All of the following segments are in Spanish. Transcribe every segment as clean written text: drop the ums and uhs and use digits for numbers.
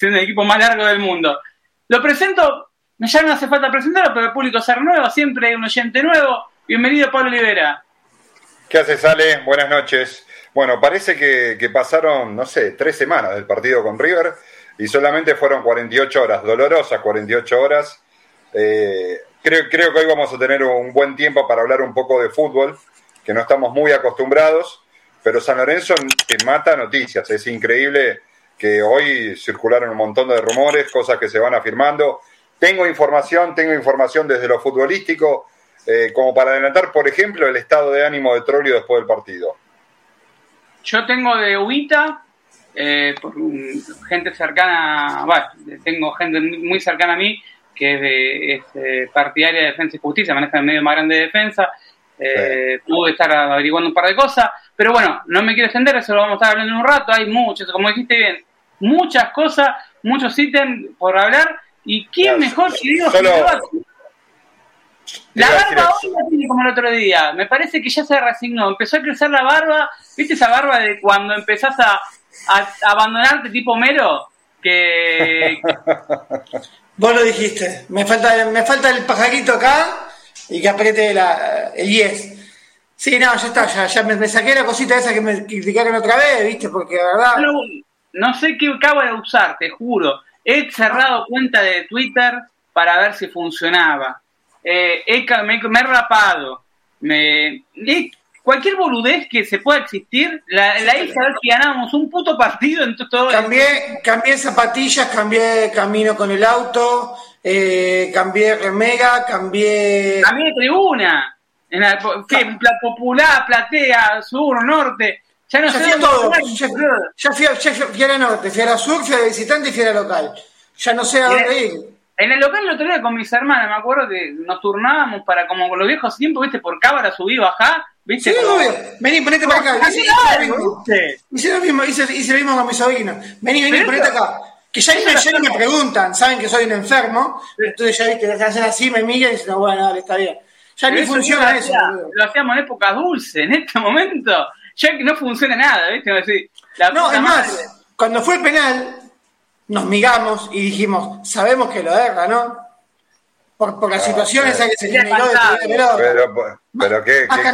siendo el equipo más largo del mundo. Lo presento, ya no hace falta presentarlo, pero el público se renueva, siempre hay un oyente nuevo. Bienvenido, Pablo Olivera. ¿Qué haces, Ale? Buenas noches. Bueno, parece que pasaron, 3 semanas del partido con River y solamente fueron 48 horas, dolorosas 48 horas. Creo que hoy vamos a tener un buen tiempo para hablar un poco de fútbol, que no estamos muy acostumbrados, pero San Lorenzo te mata noticias. Es increíble que hoy circularon un montón de rumores, cosas que se van afirmando. Tengo información desde lo futbolístico, como para adelantar, por ejemplo, el estado de ánimo de Troglio después del partido. Yo tengo de Ubita, por gente cercana, tengo gente muy cercana a mí, que es partidaria de Defensa y Justicia, maneja el medio más grande de defensa. Pude estar averiguando un par de cosas, pero bueno, no me quiero extender, eso lo vamos a estar hablando en un rato. Hay muchos, como dijiste bien, muchas cosas, muchos ítems por hablar. ¿Y quién mejor que digo la barba hoy la tiene como el otro día? Me parece que ya se resignó, empezó a crecer la barba. ¿Viste esa barba de cuando empezás a abandonarte tipo Mero? Que vos lo dijiste, me falta el pajarito acá y que apriete el yes. Sí, no, ya está, ya me saqué la cosita esa que me criticaron otra vez, ¿viste? Porque la verdad... No sé qué acabo de usar, te juro. He cerrado cuenta de Twitter para ver si funcionaba. Me he rapado. Cualquier boludez que se pueda existir, la hice a ver si ganábamos un puto partido en todo. Cambié zapatillas, cambié camino con el auto, cambié remera, cambié de tribuna. La popular, platea, sur, norte. Ya no sé todo. Ya fui a la norte, fui a la sur, fui a la visitante y fui a la local. Ya no sé a dónde ir. En el local el otro día con mis hermanas, me acuerdo que nos turnábamos para, como con los viejos tiempos, ¿viste? Por cámara, subí, bajá, ¿viste? Sí, obvio. Vení, ponete para acá. Hice lo mismo con mi sobrino. Vení, ponete acá. Que ya ni me preguntan, saben que soy un enfermo, entonces ya, viste, se hacen así, me miran y dicen, bueno, dale, está bien. Ya ni funciona eso. Lo hacíamos en épocas dulces, en este momento ya que no funciona nada, ¿viste? No, es más, cuando fue el penal, nos miramos y dijimos, sabemos que lo erra, ¿no? Por la situación esa que se generó de pelota. Pero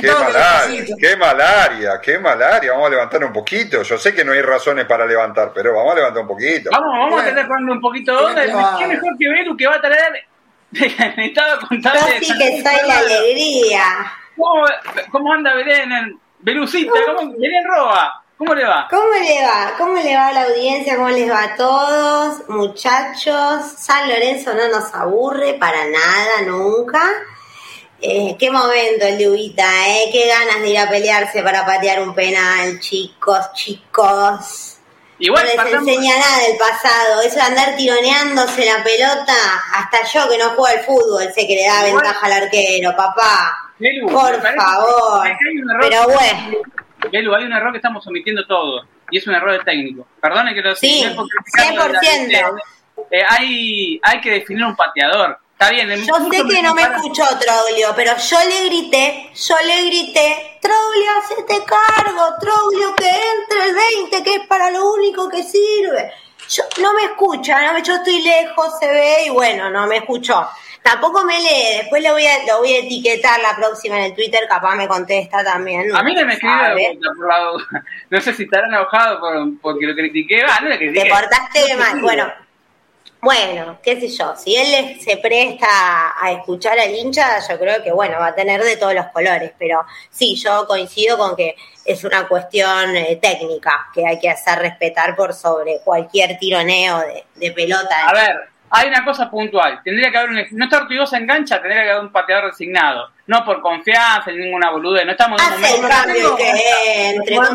qué malaria, vamos a levantar un poquito. Yo sé que no hay razones para levantar, pero vamos a levantar un poquito. Vamos a tener jugando un poquito de onda. ¿Qué mejor que Belu que va a traer? Necesitaba contarle. Yo sí que soy la alegría. ¿Cómo anda Belén? Belucita, Belén Roa, ¿cómo le va? ¿Cómo le va a la audiencia? ¿Cómo les va a todos? Muchachos, San Lorenzo no nos aburre para nada, nunca. Qué momento el de Ubita, qué ganas de ir a pelearse para patear un penal, chicos. Igual no les enseña nada del pasado, eso de andar tironeándose la pelota, hasta yo que no juego al fútbol sé que le da ventaja al arquero, papá. Belu, por favor, pero bueno. Belu, hay un error que estamos omitiendo todos, y es un error de técnico. Perdone que lo diga. Sí, 100%. Hay que definir un pateador. Está bien. Yo sé que no me escuchó Troglio, pero yo le grité, Troglio, hacete cargo, Troglio, que entre el 20, que es para lo único que sirve. No me escucha, yo estoy lejos, se ve, y bueno, no me escuchó. Tampoco me lee, después lo voy a etiquetar la próxima en el Twitter, capaz me contesta también. A mí no me escribe por la duda. No sé si estará enojado porque lo critiqué. No lo critiqué. Te portaste mal. Bueno, qué sé yo, si él se presta a escuchar al hincha, yo creo que va a tener de todos los colores, pero sí, yo coincido con que es una cuestión técnica que hay que hacer respetar por sobre cualquier tironeo de pelota. A ver, hay una cosa puntual, tendría que haber no está Ortigosa en cancha, tendría que haber un pateador designado, no por confianza ni ninguna boludez, no estamos en un momento que entre por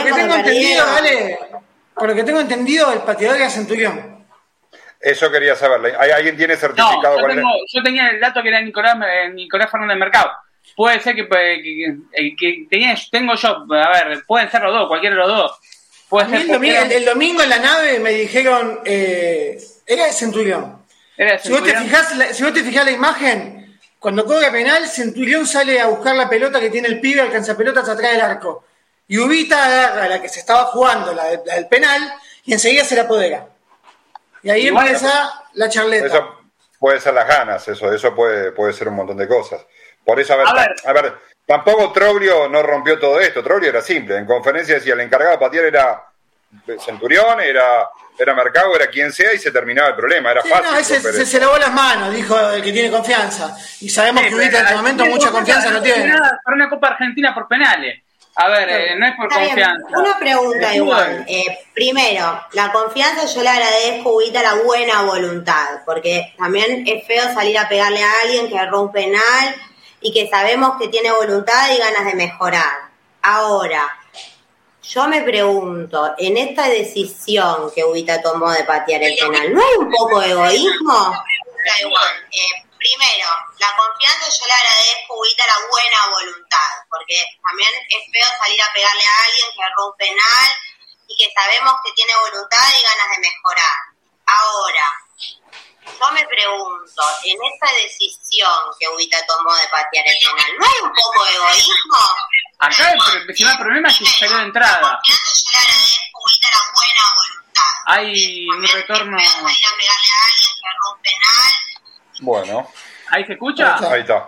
lo que tengo entendido, el pateador era Centurión. Eso quería saber. ¿Alguien tiene certificado? Yo tenía el dato que era Nicolás Fernández Mercado. Puede ser que tengo yo. A ver, pueden ser los dos, cualquiera de los dos. Puede ser el domingo en la nave me dijeron era de Centurión. Si vos te fijás la imagen, cuando cobra penal, Centurión sale a buscar la pelota que tiene el pibe, alcanza pelotas atrás del arco. Y Ubita agarra la que se estaba jugando, la del penal, y enseguida se la apodera. Y ahí empieza la charleta. Eso puede ser las ganas, eso puede ser un montón de cosas. Por eso, a ver, tampoco Troglio no rompió todo esto. Troglio era simple. En conferencia decía, el encargado de patear era Centurión, era Mercado, era quien sea, y se terminaba el problema. Era fácil. No, ese se lavó las manos, dijo el que tiene confianza. Y sabemos que Ubita en este momento mucha confianza no tiene. Para una Copa Argentina por penales. A ver, no es por confianza. Una pregunta igual. Primero, la confianza yo le agradezco a Ubita la buena voluntad, porque también es feo salir a pegarle a alguien que erró un penal y que sabemos que tiene voluntad y ganas de mejorar. Ahora, yo me pregunto, en esta decisión que Ubita tomó de patear el penal, ¿no hay un poco de egoísmo? Primero, la confianza yo le agradezco a Ubita la buena voluntad, porque también es feo salir a pegarle a alguien que erró un penal y que sabemos que tiene voluntad y ganas de mejorar. Ahora, yo me pregunto, en esta decisión que Ubita tomó de patear el penal, ¿no hay un poco de egoísmo? Acá el principal problema es que se salió de entrada. La confianza yo le agradezco a Ubita la buena voluntad. Hay un retorno. Es feo salir a pegarle a alguien que erró un penal. Bueno. ¿Ahí se escucha? Ahí está.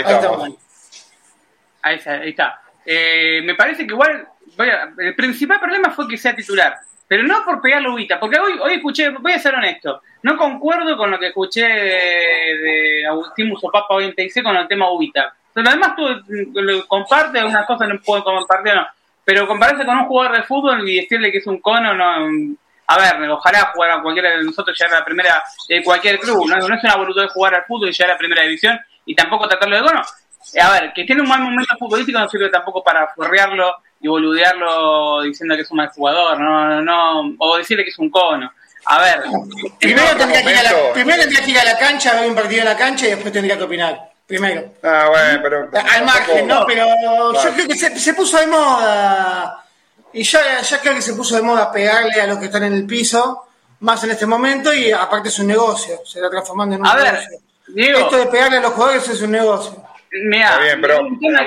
Ahí está. Me parece que igual el principal problema fue que sea titular, pero no por pegarle a Ubita, porque hoy escuché, voy a ser honesto, no concuerdo con lo que escuché de Agustín Musopapa hoy en TIC con el tema Ubita. Pero además tú comparte algunas cosas, no puedo compartir, no, pero compararse con un jugador de fútbol y decirle que es un cono, no. A ver, ojalá jugar a cualquiera de nosotros, llegar a la primera de cualquier club. No es una voluntad de jugar al fútbol y llegar a la primera división y tampoco tratarlo de cono. A ver, que tiene un mal momento futbolístico no sirve tampoco para forrearlo y boludearlo diciendo que es un mal jugador, no, o decirle que es un cono. A ver. Primero tendría que ir a la cancha, ver un partido en la cancha y después tendría que opinar. Primero. Bueno, pero. Al margen, ¿no? Pero yo creo que se puso de moda. Y ya creo que se puso de moda pegarle a los que están en el piso, más en este momento, y aparte es un negocio, se está transformando en un negocio. Ver, Diego, esto de pegarle a los jugadores es un negocio. Mirá, está bien, pero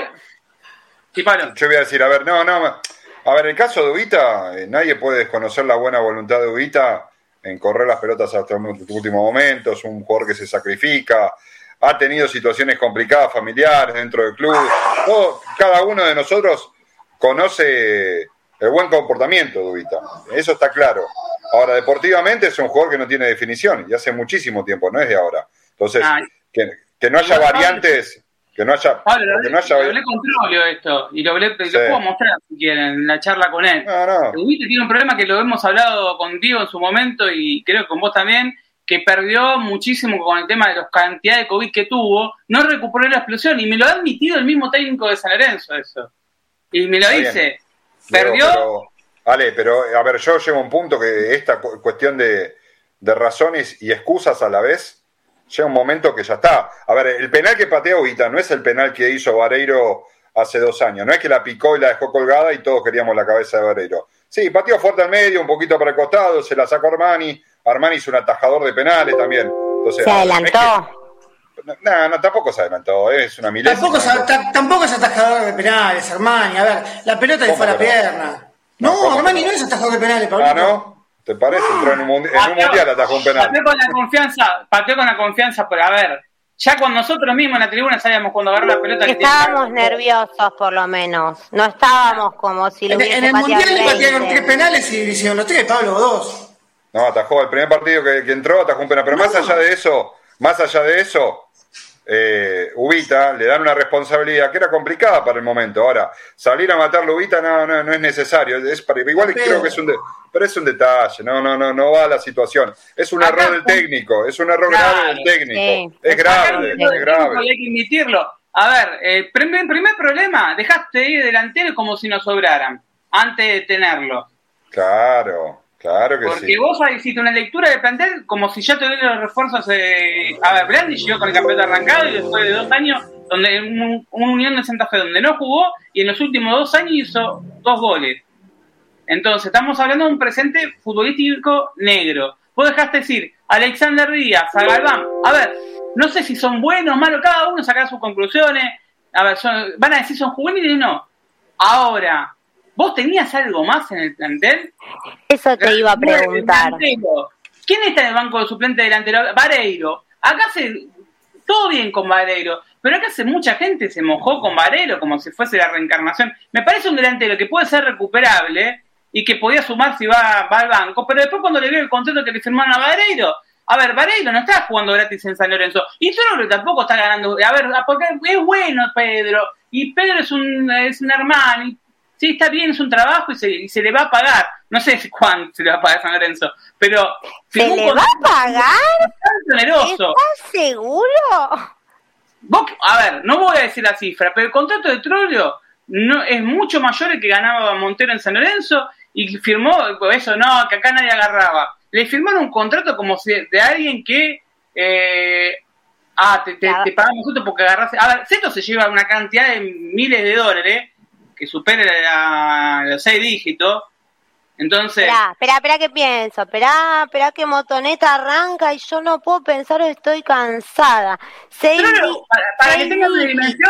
sí, Pablo. Yo voy a decir, a ver, el caso de Ubita, nadie puede desconocer la buena voluntad de Ubita en correr las pelotas hasta el último momento, es un jugador que se sacrifica, ha tenido situaciones complicadas, familiares, dentro del club, cada uno de nosotros conoce el buen comportamiento de Ubita, eso está claro. Ahora, deportivamente es un jugador que no tiene definición y hace muchísimo tiempo, no es de ahora. Entonces, que no haya variantes, que no haya... Pablo, lo hablé con Troglio esto y lo puedo mostrar si quieren en la charla con él. Ubita tiene un problema que lo hemos hablado contigo en su momento y creo que con vos también, que perdió muchísimo con el tema de la cantidad de COVID que tuvo, no recuperó la explosión y me lo ha admitido el mismo técnico de San Lorenzo eso. Y me lo dice... ¿Perdió? Pero a ver, yo llego a un punto que esta cuestión de razones y excusas a la vez, llega un momento que ya está. A ver, el penal que patea Ubita no es el penal que hizo Vareiro hace 2 años. No es que la picó y la dejó colgada y todos queríamos la cabeza de Vareiro. Sí, pateó fuerte al medio, un poquito para el costado, se la sacó Armani. Armani es un atajador de penales también. Entonces, se adelantó. No, tampoco se adelantó, es una milésima. Tampoco es atajador de penales, Armani. A ver, la pelota le fue a la pierna. No, Armani no es atajador de penales, Pablito. ¿No? ¿Te parece? Entró en un mundial atajó un penal. Pateó con la confianza, pero a ver, ya con nosotros mismos en la tribuna sabíamos cuando agarró la pelota. Estábamos nerviosos, por lo menos. No estábamos como si lo hubiese pateado. En el mundial le patearon 3 penales y le hicieron los 3, Pablo, o 2. No, atajó el primer partido que entró, atajó un penal. Pero más allá de eso, Ubita le dan una responsabilidad que era complicada para el momento. Ahora, salir a matarlo a Ubita no es necesario. Igual creo que pero es un detalle, no va a la situación. Es un error del técnico, es un error grave del técnico. Sí. Es grave. Hay que admitirlo. A ver, primer problema, dejaste ir delantero como si nos sobraran, antes de tenerlo. Claro que sí. Porque vos hiciste una lectura de plantel como si ya tuvieras los refuerzos. A ver, Brandi llegó con el campeonato arrancado y después de 2 años, donde un Unión de Santa Fe donde no jugó y en los últimos 2 años hizo 2 goles. Entonces, estamos hablando de un presente futbolístico negro. Vos dejaste decir Alexander Díaz, a Galván. A ver, no sé si son buenos o malos, cada uno sacará sus conclusiones. A ver, van a decir son juveniles o no. Ahora, ¿vos tenías algo más en el plantel? Eso te iba a preguntar. ¿Quién está en el banco de suplente delantero? Vareiro. Acá todo bien con Vareiro, pero acá mucha gente se mojó con Vareiro como si fuese la reencarnación. Me parece un delantero que puede ser recuperable y que podía sumar si va al banco, pero después cuando le veo el contrato que le firmaron a Vareiro, Vareiro no está jugando gratis en San Lorenzo, y Troglio tampoco está ganando, porque es bueno Pedro, y Pedro es un hermano, y sí, está bien, es un trabajo y se le va a pagar. No sé cuánto se le va a pagar a San Lorenzo, pero... ¿Se le va a pagar? Generoso. ¿Estás seguro? No voy a decir la cifra, pero el contrato de Troglio no, es mucho mayor el que ganaba Montero en San Lorenzo, y firmó eso, que acá nadie agarraba. Le firmaron un contrato como si de alguien que... te pagamos nosotros porque agarraste... Seto se lleva una cantidad de miles de dólares que supera los 6 dígitos. Entonces... Espera, ¿qué pienso? Espera que Motoneta arranca y yo no puedo pensar, estoy cansada. Para que tengas una dimensión,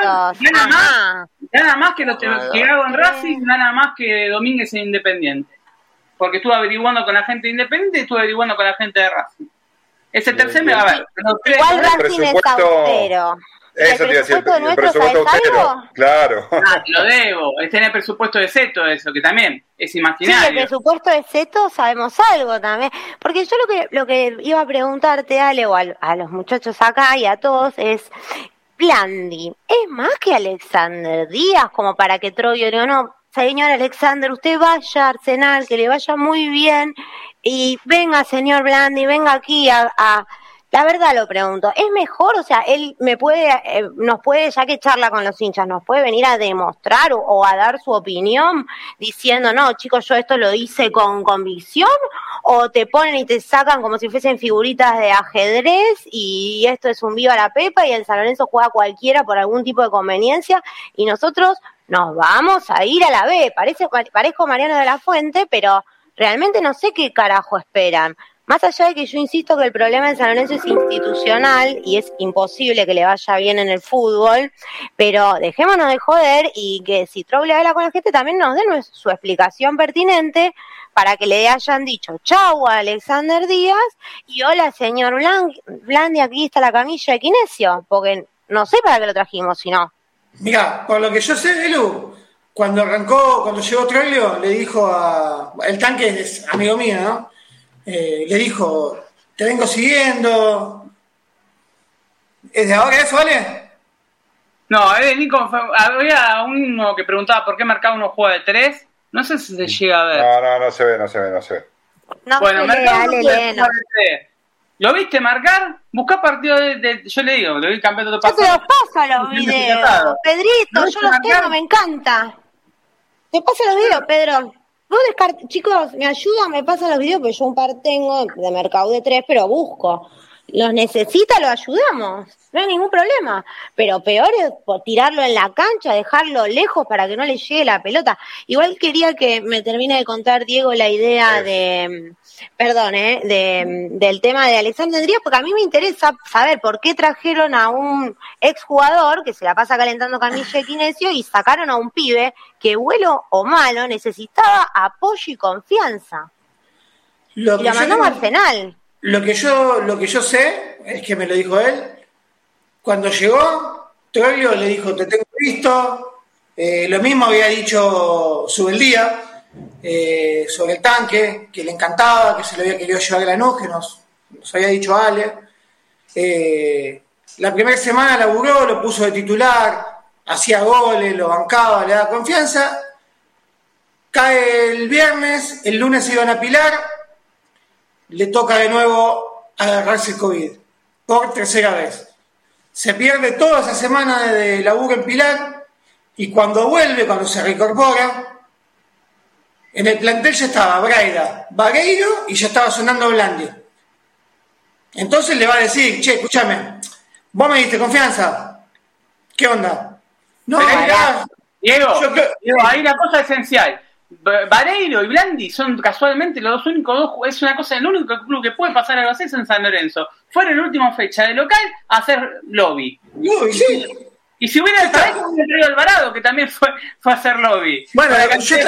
gana más que lo que hago en Racing, gana más que Domínguez en Independiente. Porque estuve averiguando con la gente de Independiente y estuve averiguando con la gente de Racing. Ese tercer me va a ver. Igual Racing es austero. Eso te iba a decir, el presupuesto austero. Claro. Lo debo. Está en el presupuesto de Seto, eso, que también es imaginario. Sí, el presupuesto de Seto sabemos algo también. Porque yo lo que iba a preguntarte, Ale, o a los muchachos acá y a todos, es... Blandi, ¿es más que Alexander Díaz como para que Troglio diga, no, señor Alexander, usted vaya a Arsenal, que le vaya muy bien, y venga, señor Blandi, venga aquí la verdad lo pregunto, ¿es mejor? O sea, él nos puede, ya que charla con los hinchas, nos puede venir a demostrar o a dar su opinión diciendo, no, chicos, yo esto lo hice con convicción, o te ponen y te sacan como si fuesen figuritas de ajedrez y esto es un viva la pepa y el San Lorenzo juega cualquiera por algún tipo de conveniencia y nosotros nos vamos a ir a la B. Parezco Mariano de la Fuente, pero realmente no sé qué carajo esperan. Más allá de que yo insisto que el problema de San Lorenzo es institucional y es imposible que le vaya bien en el fútbol, pero dejémonos de joder y que si Troglio habla con la gente también nos den su explicación pertinente para que le hayan dicho chau a Alexander Díaz y hola señor Blandi, aquí está la camilla de Kinesio, porque no sé para qué lo trajimos, si no. Mirá, por lo que yo sé, Elu, cuando llegó Troglio, le dijo el Tanque es amigo mío, ¿no? Le dijo, te vengo siguiendo. ¿Es de ahora eso, vale? No, Nico, había uno que preguntaba por qué marcaba uno juega de 3. No sé si se llega a ver. No se ve. No, bueno, marcaba uno de 3. ¿Lo viste marcar? Buscá partido yo le digo, lo vi campeón de otro partido. Yo te los paso a los videos, Pedrito, yo los tengo, me encanta. Te paso los videos, Pedro. Vos chicos, me ayudan, me pasan los videos, porque yo un par tengo de mercado de 3, pero busco. Los necesita, lo ayudamos, no hay ningún problema. Pero peor es tirarlo en la cancha, dejarlo lejos para que no le llegue la pelota. Igual quería que me termine de contar, Diego, la idea del tema de Alexander Díaz, porque a mí me interesa saber por qué trajeron a un exjugador que se la pasa calentando camilla de Kinesio y sacaron a un pibe que, bueno o malo, necesitaba apoyo y confianza. Y lo mandamos a Arsenal. Lo que yo sé, es que me lo dijo él, cuando llegó, Troglio le dijo, te tengo visto, lo mismo había dicho Subeldía, sobre el Tanque, que le encantaba, que se lo había querido llevar a Lanús, que nos había dicho Ale. La primera semana laburó, lo puso de titular, hacía goles, lo bancaba, le daba confianza. Cae el viernes, el lunes se iban a Pilar, le toca de nuevo agarrarse el COVID, por tercera vez. Se pierde toda esa semana de laburo en Pilar, y cuando vuelve, cuando se reincorpora, en el plantel ya estaba Braida, Vareiro y ya estaba sonando Blandi. Entonces le va a decir, che, escúchame, vos me diste confianza, ¿qué onda? No, Diego, ahí la cosa esencial. Vareiro y Blandi son casualmente los dos únicos es una cosa, el único club que puede pasar algo así es en San Lorenzo. Fueron en la última fecha de local a hacer lobby. Sí. Y si hubiera traído Alvarado, que también fue a hacer lobby. Bueno, yo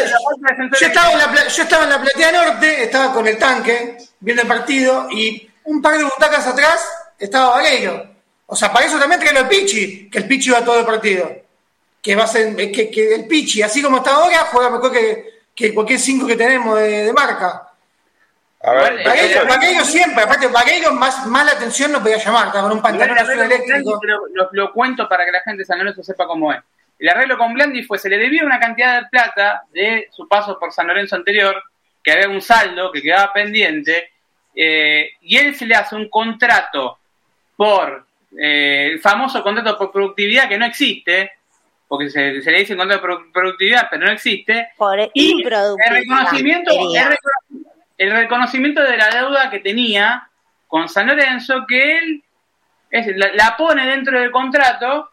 estaba en la platea norte, estaba con el tanque, viendo el partido, y un par de butacas atrás estaba Vagueiro. O sea, para eso también traerlo el Pichi, que el Pichi va todo el partido. Que va a ser, que el Pichi, así como está ahora, juega mejor que cualquier 5 que tenemos de marca. A ver, Vagueiro siempre, aparte Vagueiro más la atención no podía llamar, estaba con un pantalón azul eléctrico. Lo cuento para que la gente de San Lorenzo sepa cómo es. El arreglo con Blandi fue, se le debía una cantidad de plata de su paso por San Lorenzo anterior, que había un saldo que quedaba pendiente, y él se le hace un contrato por, el famoso contrato por productividad que no existe, porque se le dice contrato por productividad, pero no existe, por y improductividad. El reconocimiento de la deuda que tenía con San Lorenzo, que él la pone dentro del contrato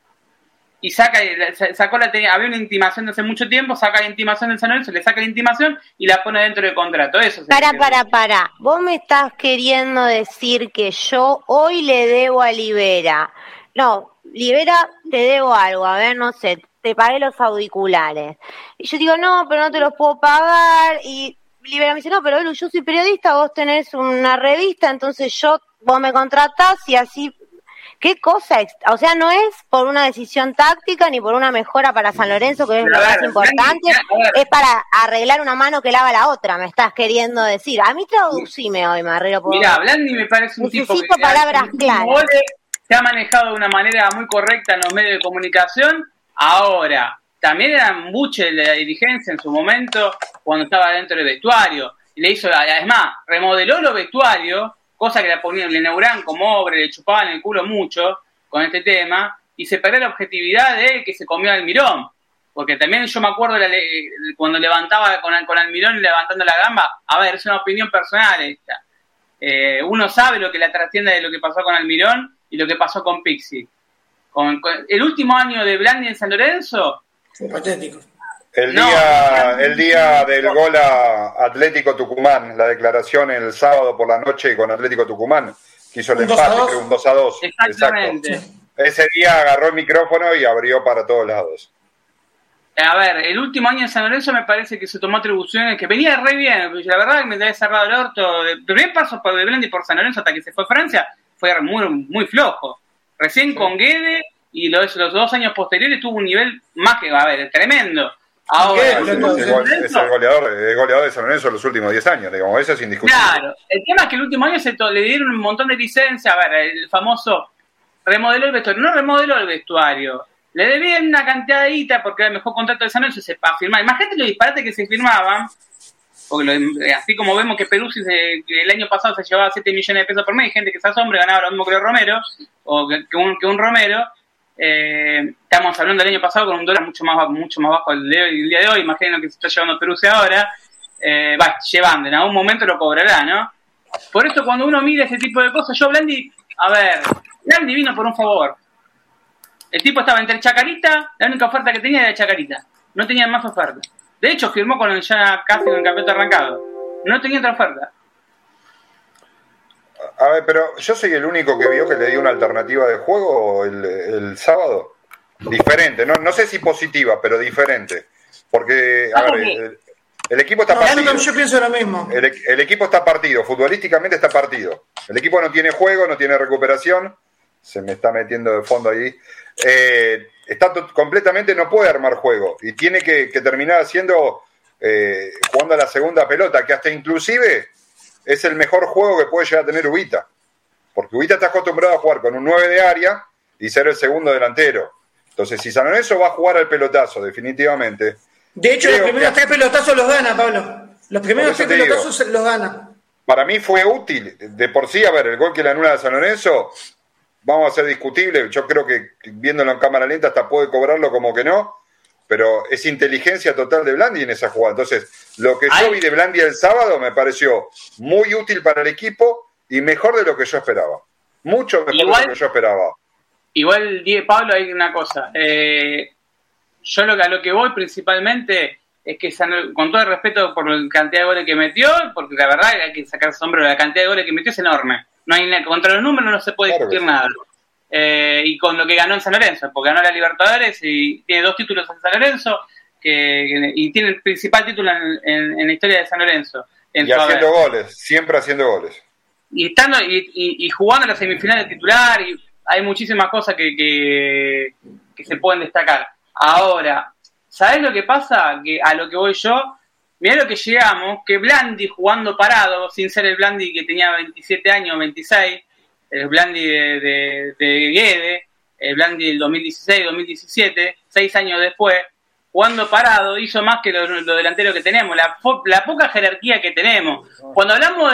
y había una intimación de hace mucho tiempo, saca la intimación de San Lorenzo, le saca la intimación y la pone dentro del contrato. Eso. Para. Vos me estás queriendo decir que yo hoy le debo a Libera. No, Libera, te debo algo, a ver, no sé, te pagué los auriculares. Y yo digo, no, pero no te los puedo pagar. Y Libera me dice, no, pero yo soy periodista, vos tenés una revista, entonces vos me contratás y así. ¿Qué cosa? O sea, no es por una decisión táctica ni por una mejora para San Lorenzo, que es lo más importante, es para arreglar una mano que lava la otra, me estás queriendo decir. A mí traducime hoy, Marrero. Mira, Blandi me parece un tipo que palabras claras. Se ha manejado de una manera muy correcta en los medios de comunicación. Ahora, también era un buche de la dirigencia en su momento, cuando estaba dentro del vestuario. Y le hizo, además, remodeló los vestuarios, cosa que le inauguraban como obra, le chupaban el culo mucho con este tema, y se perdió la objetividad de él que se comió a Almirón. Porque también yo me acuerdo cuando levantaba con Almirón levantando la gamba, a ver, es una opinión personal esta. Uno sabe lo que la trasciende de lo que pasó con Almirón y lo que pasó con Pixi. Con el último año de Blandi en San Lorenzo fue patético. El día del gol a Atlético Tucumán, la declaración el sábado por la noche con Atlético Tucumán, que hizo el empate, creo un 2-2. Exactamente. Exacto. Ese día agarró el micrófono y abrió para todos lados. A ver, el último año en San Lorenzo me parece que se tomó atribuciones, que venía re bien, la verdad que me había cerrado el orto. El primer paso de Blandi por San Lorenzo hasta que se fue a Francia fue muy, muy flojo. Recién con Guede y los 2 años posteriores tuvo un nivel más que, tremendo. Ahora, es el goleador de San Lorenzo en los últimos 10 años, digamos, eso es indiscutible. Claro, el tema es que el último año le dieron un montón de licencias, el famoso remodeló el vestuario, no remodeló el vestuario, le debían una cantidad de guita porque era el mejor contrato de San Lorenzo para firmar. Imagínate los disparates que se firmaban, porque así como vemos que Peruzzi que el año pasado se llevaba 7 millones de pesos por mes, hay gente que se asombra, ganaba lo mismo que Romero, o que un Romero. Estamos hablando del año pasado con un dólar mucho más bajo el día de hoy. Imaginen lo que se está llevando Peruzzi ahora. Llevando, en algún momento lo cobrará, ¿no? Por eso cuando uno mira ese tipo de cosas, Blandi vino por un favor. El tipo estaba entre Chacarita, la única oferta que tenía era Chacarita, no tenía más oferta. De hecho firmó ya casi con el campeonato arrancado, no tenía otra oferta. A ver, pero yo soy el único que vio que le dio una alternativa de juego el sábado. Diferente, no sé si positiva, pero diferente. Porque, el equipo está partido. Yo pienso lo mismo. El equipo está partido, futbolísticamente está partido. El equipo no tiene juego, no tiene recuperación. Se me está metiendo de fondo ahí. Está completamente, no puede armar juego. Y tiene que terminar haciendo, jugando a la segunda pelota, que hasta inclusive es el mejor juego que puede llegar a tener Ubita. Porque Ubita está acostumbrado a jugar con un 9 de área y ser el segundo delantero. Entonces, si San Lorenzo va a jugar al pelotazo, definitivamente. De hecho, los primeros 3 pelotazos los gana, Pablo. Los primeros 3 pelotazos los gana. Para mí fue útil. De por sí, el gol que le anula a San Lorenzo, vamos a ser discutible. Yo creo que viéndolo en cámara lenta hasta puede cobrarlo como que no. Pero es inteligencia total de Blandi en esa jugada. Entonces, lo que yo vi de Blandi el sábado me pareció muy útil para el equipo y mejor de lo que yo esperaba. Mucho mejor de lo que yo esperaba. Igual, Pablo, hay una cosa. Yo a lo que voy principalmente es que, con todo el respeto por la cantidad de goles que metió, porque la verdad hay que sacar sombrero, la cantidad de goles que metió es enorme. No hay contra los números no se puede discutir nada. y con lo que ganó en San Lorenzo, porque ganó la Libertadores y tiene 2 títulos en San Lorenzo, y tiene el principal título en la historia de San Lorenzo. Y haciendo goles, siempre haciendo goles. Y estando y jugando en la semifinal de titular, y hay muchísimas cosas que se pueden destacar. Ahora, ¿sabés lo que pasa? Que a lo que voy yo, mirá lo que llegamos, que Blandi jugando parado, sin ser el Blandi que tenía 27 años, 26, el Blandi de Guede, el Blandi del 2016, 2017, 6 años después, jugando parado, hizo más que los delanteros que tenemos, la poca jerarquía que tenemos. Cuando hablamos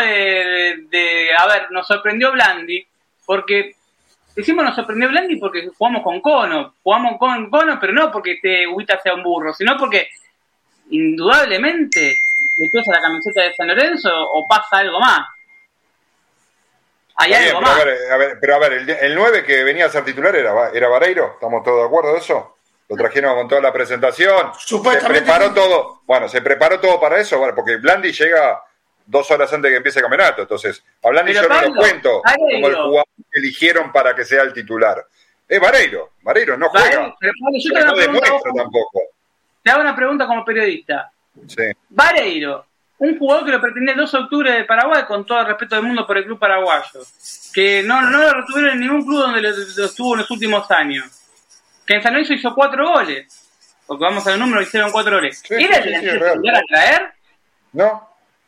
a ver, nos sorprendió Blandi, porque decimos nos sorprendió Blandi porque jugamos con Cono, pero no porque Ubita sea un burro, sino porque indudablemente le pesa la camiseta de San Lorenzo o pasa algo más. Hay algo más. Pero a ver, el 9 que venía a ser titular era Vareiro, ¿estamos todos de acuerdo de eso? Lo trajeron con toda la presentación, Supuestamente se preparó todo, se preparó todo para eso, porque Blandi llega 2 horas antes de que empiece el campeonato, entonces a Blandi yo no lo cuento como el jugador que eligieron para que sea el titular. Es Vareiro no juega, pero no demuestra tampoco. Te hago una pregunta como periodista. Sí. Vareiro, un jugador que lo pretendía el 2 de octubre de Paraguay, con todo el respeto del mundo por el club paraguayo, que no lo retuvieron en ningún club donde lo estuvo en los últimos años, que en San Lorenzo hizo 4 goles, porque vamos al número, hicieron 4 goles. Sí, ¿Era el delantero a traer? No,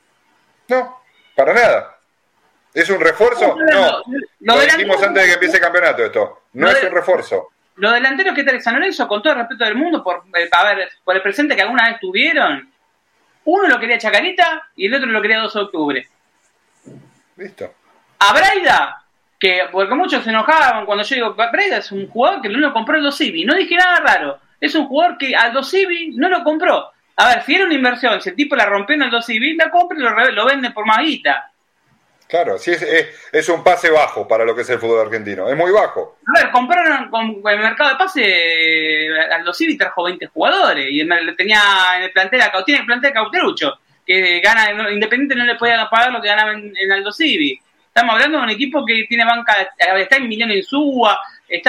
para nada. ¿Es un refuerzo? No. Lo dijimos antes de que empiece el campeonato esto. No es un refuerzo. Los delanteros que trae San Lorenzo, con todo el respeto del mundo, por el presente que alguna vez tuvieron, uno lo quería Chacarita y el otro lo quería 2 de octubre. Listo. A Braida, porque muchos se enojaban cuando yo digo, Braida es un jugador que no lo compró Aldo Civi. No dije nada raro. Es un jugador que Aldo Civi no lo compró. A ver, si era una inversión, si el tipo la rompió en Aldo Civi, la compra y lo vende por más guita. Claro, sí, es un pase bajo para lo que es el fútbol argentino. Es muy bajo. A ver, compraron con el mercado de pase, Aldo Civi trajo 20 jugadores y tenía en el plantel, tiene el plantel Cauterucho, que gana, Independiente no le podía pagar lo que ganaba en Aldo Civi. Estamos hablando de un equipo que tiene banca, está en Millón Insúa,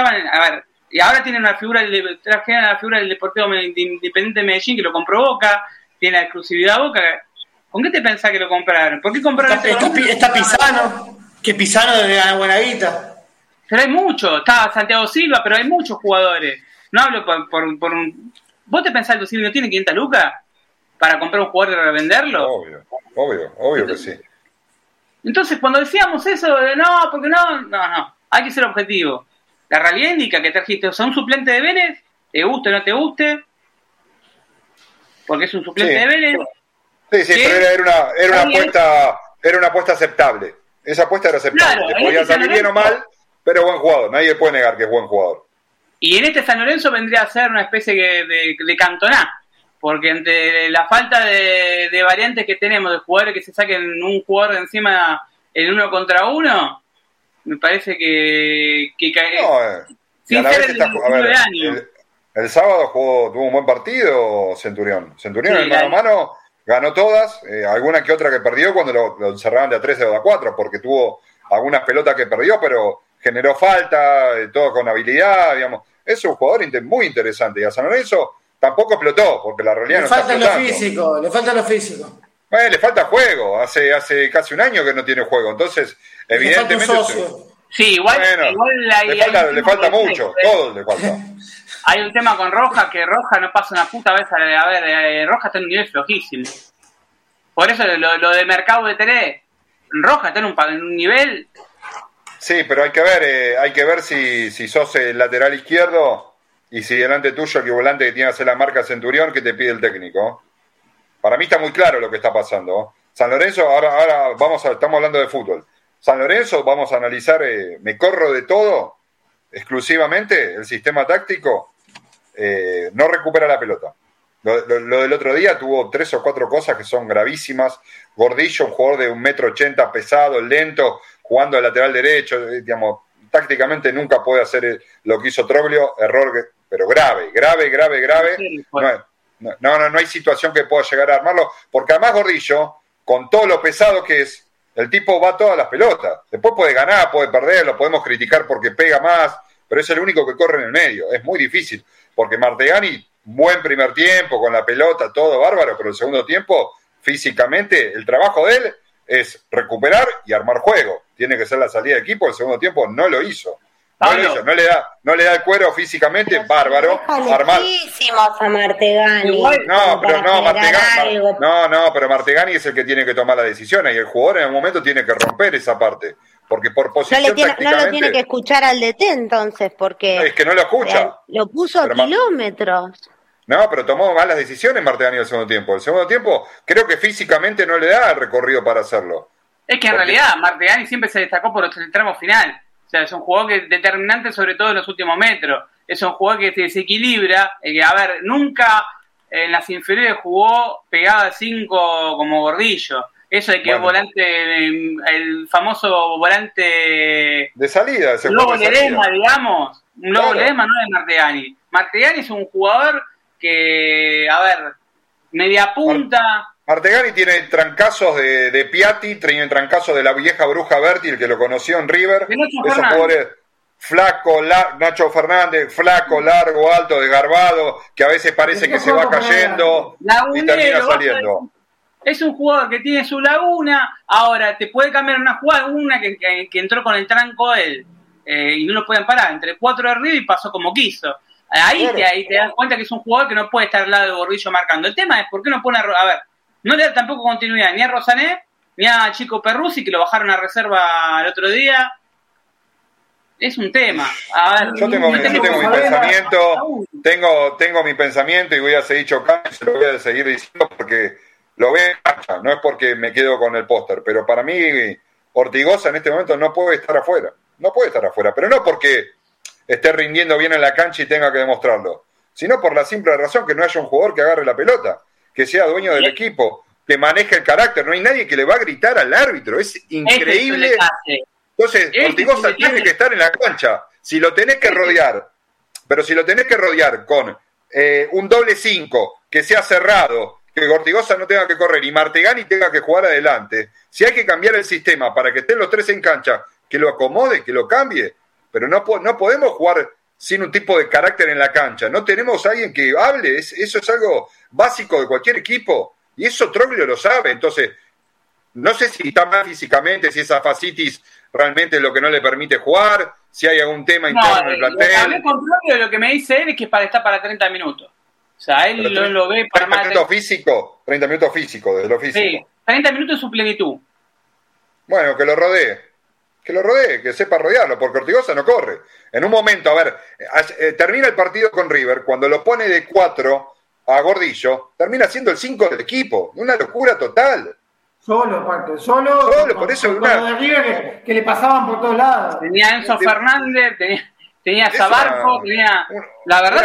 y ahora tienen trajeron la figura del Deportivo Independiente de Medellín, que lo compró Boca, tiene la exclusividad Boca. ¿Con qué te pensás que lo compraron? ¿Por qué compraron está Pisano, que Pisano le gana buena guita. Pero hay muchos, está Santiago Silva, pero hay muchos jugadores. No hablo por un... ¿Vos te pensás que Silva no tiene 500 lucas para comprar un jugador y revenderlo? Obvio que sí. Entonces, cuando decíamos eso de no, porque no, hay que ser objetivo. La realidad indica que trajiste un suplente de Vélez, te guste o no te guste, porque es un suplente de Vélez. Sí, pero era una apuesta aceptable. Esa apuesta era aceptable. Claro, podía salir bien o mal, pero buen jugador. Nadie puede negar que es buen jugador. Y en este San Lorenzo vendría a ser una especie de Cantona, porque entre la falta de variantes que tenemos, de jugadores que se saquen un jugador de encima en 1 contra 1, me parece que sin ser el sábado tuvo un buen partido Centurión. Centurión en el mano a mano ganó todas, alguna que otra que perdió cuando lo encerraban de a 3 o de a 4, porque tuvo algunas pelotas que perdió, pero generó falta, todo con habilidad, digamos. Es un jugador muy interesante, y a San Lorenzo tampoco explotó, porque la realidad le falta lo físico. Le falta juego, hace casi un año que no tiene juego, entonces evidentemente... Sí, igual le falta mucho, todo le falta. Hay un tema con Roja, que Roja no pasa una puta vez Roja está en un nivel flojísimo. Por eso lo de Mercado de Teré, Roja está en un nivel... Sí, pero hay que ver si sos el lateral izquierdo y si delante tuyo el volante que tiene que hacer la marca Centurión, que te pide el técnico. Para mí está muy claro lo que está pasando. San Lorenzo, ahora estamos hablando de fútbol. San Lorenzo, vamos a analizar, me corro de todo, exclusivamente el sistema táctico, no recupera la pelota. Lo del otro día tuvo 3 o 4 cosas que son gravísimas. Gordillo, un jugador de 1,80 m, pesado, lento, jugando al lateral derecho, digamos, tácticamente nunca puede hacer lo que hizo Troglio, error, pero grave. Sí, No hay situación que pueda llegar a armarlo, porque además Gordillo, con todo lo pesado que es, el tipo va a todas las pelotas. Después puede ganar, puede perder, lo podemos criticar porque pega más, pero es el único que corre en el medio. Es muy difícil, porque Martegani, buen primer tiempo, con la pelota, todo bárbaro, pero el segundo tiempo, físicamente, el trabajo de él es recuperar y armar juego. Tiene que ser la salida de equipo, el segundo tiempo no lo hizo. No le da el cuero físicamente, bárbaro. Armar. A Martegani. Pero Martegani es el que tiene que tomar la decisión y el jugador en algún momento tiene que romper esa parte. Porque por posición no lo tiene que escuchar al DT entonces, porque... Es que no lo escucha. Lo puso a kilómetros. No, pero tomó malas decisiones Martegani el segundo tiempo. El segundo tiempo creo que físicamente no le da el recorrido para hacerlo. Es que en realidad Martegani siempre se destacó por el tramo final. O sea, es un jugador que determinante sobre todo en los últimos metros. Es un jugador que se desequilibra. Nunca en las inferiores jugó pegado al 5 como Gordillo. Eso de que es volante, el famoso volante... De salida. Un Lobo Ledesma, digamos. Un Lobo Ledesma no es Martegani. Martegani es un jugador que, media punta... Martegani tiene trancazos de Piatti, tiene trancazos de la vieja bruja Berti, el que lo conoció en River. Esos jugadores flaco, Nacho Fernández, flaco, largo, alto, desgarbado, que a veces parece que se va cayendo y termina saliendo. Es un jugador que tiene su laguna, ahora te puede cambiar una jugada, que entró con el tranco él, y no lo pueden parar, entre 4 de arriba y pasó como quiso. Ahí te das cuenta que es un jugador que no puede estar al lado de Gordillo marcando. El tema es por qué no pone no le da tampoco continuidad ni a Rosané, ni a Chico Perruzzi, que lo bajaron a reserva el otro día. Es un tema. Yo tengo mi pensamiento, tengo mi pensamiento y voy a seguir chocando y se lo voy a seguir diciendo porque lo veo en cancha, no es porque me quedo con el póster, pero para mí Ortigosa en este momento no puede estar afuera, pero no porque esté rindiendo bien en la cancha y tenga que demostrarlo, sino por la simple razón que no haya un jugador que agarre la pelota, que sea dueño del equipo, que maneje el carácter. No hay nadie que le va a gritar al árbitro. Es increíble. Entonces, Ortigosa tiene que estar en la cancha. Si lo tenés que rodear, pero si lo tenés que rodear con un doble 5, que sea cerrado, que Ortigosa no tenga que correr y Martegani tenga que jugar adelante, si hay que cambiar el sistema para que estén los tres en cancha, que lo acomode, que lo cambie. Pero no podemos jugar sin un tipo de carácter en la cancha. No tenemos a alguien que hable. Eso es algo básico de cualquier equipo. Y eso Troglio lo sabe. Entonces, no sé si está mal físicamente, si esa fascitis realmente es lo que no le permite jugar, si hay algún tema interno en el plantel. Hablé con Troglio, lo que me dice él es que está para 30 minutos. O sea, él lo ve para 30 minutos físico, 30 minutos físico, desde lo físico. Sí, 30 minutos en su plenitud. Bueno, que lo rodee, que sepa rodearlo, porque Ortigosa no corre. En un momento, termina el partido con River, cuando lo pone de 4 a Gordillo, termina siendo el 5 del equipo. Una locura total. Solo, por eso. De River que le pasaban por todos lados. Tenía Enzo Fernández, tenía Zabarco, la verdad.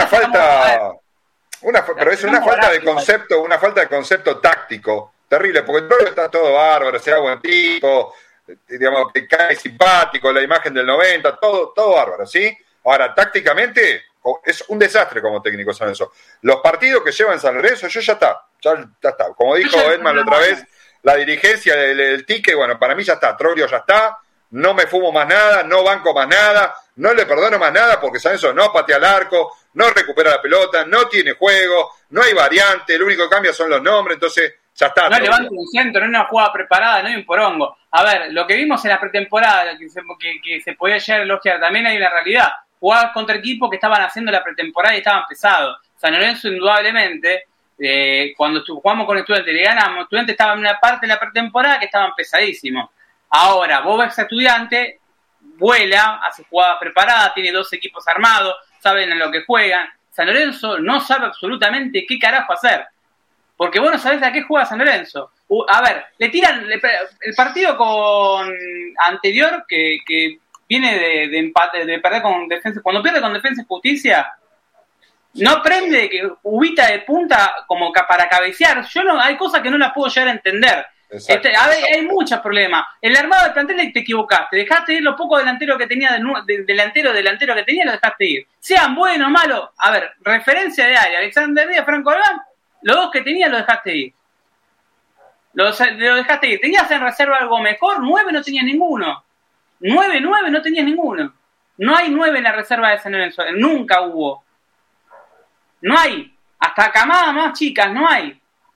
Pero es una falta de concepto táctico. Terrible, porque todo está todo bárbaro, sea buen tipo, digamos, que cae simpático, la imagen del 90, todo bárbaro, ¿sí? Ahora, tácticamente, es un desastre como técnico San Lorenzo. Los partidos que llevan San Lorenzo, ya está. Como dijo Edman la otra vez, la dirigencia del tique, bueno, para mí ya está, Troglio ya está, no me fumo más nada, no banco más nada, no le perdono más nada porque San Lorenzo no patea al arco, no recupera la pelota, no tiene juego, no hay variante, lo único que cambia son los nombres, entonces ya está. No levanta un centro, no hay una jugada preparada, no hay un porongo. A ver, lo que vimos en la pretemporada, que se podía llegar a elogiar, también hay una realidad. Jugadas contra equipos que estaban haciendo la pretemporada y estaban pesados. San Lorenzo, indudablemente, cuando jugamos con Estudiantes y le ganamos, Estudiantes estaba en una parte de la pretemporada que estaban pesadísimos. Ahora, vos ves a Estudiantes, vuela, hace jugadas preparadas, tiene 2 equipos armados, saben en lo que juegan. San Lorenzo no sabe absolutamente qué carajo hacer. Porque vos no sabés a qué juega San Lorenzo. Le tiran el partido anterior que viene de empate, de perder con Defensa. Cuando pierde con Defensa y Justicia, no prende que ubita de punta como para cabecear. Hay cosas que no las puedo llegar a entender. Hay muchos problemas. El armado del plantel te equivocaste. Dejaste ir los pocos delanteros que tenía, delantero que tenía, lo dejaste ir. Sean buenos o malos. Referencia de área. Alexander Díaz, Franco Albán, los 2 que tenía los dejaste ir. Lo dejaste ir. ¿Tenías en reserva algo mejor? 9 no tenías ninguno. 9 no tenías ninguno. No hay 9 en la reserva de San Lorenzo, nunca hubo. No hay. Hasta camadas más chicas, no hay.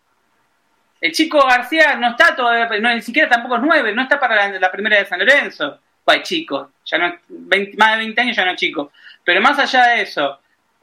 El chico García no está todavía, ni siquiera tampoco es 9, no está para la primera de San Lorenzo. Pues chico, ya no, más de 20 años ya no es chico. Pero más allá de eso,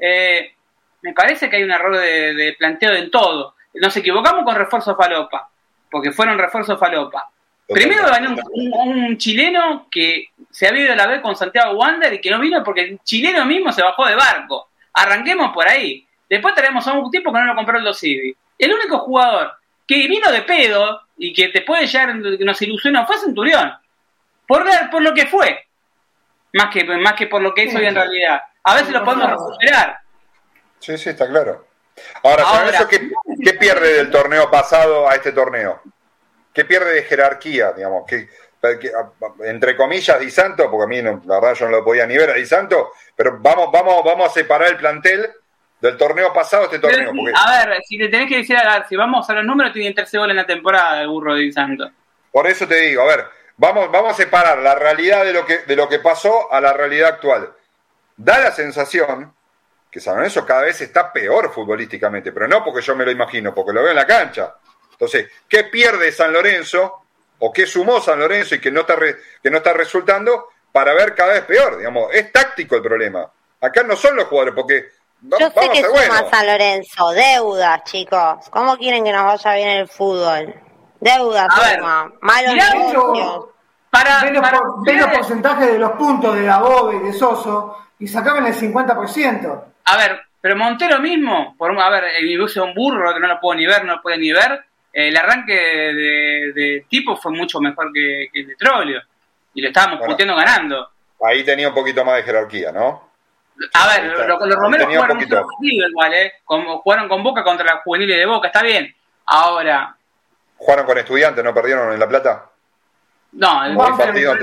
me parece que hay un error de planteo en todo. Nos equivocamos con refuerzo falopa, porque fueron refuerzos falopa. Primero ganó un chileno que se había ido a la vez con Santiago Wander y que no vino porque el chileno mismo se bajó de barco. Arranquemos por ahí. Después traemos a un tipo que no lo compró el Dosivi. El único jugador que vino de pedo y que te puede llegar, que nos ilusionó, fue Centurión. Por lo que fue. Más que por lo que es hoy en realidad. A veces lo podemos recuperar. Sí, está claro. Ahora, ¿sabes eso qué pierde del torneo pasado a este torneo? ¿Qué pierde de jerarquía, digamos? Que entre comillas, Di Santo, porque a mí la verdad yo no lo podía ni ver a Di Santo, pero vamos a separar el plantel del torneo pasado a este torneo. Porque... A ver, si te tenés que decir, si vamos a los números, tiene 13 goles en la temporada el burro de Di Santo. Por eso te digo, a ver, vamos a separar la realidad de lo que pasó a la realidad actual. Da la sensación que San Lorenzo cada vez está peor futbolísticamente, pero no porque yo me lo imagino, porque lo veo en la cancha. Entonces, ¿qué pierde San Lorenzo o qué sumó San Lorenzo y que no está resultando para ver cada vez peor? Digamos, es táctico el problema. Acá no son los jugadores, porque yo sé que suma San Lorenzo, deudas, chicos. ¿Cómo quieren que nos vaya bien el fútbol? Deudas, suma, malos negocios. Ven los porcentajes de los puntos de Dabove y de Soso y sacaban el 50%. A ver, pero Montero mismo, el negocio de un burro que no lo puedo ni ver, no lo puede ni ver. El arranque de tipo fue mucho mejor que el de Troglio. Y lo estábamos puteando ganando. Ahí tenía un poquito más de jerarquía, ¿no? A ver, los Romeros jugaron un solo partido igual, jugaron con Boca contra la juveniles de Boca, está bien. Ahora... ¿Jugaron con Estudiantes, no perdieron en La Plata? No, un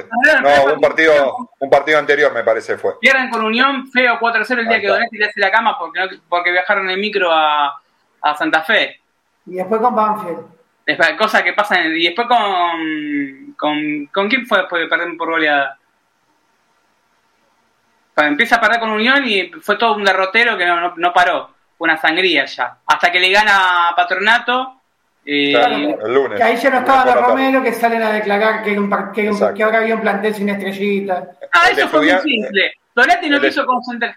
partido anterior me parece fue. Pierden con Unión, feo 4-0 el día que Donetti le hace la cama porque viajaron en micro a Santa Fe. Y después con Banfield. Cosa que pasa. Y después ¿con quién fue después de perder por goleada? Empieza a perder con Unión y fue todo un derrotero que no paró. Fue una sangría ya. Hasta que le gana a Patronato. Claro, el lunes. Que ahí ya no estaban los Romero que salen a declarar que ahora había un plantel sin estrellitas. Eso fue muy simple. Donetti no quiso concentrar.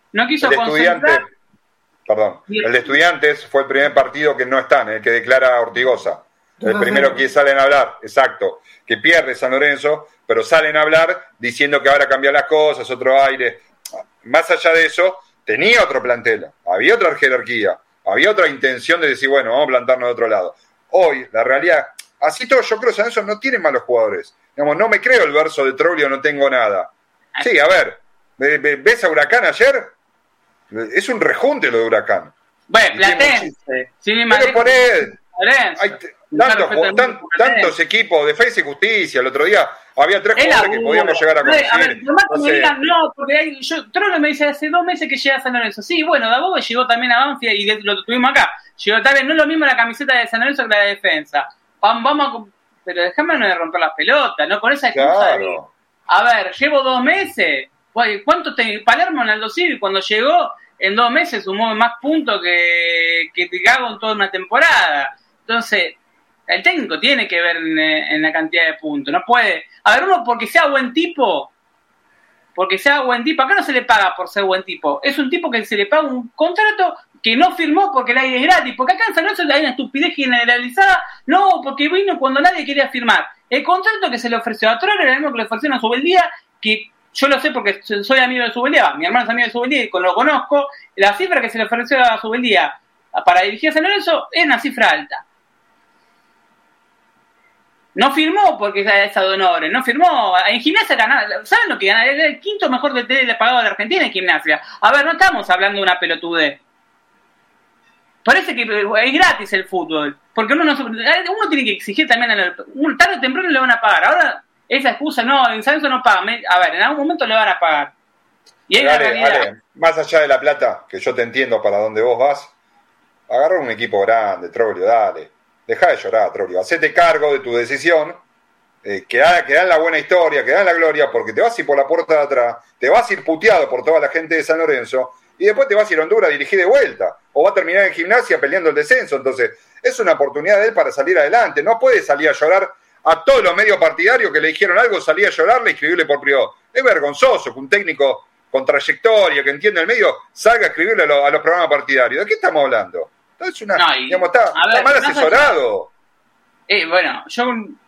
Perdón. El de Estudiantes fue el primer partido que no están, el que declara Ortigosa. El primero que salen a hablar, exacto, que pierde San Lorenzo, pero salen a hablar diciendo que ahora cambian las cosas, otro aire. Más allá de eso, tenía otro plantel, había otra jerarquía, había otra intención de decir, bueno, vamos a plantarnos de otro lado. Hoy, la realidad, así todo, yo creo que San Lorenzo no tiene malos jugadores. Digamos, no me creo el verso de Troglio, no tengo nada. Sí, a ver, ¿ves a Huracán ayer? Es un rejunte lo de Huracán. Bueno, Platense. Pero por él. Hay tantos equipos, Defensa y Justicia. El otro día había 3 jugadores que podíamos llegar a conocer. A ver, porque Troglio me dice hace 2 meses que llega a San Lorenzo. Sí, bueno, Dabove llegó también a Banfield y lo tuvimos acá. Llegó también, no es lo mismo la camiseta de San Lorenzo que la de Defensa. Pero déjame de romper las pelotas, ¿no? Con esa excusa claro. A ver, llevo 2 meses. ¿Cuánto Palermo en Aldo Civi cuando llegó? En 2 meses sumó más puntos que Tiago en toda una temporada. Entonces, el técnico tiene que ver en la cantidad de puntos. No puede. A ver, uno porque sea buen tipo, acá no se le paga por ser buen tipo. Es un tipo que se le paga un contrato que no firmó porque el aire es gratis. Porque acá en San Lorenzo hay una estupidez generalizada. No, porque vino cuando nadie quería firmar. El contrato que se le ofreció a Troglio era el mismo que le ofrecieron a Subeldía, que yo lo sé porque soy amigo de Subeldía, mi hermano es amigo de Subeldía y lo conozco. La cifra que se le ofreció a Subeldía para dirigir a San Lorenzo es una cifra alta. No firmó porque es ad honorem, no firmó. En Gimnasia ganaba, ¿saben lo que gana? Era el quinto mejor DT pagado de Argentina en Gimnasia. A ver, no estamos hablando de una pelotudez. Parece que es gratis el fútbol, porque uno tiene que exigir también, tarde o temprano le van a pagar. Ahora, esa excusa, no, en San Lorenzo no paga. A ver, en algún momento le van a pagar. Y es la realidad. Ale, más allá de la plata, que yo te entiendo para dónde vos vas, agarra un equipo grande, Troglio, dale. Dejá de llorar, Troglio. Hacete cargo de tu decisión que dan la buena historia, que dan la gloria, porque te vas a ir por la puerta de atrás, te vas a ir puteado por toda la gente de San Lorenzo, y después te vas a ir a Honduras a dirigir de vuelta, o va a terminar en Gimnasia peleando el descenso. Entonces, es una oportunidad de él para salir adelante. No puede salir a llorar a todos los medios partidarios que le dijeron algo, salía a llorarle y escribirle por privado. Es vergonzoso que un técnico con trayectoria, que entiende el medio, salga a escribirle a los programas partidarios. ¿De qué estamos hablando? Está mal asesorado. Bueno, yo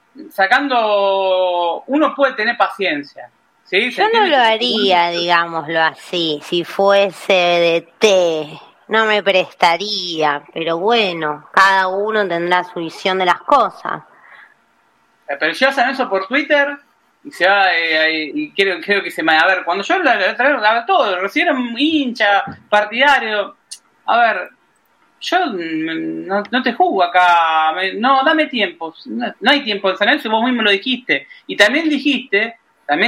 sacando, uno puede tener paciencia. ¿Sí? Yo no lo haría, digámoslo así, si fuese de té, no me prestaría, pero bueno, cada uno tendrá su visión de las cosas. Pero si hacen eso por Twitter y se va y creo que se me... A ver, cuando yo la todo, recibieron hincha, partidario, a ver, yo no te juzgo acá, no, dame tiempo, no hay tiempo en San Lorenzo, vos mismo lo dijiste, y también dijiste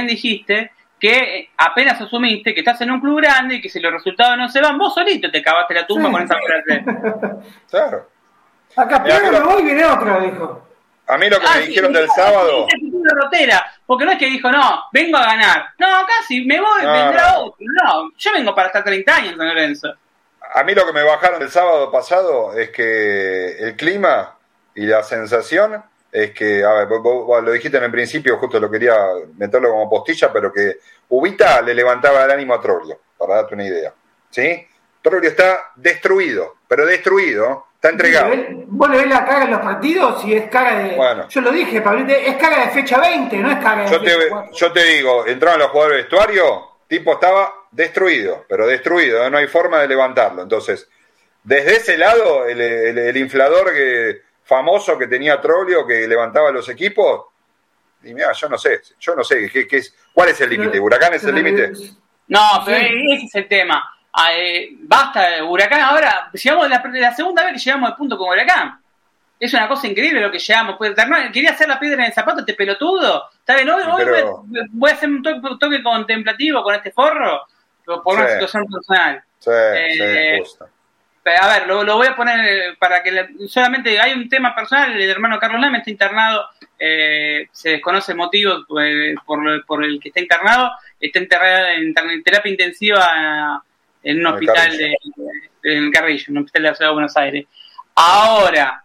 que apenas asumiste que estás en un club grande y que si los resultados no se van, vos solito te cavaste la tumba con esa frase. Claro. Acá primero me voy y viene otro, dijo. A mí lo que me dijeron del sábado... Porque no es que dijo, no, vengo a ganar. No, acá si me voy, vendrá otro. No, yo vengo para estar 30 años en San Lorenzo. A mí lo que me bajaron el sábado pasado es que el clima y la sensación es que, a ver, vos lo dijiste en el principio, justo lo quería meterlo como postilla, pero que Ubita le levantaba el ánimo a Troglio, para darte una idea. ¿Sí? Troglio está destruido, pero destruido, está entregado. ¿Vos le ves la cara en los partidos? Si es cara de... Bueno, yo lo dije, Pablito, es cara de fecha 20, no es cara de fecha 4. Yo te digo, entraron los jugadores del vestuario, tipo estaba destruido, pero destruido, no hay forma de levantarlo. Entonces, desde ese lado, el inflador famoso que tenía Troglio, que levantaba los equipos, y mira, yo no sé ¿cuál es el límite? ¿Huracán es el límite? No, pero ese es el tema. Basta, Huracán, ahora llegamos la segunda vez que llegamos al punto con Huracán. Es una cosa increíble lo que llegamos. Quería hacer la piedra en el zapato, este pelotudo. ¿Está bien? Voy a hacer un toque contemplativo con este forro por una situación personal. Justo. A ver, lo voy a poner para que solamente hay un tema personal. El hermano Carlos Lame está internado, se desconoce el motivo por el que está internado. Está internado en terapia intensiva en un hospital en Carrillo, en un hospital de la ciudad de Buenos Aires. Ahora,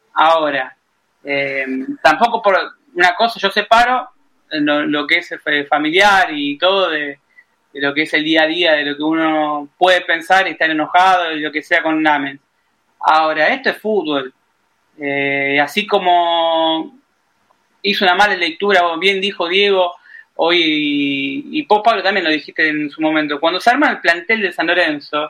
tampoco por una cosa yo separo lo que es familiar y todo de lo que es el día a día, de lo que uno puede pensar y estar enojado y lo que sea con Lamen. Ahora, esto es fútbol. Así como hizo una mala lectura, bien dijo Diego hoy, y vos, Pablo, también lo dijiste en su momento, cuando se arma el plantel de San Lorenzo,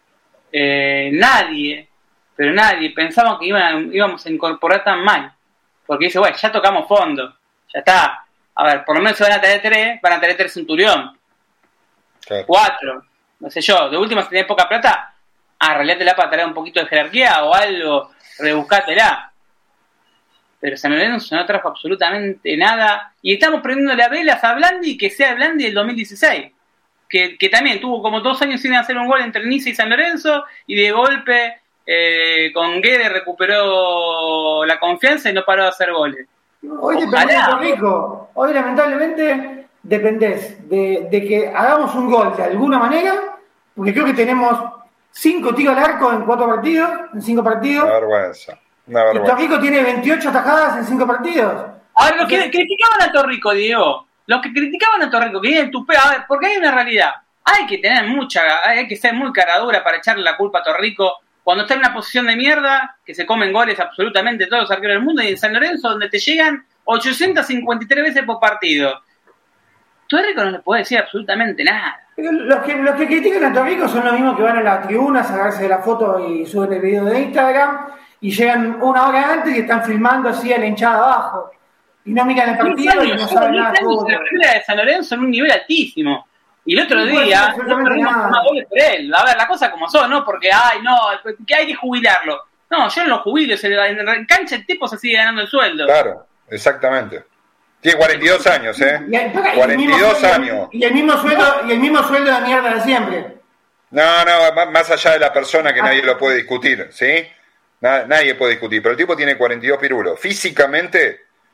nadie pensaba que íbamos a incorporar tan mal, porque dice, bueno, ya tocamos fondo, ya está, a ver, por lo menos se van a traer tres Centurión, 4, no sé yo, de última si tenés poca plata, arreglátela para traer un poquito de jerarquía o algo, rebuscátela. Pero San Lorenzo no trajo absolutamente nada y estamos prendiéndole a velas a Blandi, que sea Blandi del 2016, que también tuvo como 2 años sin hacer un gol entre Niza y San Lorenzo, y de golpe con Guede recuperó la confianza y no paró de hacer goles. Hoy dependés, Rico. Hoy lamentablemente dependés de que hagamos un gol de alguna manera, porque creo que tenemos 5 tiros al arco en 4 partidos, en 5 partidos. Una vergüenza. Y Torrico tiene 28 atajadas en 5 partidos. A ver, los que criticaban a Torrico, Diego, que viene el tupé, a ver, porque hay una realidad. Hay que ser muy caradura para echarle la culpa a Torrico cuando está en una posición de mierda, que se comen goles absolutamente todos los arqueros del mundo, y en San Lorenzo, donde te llegan 853 veces por partido. Torrico no le puede decir absolutamente nada. Los que critican a Torrico son los mismos que van a la tribuna a sacarse la foto y suben el video de Instagram, y llegan 1 hora antes y están filmando así a la hinchada abajo. Y no miran el partido y no saben nada. La primera de San Lorenzo en un nivel altísimo. Y el otro día, no perdimos más goles por él. A ver, la cosa como son, ¿no? Porque, que hay que jubilarlo. No, yo no lo jubilo. En cancha el tipo se sigue ganando el sueldo. Claro, exactamente. Tiene 42 años, 42 años. Y el mismo sueldo de mierda de siempre. No, más allá de la persona que nadie lo puede discutir, ¿sí? Nadie puede discutir, pero el tipo tiene 42 pirulos. Físicamente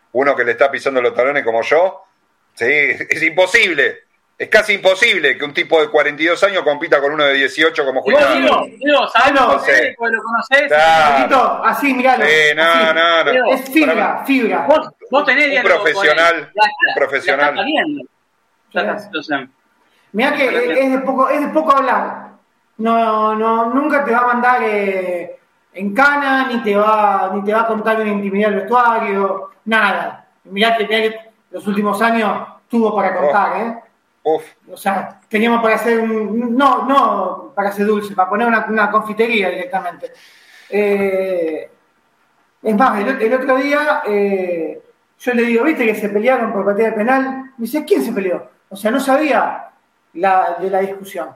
uno que le está pisando los talones como yo, sí, es imposible. Es casi imposible que un tipo de 42 años compita con uno de 18 como Julián. Digo, ¿sabes por qué? Porque lo conocés. Claro. Así, miralo. No. Es fibra. Vos tenés un profesional. Un profesional. Mirá que es de poco hablar. Nunca te va a mandar en cana, ni te va a contar una intimidad del vestuario, nada. Mirá que los últimos años tuvo para contar, Uf. O sea, teníamos para hacer no para hacer dulce, para poner una confitería directamente. Es más, el otro día yo le digo, ¿viste que se pelearon por patear el penal? Me dice, ¿quién se peleó? O sea, no sabía de la discusión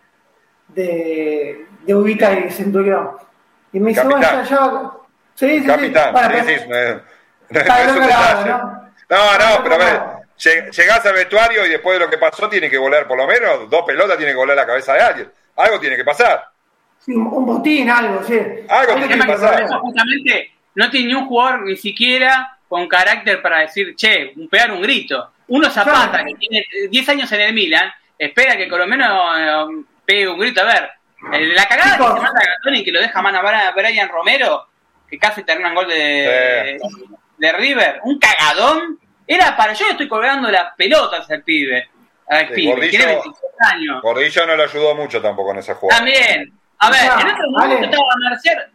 de Ubita y Centurión. Y me dice, bueno, ya... Sí, capitán, sí. No, pero a ver, llegás al vestuario y después de lo que pasó tiene que volar por lo menos 2 pelotas, tiene que volar la cabeza de alguien. Algo tiene que pasar. Sí, un botín, algo, sí. Algo tiene que pasar. Justamente no tiene ni un jugador ni siquiera con carácter para decir, che, pegar un grito. Uno Zapata, que tiene 10 años en el Milan, espera que por lo menos pegue un grito. A ver, la cagada que se manda a Gatoni, que lo deja mano a Brian Romero, que casi termina en gol de River, un cagadón. Era para yo estoy colgando las pelotas al pibe. Tiene 26 años. Gordillo no le ayudó mucho tampoco en esa jugada. También. A ver, en otro momento estaba Mercer.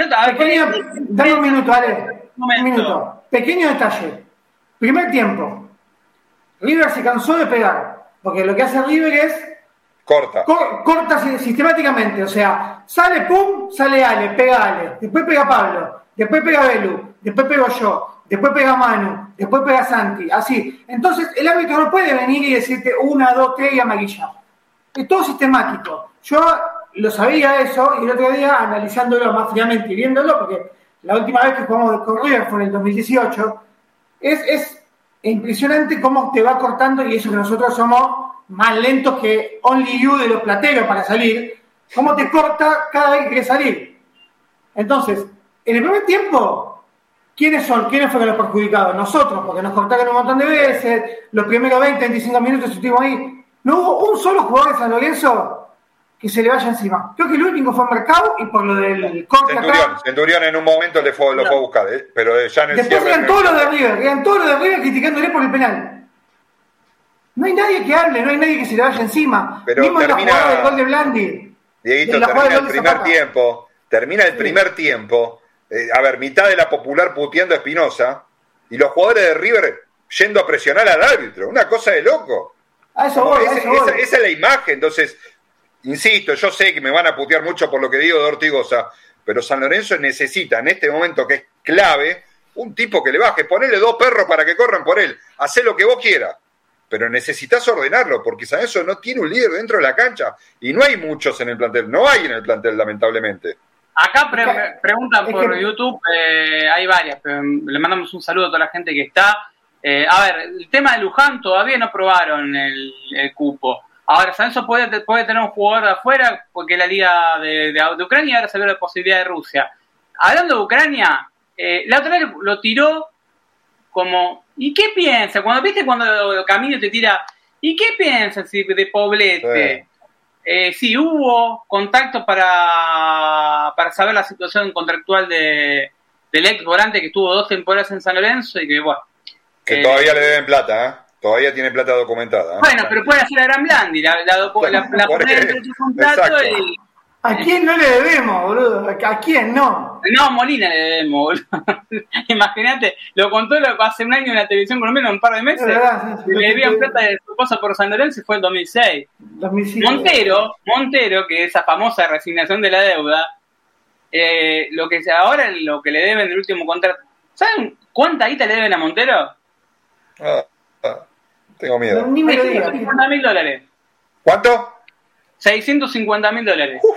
Dame un minuto, Ale. Un minuto. Pequeño detalle. Primer tiempo. River se cansó de pegar. Porque lo que hace River es corta sistemáticamente, o sea, sale Ale, pega Ale, después pega Pablo, después pega Belu, después pego yo, después pega Manu, después pega Santi, así. Entonces el árbitro no puede venir y decirte 1, 2, 3 y amarillar. Es todo sistemático. Yo lo sabía eso y el otro día analizándolo más fríamente y viéndolo, porque la última vez que jugamos con River fue en el 2018, es impresionante cómo te va cortando, y eso que nosotros somos más lentos que Only You de los plateros para salir, cómo te corta cada vez que quieres salir. Entonces, en el primer tiempo, ¿quiénes fueron los perjudicados? Nosotros, porque nos cortaron un montón de veces, los primeros 20, 25 minutos estuvimos ahí. No hubo un solo jugador de San Lorenzo que se le vaya encima. Creo que el único fue Mercado, y por lo del corte Centurión en un momento lo fue a buscar, pero ya en el después eran todos los de River criticándole por el penal. No hay nadie que hable, no hay nadie que se le vaya encima. Pero mismo en la jugada del gol de Blandi. Dieguito, termina el primer tiempo. A ver, mitad de la popular puteando a Espinosa y los jugadores de River yendo a presionar al árbitro. Una cosa de loco. Esa es la imagen. Entonces, insisto, yo sé que me van a putear mucho por lo que digo de Ortigosa, pero San Lorenzo necesita en este momento, que es clave, un tipo que le baje. Ponele 2 perros para que corran por él. Hacé lo que vos quieras. Pero necesitas ordenarlo, porque San Lorenzo no tiene un líder dentro de la cancha. Y no hay muchos en el plantel. No hay en el plantel, lamentablemente. Acá preguntan por YouTube, hay varias, pero le mandamos un saludo a toda la gente que está. A ver, el tema de Luján todavía no probaron el cupo. Ahora, San Lorenzo puede tener un jugador de afuera, porque la liga de Ucrania, ahora se ve la posibilidad de Rusia. Hablando de Ucrania, la otra vez lo tiró como, ¿y qué piensa? Cuando Camilo te tira, ¿y qué piensas de Poblete? Sí, hubo contacto para saber la situación contractual del ex volante que estuvo 2 temporadas en San Lorenzo y que, bueno. Que todavía le deben plata, Todavía tiene plata documentada. Bueno, pero puede hacer a Gran Blandi, la poner entre su contrato y... ¿A quién no le debemos, boludo? ¿A quién no? No, Molina le debemos, boludo. Imagínate, lo contó hace un año en la televisión colombiana, un par de meses. Le debían plata de su esposa por San Lorenzo y fue en 2006. Montero, que esa famosa resignación de la deuda, lo que le deben del último contrato. ¿Saben cuánta guita le deben a Montero? Tengo miedo. $650,000. ¿Cuánto? $650,000.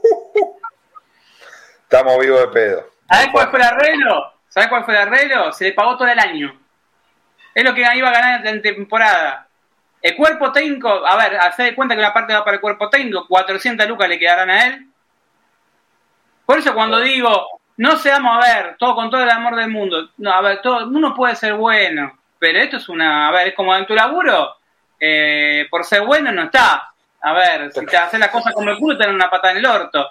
Estamos vivos de pedo. ¿Sabés cuál fue el arreglo? Se le pagó todo el año. Es lo que iba a ganar en temporada. El cuerpo técnico, a ver, hacé de cuenta que una parte va para el cuerpo técnico, 400 lucas le quedarán a él. Por eso cuando digo, no seamos, a ver, todo con todo el amor del mundo. No, a ver, uno puede ser bueno, pero esto es es como en tu laburo, por ser bueno no está. A ver, si te haces las cosas como el culo, te dan una patada en el orto.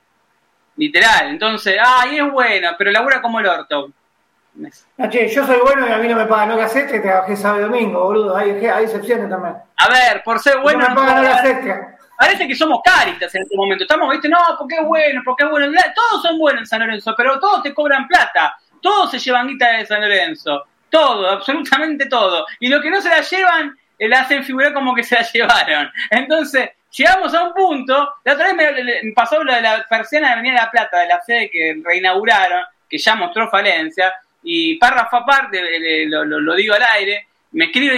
Literal. Entonces, y es bueno, pero labura como el orto. No, che, yo soy bueno y a mí no me pagan hora extra y trabajé sábado y domingo, boludo. Hay excepciones también. A ver, por ser bueno... No me pagan horas extra. Parece que somos Cáritas en este momento. Estamos, ¿viste? No, porque es bueno, porque es bueno. Todos son buenos en San Lorenzo, pero todos te cobran plata. Todos se llevan guita de San Lorenzo. Todo, absolutamente todo. Y lo que no se la llevan, la hacen figurar como que se la llevaron. Entonces, llegamos a un punto. La otra vez me pasó lo de la persiana de Avenida La Plata, de la sede que reinauguraron, que ya mostró falencia. Y párrafo aparte, lo digo al aire, me escribe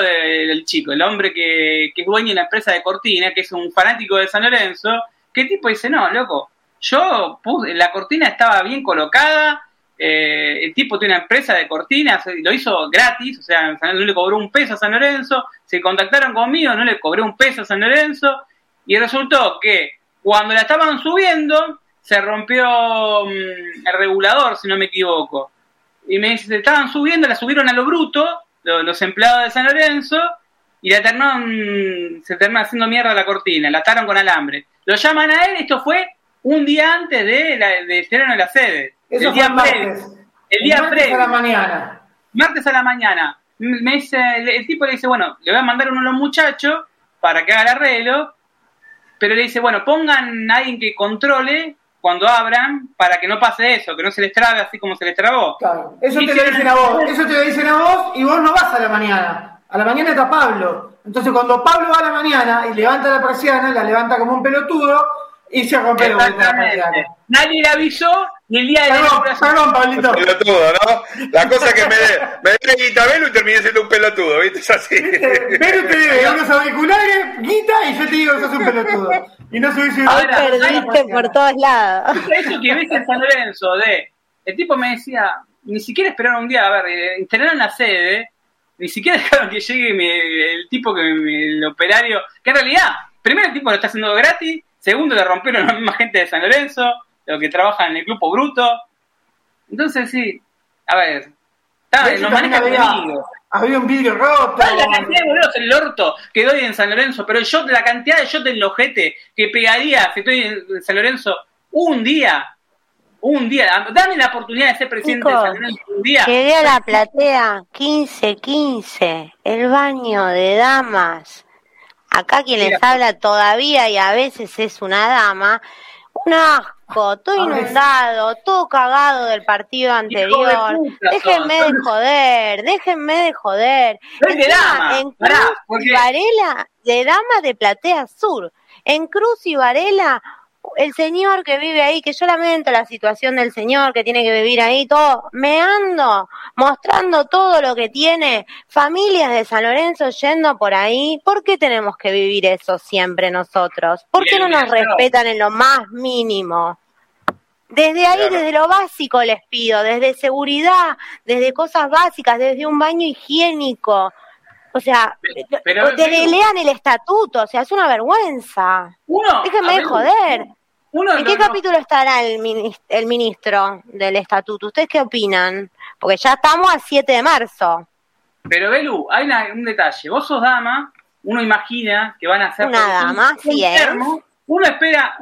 el hombre que es dueño de la empresa de cortina, que es un fanático de San Lorenzo, que el tipo dice, no, loco, la cortina estaba bien colocada, el tipo tiene una empresa de cortinas, lo hizo gratis, o sea, no le cobró un peso a San Lorenzo, se contactaron conmigo, no le cobré un peso a San Lorenzo, y resultó que cuando la estaban subiendo, se rompió el regulador, si no me equivoco. Y me dice, estaban subiendo, la subieron a lo bruto, los empleados de San Lorenzo, y se terminó haciendo mierda la cortina, la ataron con alambre. Lo llaman a él, esto fue un día antes de estreno de la sede. Eso el día fue martes. El día martes a la mañana. Martes a la mañana. Me dice, el tipo le dice, bueno, le voy a mandar uno de los muchachos para que haga el arreglo, pero le dice, bueno, pongan a alguien que controle cuando abran, para que no pase eso, que no se les trabe así como se les trabó. Claro, eso te lo dicen a vos, y vos no vas a la mañana. A la mañana está Pablo. Entonces cuando Pablo va a la mañana y levanta la persiana, la levanta como un pelotudo y se rompe la persiana. Nadie le avisó ni el día de la Perdón, Pablito. Pelotudo, ¿no? La cosa que me dé guita Belu y terminé siendo un pelotudo, ¿viste? Es así. Belu te debe unos auriculares, guita, y yo te digo que sos un pelotudo. Y no subís un... Perdiste por todos lados. Eso que ves en San Lorenzo, el tipo me decía, ni siquiera esperaron un día, a ver, instalaron la sede, ni siquiera dejaron que llegue el tipo el operario, que en realidad, primero el tipo lo está haciendo gratis, segundo le rompieron la misma gente de San Lorenzo, los que trabajan en el Club Bruto. Entonces sí, a ver, nos manejan conmigo. Había un vidrio roto. La cantidad de boludos en el orto que doy en San Lorenzo, pero la cantidad de shot en el ojete que pegaría si estoy en San Lorenzo un día, dame la oportunidad de ser presidente de San Lorenzo un día. Llegué a la platea 15-15, el baño de damas. Acá quien les habla todavía y a veces es una dama, un asco, todo inundado, todo cagado del partido anterior. Déjenme de joder. De dama. En Cruz y Varela, de dama de Platea Sur. En Cruz y Varela, el señor que vive ahí, que yo lamento la situación del señor que tiene que vivir ahí, todo, me ando mostrando todo lo que tiene, familias de San Lorenzo yendo por ahí. ¿Por qué tenemos que vivir eso siempre nosotros? ¿Por qué no nos respetan en lo más mínimo? Desde ahí, desde lo básico les pido, desde seguridad, desde cosas básicas, desde un baño higiénico. O sea, lean el estatuto, o sea, es una vergüenza. Déjenme de joder. ¿En qué capítulo estará el ministro del estatuto? ¿Ustedes qué opinan? Porque ya estamos a 7 de marzo. Pero, Belu, hay un detalle. Vos sos dama, uno imagina que van a hacer... Una dama, sí es. Uno espera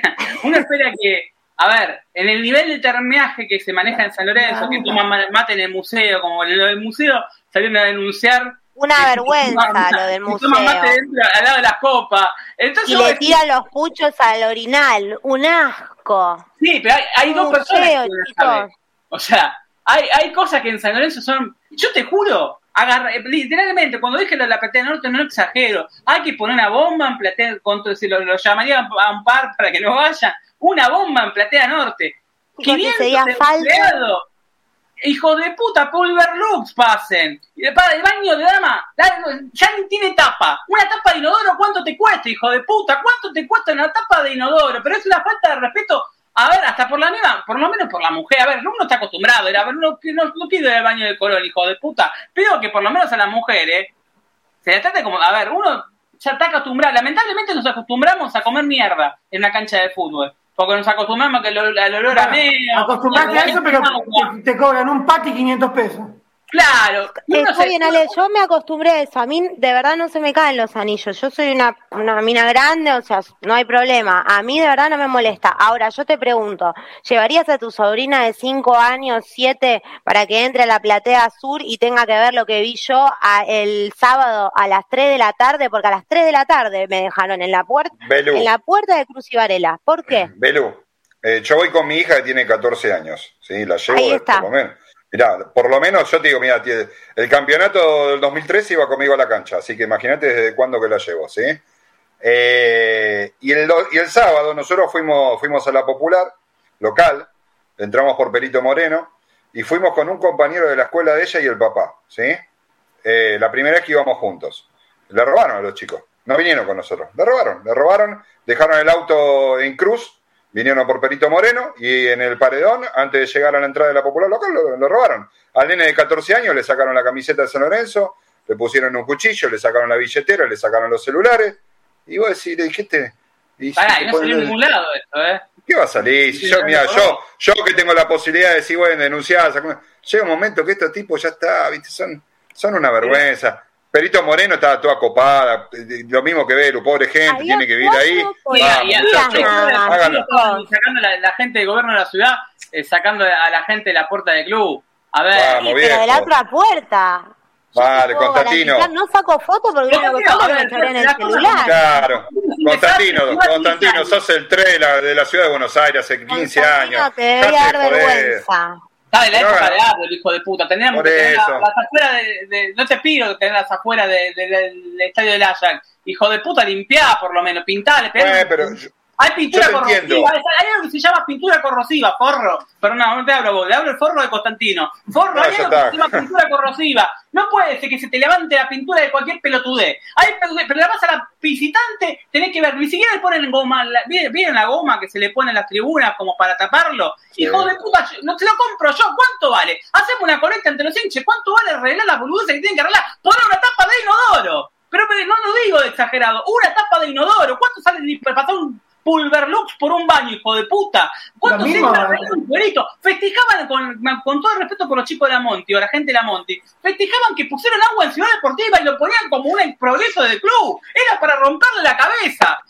que... A ver, en el nivel de termiaje que se maneja en San Lorenzo, que toman mate en el museo, como lo del museo, salieron a denunciar... Una vergüenza lo del museo. Toman mate dentro, al lado de las copas. Entonces, y le tiran los puchos al orinal. Un asco. Sí, pero hay dos personas que no saben. O sea, hay cosas que en San Lorenzo son... Yo te juro, literalmente, cuando dije la Platea Norte, no exagero. Hay que poner una bomba en Platea, si lo llamarían a un par para que no vayan. Una bomba en Platea Norte. 500 empleados. Hijo de puta, Pulverlux pasen. Y el baño de dama, ya ni tiene tapa. Una tapa de inodoro, ¿cuánto te cuesta, hijo de puta? ¿Cuánto te cuesta una tapa de inodoro? Pero es una falta de respeto, a ver, hasta por lo menos por la mujer. A ver, uno está acostumbrado, no pido el baño de color, hijo de puta. Pido que por lo menos a las mujeres se les trate como, a ver, uno ya está acostumbrado. Lamentablemente nos acostumbramos a comer mierda en una cancha de fútbol. porque nos acostumbramos al olor a meo. Acostumbrate a eso, pero te cobran un pati 500 pesos. Claro. Está bien, Ale, yo me acostumbré a eso. A mí, de verdad, no se me caen los anillos. Yo soy una mina grande, o sea, no hay problema. A mí, de verdad, no me molesta. Ahora, yo te pregunto, ¿llevarías a tu sobrina de 5 años, 7, para que entre a la platea sur y tenga que ver lo que vi yo el sábado a las 3 de la tarde? Porque a las 3 de la tarde me dejaron en la puerta de Cruz y Varela. ¿Por qué? Belú, yo voy con mi hija que tiene 14 años, ¿sí? La llevo Ahí está. por lo menos. Mirá, por lo menos yo te digo, mira, el campeonato del 2013 iba conmigo a la cancha, así que imagínate desde cuándo que la llevo, ¿sí? Y el sábado nosotros fuimos a la Popular, local, entramos por Perito Moreno, y fuimos con un compañero de la escuela de ella y el papá, ¿sí? La primera vez que íbamos juntos. Le robaron a los chicos, no vinieron con nosotros, le robaron, dejaron el auto en Cruz, vinieron por Perito Moreno y en el paredón, antes de llegar a la entrada de la Popular local, lo robaron. Al nene de 14 años le sacaron la camiseta de San Lorenzo, le pusieron un cuchillo, le sacaron la billetera, le sacaron los celulares. Y vos decís, le dijiste... Pará, y no salió en ningún lado esto, ¿eh? ¿Qué va a salir? Si yo que tengo la posibilidad de decir, bueno, denunciar, llega un momento que estos tipos ya está, ¿viste? Son una vergüenza. Perito Moreno estaba toda copada, lo mismo que Belu, pobre gente, tiene que vivir ahí. Sacando la gente del gobierno de la ciudad, sacando a la gente de la puerta del club. A ver, vamos, pero de la otra puerta. Vale, Constantino. No saco fotos porque no me en el celular. Claro, Constantino, sos el 3 de la ciudad de Buenos Aires hace 15 años. Te debería dar vergüenza. Está de la época de Árbol, hijo de puta. Teníamos que tener las afueras no te pido tenerlas afuera del estadio del Ajax. Hijo de puta, limpiá por lo menos, pintá, pero hay pintura corrosiva, hay algo que se llama pintura corrosiva, forro. Pero no te hablo vos, le hablo el forro de Constantino. Forro, hay algo que se llama pintura corrosiva. No puede ser que se te levante la pintura de cualquier pelotudez. Pero la vas a la visitante, tenés que ver, ni siquiera le ponen goma, ¿vieron la goma que se le pone en las tribunas como para taparlo? Sí. Hijo de puta, no te lo compro yo, ¿cuánto vale? Hacemos una colecta entre los hinches, ¿cuánto vale arreglar las boludeces que tienen que arreglar? Poner una tapa de inodoro. Pero no lo digo de exagerado, una tapa de inodoro, ¿cuánto sale para pasar un Pulverlux por un baño, hijo de puta? ¿Cuánto se un cuerito? Festejaban con todo el respeto por los chicos de la Monti o la gente de la Monti, festejaban que pusieron agua en Ciudad Deportiva y lo ponían como un progreso del club. Era para romperle la cabeza,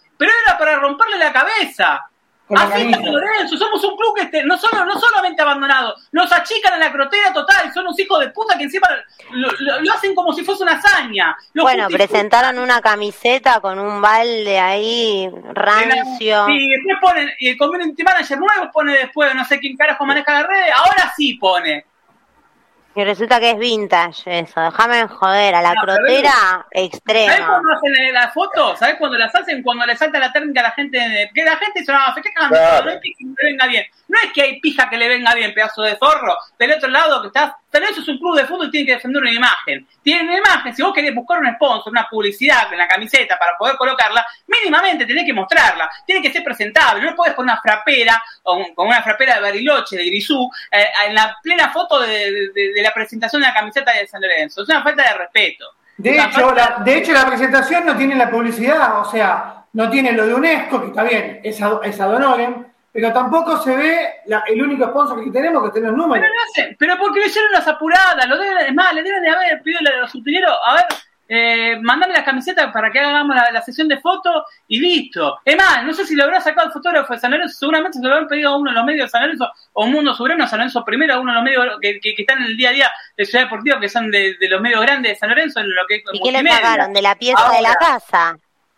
Así es San Lorenzo, somos un club que no solamente abandonado, nos achican en la crotera total, son unos hijos de puta que encima lo hacen como si fuese una hazaña. Bueno, presentaron una camiseta con un balde ahí rancio. Y después ponen, y el community manager nuevo pone después, no sé quién carajo maneja las redes, ahora sí pone. Y resulta que es vintage eso, déjame joder, a la crotera extrema. ¿Sabés cuando hacen las fotos? ¿Sabés cuando las hacen? Cuando le salta la térmica a la gente, que la gente se quejan, claro. No es que le venga bien, no es que hay pija que le venga bien, pedazo de forro. Del otro lado que estás, pero eso es un club de fútbol y tiene que defender una imagen. Tiene una imagen, si vos querés buscar un sponsor, una publicidad en la camiseta para poder colocarla, mínimamente tenés que mostrarla, tiene que ser presentable, no podés poner una frapera, con una frapera de Bariloche, de Grisú, en la plena foto de la presentación de la camiseta de San Lorenzo. Es una falta de respeto. De hecho, la presentación no tiene la publicidad, o sea, no tiene lo de UNESCO, que está bien, es ad honorem, pero tampoco se ve el único sponsor que tenemos, que tiene los números. Pero no hacen, pero porque lo hicieron las apuradas, le deben de haber pedido a los utileros, a ver, mandarle las camisetas para que hagamos la sesión de fotos y listo. Es más, no sé si lo habrá sacado el fotógrafo de San Lorenzo, seguramente se lo habrán pedido a uno de los medios de San Lorenzo, o Mundo Soberano, San Lorenzo Primero, a uno de los medios que están en el día a día de Ciudad Deportiva, que son de los medios grandes de San Lorenzo. En lo que ¿Y qué le pagaron? ¿De la pieza ahora, de la casa?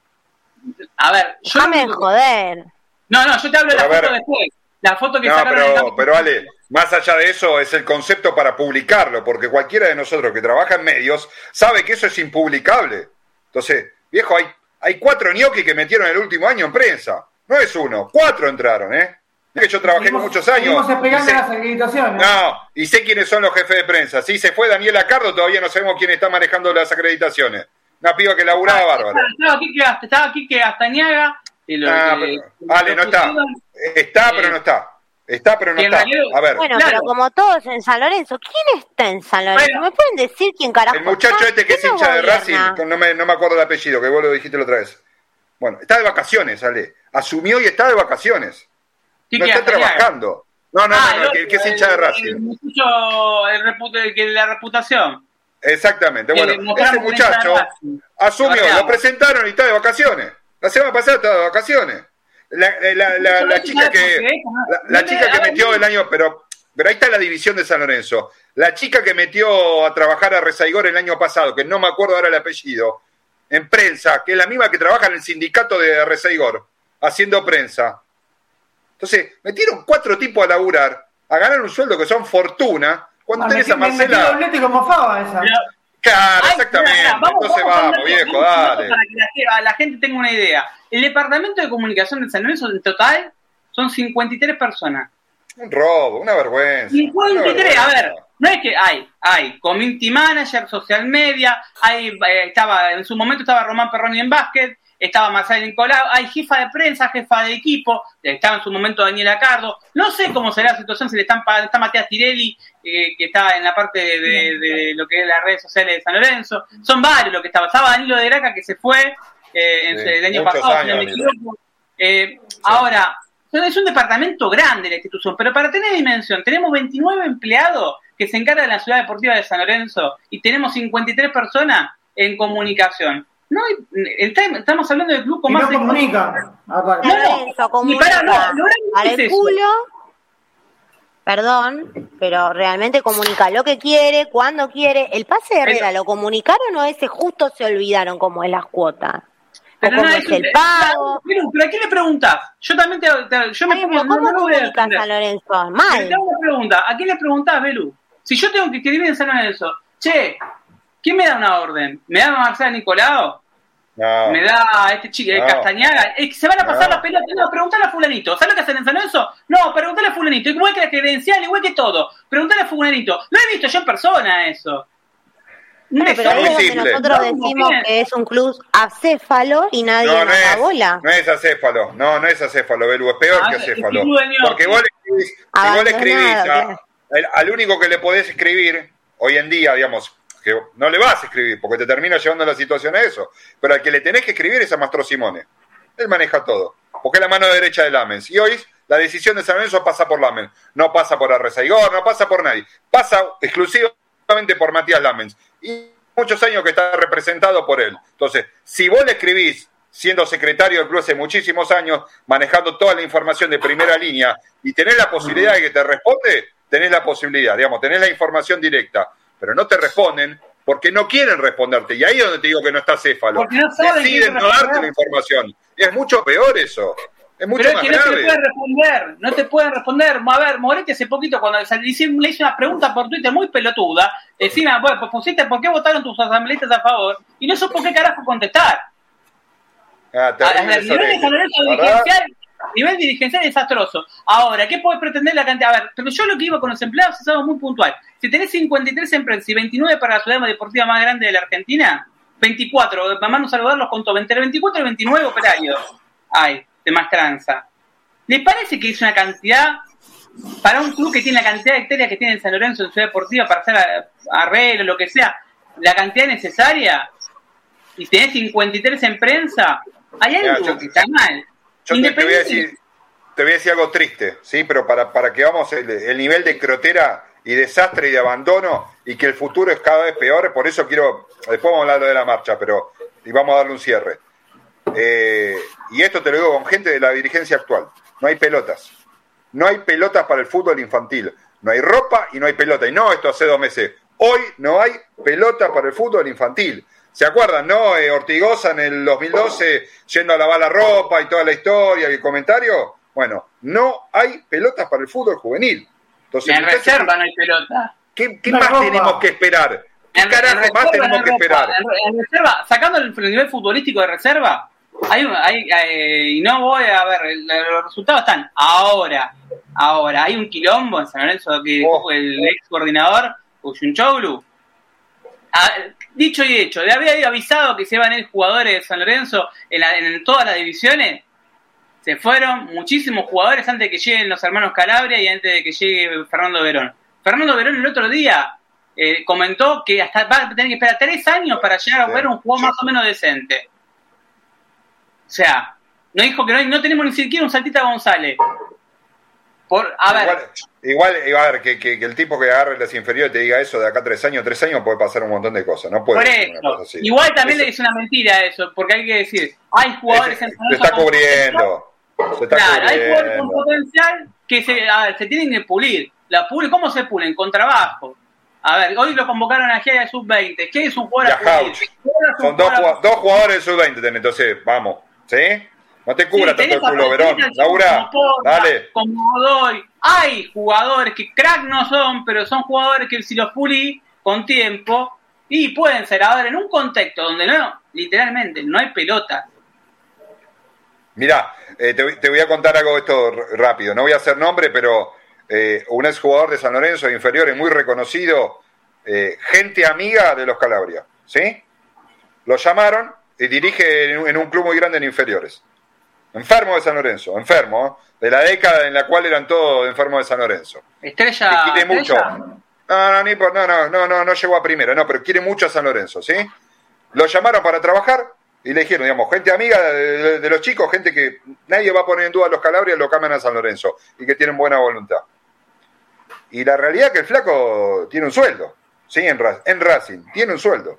A ver, déjame joder. No, yo te hablo de la foto después. La foto que sacaron. Pero Ale, más allá de eso es el concepto para publicarlo, porque cualquiera de nosotros que trabaja en medios sabe que eso es impublicable. Entonces, viejo, hay 4 ñoquis que metieron el último año en prensa. No es 1, 4 entraron, ¿eh? Es que yo trabajé con muchos años. Las acreditaciones. No, y sé quiénes son los jefes de prensa. Sí, se fue Daniel Acardo, todavía no sabemos quién está manejando las acreditaciones. Una piba que laburaba bárbaro. Estaba aquí que Astañaga. Ale, no está. Está, pero no está. Está, pero no está. A ver. Bueno, claro. Pero como todos en San Lorenzo, ¿quién está en San Lorenzo? Bueno, ¿me pueden decir quién carajo el muchacho está? Este que es hincha de Racing, no me acuerdo el apellido, que vos lo dijiste la otra vez. Bueno, está de vacaciones, Ale. Asumió y está de vacaciones. No está trabajando. No, el que es hincha de Racing. La reputación. Exactamente. Bueno, ese muchacho asumió, lo presentaron y está de vacaciones. La semana pasada estaba de vacaciones. La chica que metió el año, pero ahí está la división de San Lorenzo. La chica que metió a trabajar a Rezaigor el año pasado, que no me acuerdo ahora el apellido, en prensa, que es la misma que trabaja en el sindicato de Rezaigor, haciendo prensa. Entonces, metieron 4 tipos a laburar, a ganar un sueldo que son fortuna, cuando tenés a Marcela. Claro, exactamente. Entonces vamos, viejo, dale. Para que la gente tenga una idea. El departamento de comunicación de San Lorenzo en total son 53 personas. Un robo, una vergüenza. 53, a ver, no es que hay community manager, social media, en su momento estaba Román Perroni en básquet, estaba Marcelo Nicolau, hay jefa de prensa, jefa de equipo, estaba en su momento Daniela Cardo, no sé cómo será la situación, si está Matías Tirelli, que está en la parte de lo que es las redes sociales de San Lorenzo, son varios lo que estaba Danilo de Graca que se fue el año pasado, si no me equivoco. Ahora, es un departamento grande la institución, pero para tener dimensión, tenemos 29 empleados que se encargan de la ciudad deportiva de San Lorenzo y tenemos 53 personas en comunicación. No, estamos hablando del club con más... No comunica. Lorenzo comunica para el culo, perdón, pero realmente comunica lo que quiere, cuando quiere. El pase de Herrera, ¿lo comunicaron o ese justo se olvidaron cómo es las cuotas? Pero ¿cómo es el pago? Pero ¿a quién le preguntás? Yo también ¿cómo comunica San Lorenzo? Mal. Te hago una pregunta. ¿A quién le preguntás, Belu? Si yo tengo que escribir en San Lorenzo, ¿quién me da una orden? ¿Me da Marcelo Nicolau? No. ¿Me da este chico, Castañaga? Es que se van a pasar las pelotas. No, preguntale a fulanito. ¿Sabes lo que hacen en San Lorenzo? No, preguntale a fulanito. Igual que la credencial, igual que todo. Preguntale a fulanito. Lo he visto yo en persona eso. Pero ahí es donde nosotros decimos que es un club acéfalo y nadie nos da bola. No es acéfalo, no es acéfalo, Belu, es peor que acéfalo. Porque vos le escribís al único que le podés escribir hoy en día, digamos, que no le vas a escribir porque te termina llevando la situación a eso, pero al que le tenés que escribir es a Mastro Simone. Él maneja todo, porque es la mano derecha de Lamens. Y hoy la decisión de San Lorenzo pasa por Lamens, no pasa por Arrezaigor, no pasa por nadie, pasa exclusivamente por Matías Lamens. Y muchos años que está representado por él. Entonces, si vos le escribís, siendo secretario del club hace muchísimos años, manejando toda la información de primera línea, y tenés la posibilidad de que te responde, tenés la posibilidad, digamos, tenés la información directa, pero no te responden porque no quieren responderte. Y ahí es donde te digo que no está céfalo. Deciden no darte la información. Y es mucho peor eso. Es mucho más grave. No te pueden responder. A ver, Moretti hace poquito cuando le hice una pregunta por Twitter muy pelotuda, encima, bueno, pues pusiste por qué votaron tus asambleístas a favor y no supo qué carajo contestar. Nivel dirigencial desastroso. Ahora, ¿qué puedes pretender la cantidad? A ver, pero yo lo que iba con los empleados es algo muy puntual. Si tenés 53 empresas y 29 para la ciudad deportiva más grande de la Argentina, 24, Manu Salvador los contó, entre 24 y 29 operarios hay de Maestranza. ¿Le parece que es una cantidad para un club que tiene la cantidad de hectáreas que tiene en San Lorenzo en Ciudad Deportiva para hacer arreglo, lo que sea, la cantidad necesaria? Y tenés 53 en prensa, hay algo que está mal. Yo te voy a decir algo triste, ¿sí? Pero para que vamos el nivel de crotera y desastre y de abandono y que el futuro es cada vez peor, por eso después vamos a hablar de la marcha, y vamos a darle un cierre. Y esto te lo digo con gente de la dirigencia actual. No hay pelotas. No hay pelotas para el fútbol infantil. No hay ropa y no hay pelota. Y no, esto hace 2 meses. Hoy no hay pelota para el fútbol infantil. ¿Se acuerdan, no? Ortigosa en el 2012 yendo a lavar la ropa y toda la historia y el comentario. Bueno, no hay pelotas para el fútbol juvenil. Entonces, en reserva no hay pelota. ¿Qué más tenemos que esperar? ¿Qué carajo más tenemos que esperar? En reserva, sacando el nivel futbolístico de reserva, y no voy a ver, los resultados están ahora hay un quilombo en San Lorenzo que el ex coordinador Uyunchoglu, dicho y hecho, le había avisado que se iban a ir jugadores de San Lorenzo en todas las divisiones. Se fueron muchísimos jugadores antes de que lleguen los hermanos Calabria y antes de que llegue Fernando Verón. Fernando Verón el otro día comentó que hasta va a tener que esperar 3 años para llegar a ver un juego más o menos decente. O sea, no dijo que no tenemos ni siquiera un Saltita González. Igual, a ver, que el tipo que agarre las inferiores te diga eso de acá a 3 años puede pasar un montón de cosas, no puede. Por eso, igual también le dice una mentira eso, porque hay que decir, hay jugadores se está cubriendo. Hay jugadores con potencial que se tienen que pulir. ¿Cómo se pulen? Con trabajo. A ver, hoy lo convocaron a Giai Sub-20. ¿Qué es un jugador a pulir? Son dos jugadores Sub-20, entonces vamos, ¿sí? No te cubra tanto el culo, Verón. Laura, dale. Como Godoy. Hay jugadores que crack no son, pero son jugadores que si los pulí con tiempo y pueden ser. Ahora, en un contexto donde literalmente no hay pelota. Mirá, te voy a contar algo de esto rápido. No voy a hacer nombre, pero un exjugador de San Lorenzo de inferiores muy reconocido, gente amiga de los Calabria, ¿sí? Lo llamaron y dirige en un club muy grande en inferiores. Enfermo de San Lorenzo, de la década en la cual eran todos enfermos de San Lorenzo. Estrella. Que quiere mucho. No llegó a primera, pero quiere mucho a San Lorenzo, ¿sí? Lo llamaron para trabajar y le dijeron, digamos, gente amiga de los chicos, gente que nadie va a poner en duda a los Calabrias, lo cambian a San Lorenzo y que tienen buena voluntad. Y la realidad es que el flaco tiene un sueldo, ¿sí? En Racing, tiene un sueldo.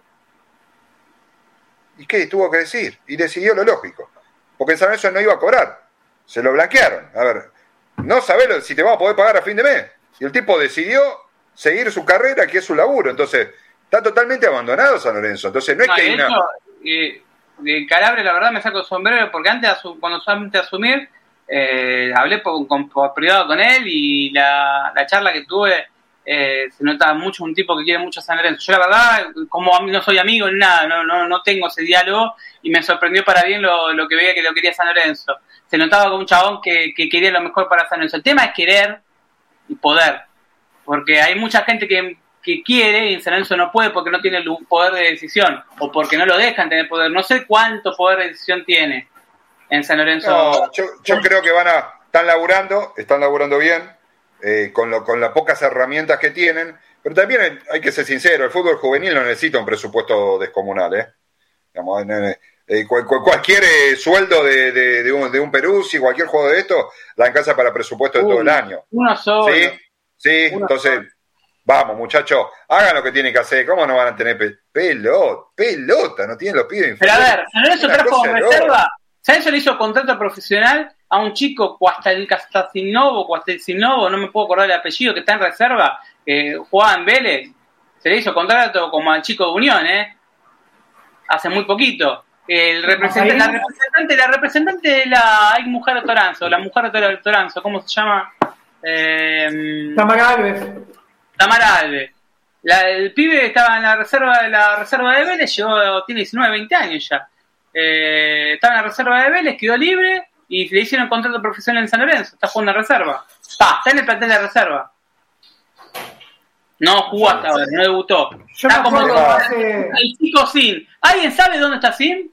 ¿Y qué tuvo que decir? Y decidió lo lógico. Porque en San Lorenzo no iba a cobrar. Se lo blanquearon. A ver, no sabés si te va a poder pagar a fin de mes. Y el tipo decidió seguir su carrera, que es su laburo. Entonces, está totalmente abandonado San Lorenzo. Entonces, no es que hay una... De Calabria, la verdad, me saco el sombrero, porque cuando solamente asumir, hablé por privado con él y la charla que tuve, se nota mucho un tipo que quiere mucho a San Lorenzo. Yo la verdad, como no soy amigo ni nada, no tengo ese diálogo y me sorprendió para bien lo que veía que lo quería San Lorenzo. Se notaba como un chabón que quería lo mejor para San Lorenzo. El tema es querer y poder, porque hay mucha gente que quiere y en San Lorenzo no puede porque no tiene el poder de decisión o porque no lo dejan tener poder. No sé cuánto poder de decisión tiene en San Lorenzo. No, yo creo que están laburando bien. Con las pocas herramientas que tienen, pero también hay que ser sincero, el fútbol juvenil no necesita un presupuesto descomunal, Digamos, cualquier sueldo de un Peruzzi, cualquier juego de esto, la alcanza para presupuesto de todo el año. Uno solo. Sí, entonces, vamos muchachos, hagan lo que tienen que hacer, ¿cómo no van a tener pelota? No tienen los pibes. Pero a ver, San Lorenzo trajo reserva, San Lorenzo le hizo contrato profesional a un chico Cuastelcinovo, no me puedo acordar el apellido, que está en reserva, que jugaba en Vélez. Se le hizo contrato como al chico de Unión, hace muy poquito. La representante de la mujer de Toranzo, ¿cómo se llama? Tamara Alves. El pibe estaba en la reserva de Vélez, tiene 19, 20 años ya. Estaba en la reserva de Vélez, quedó libre y le hicieron contrato profesional en San Lorenzo. Está jugando en reserva. Está en el plantel de reserva. No jugó hasta ahora, no debutó. Está como el chico Sim. ¿Alguien sabe dónde está Sim?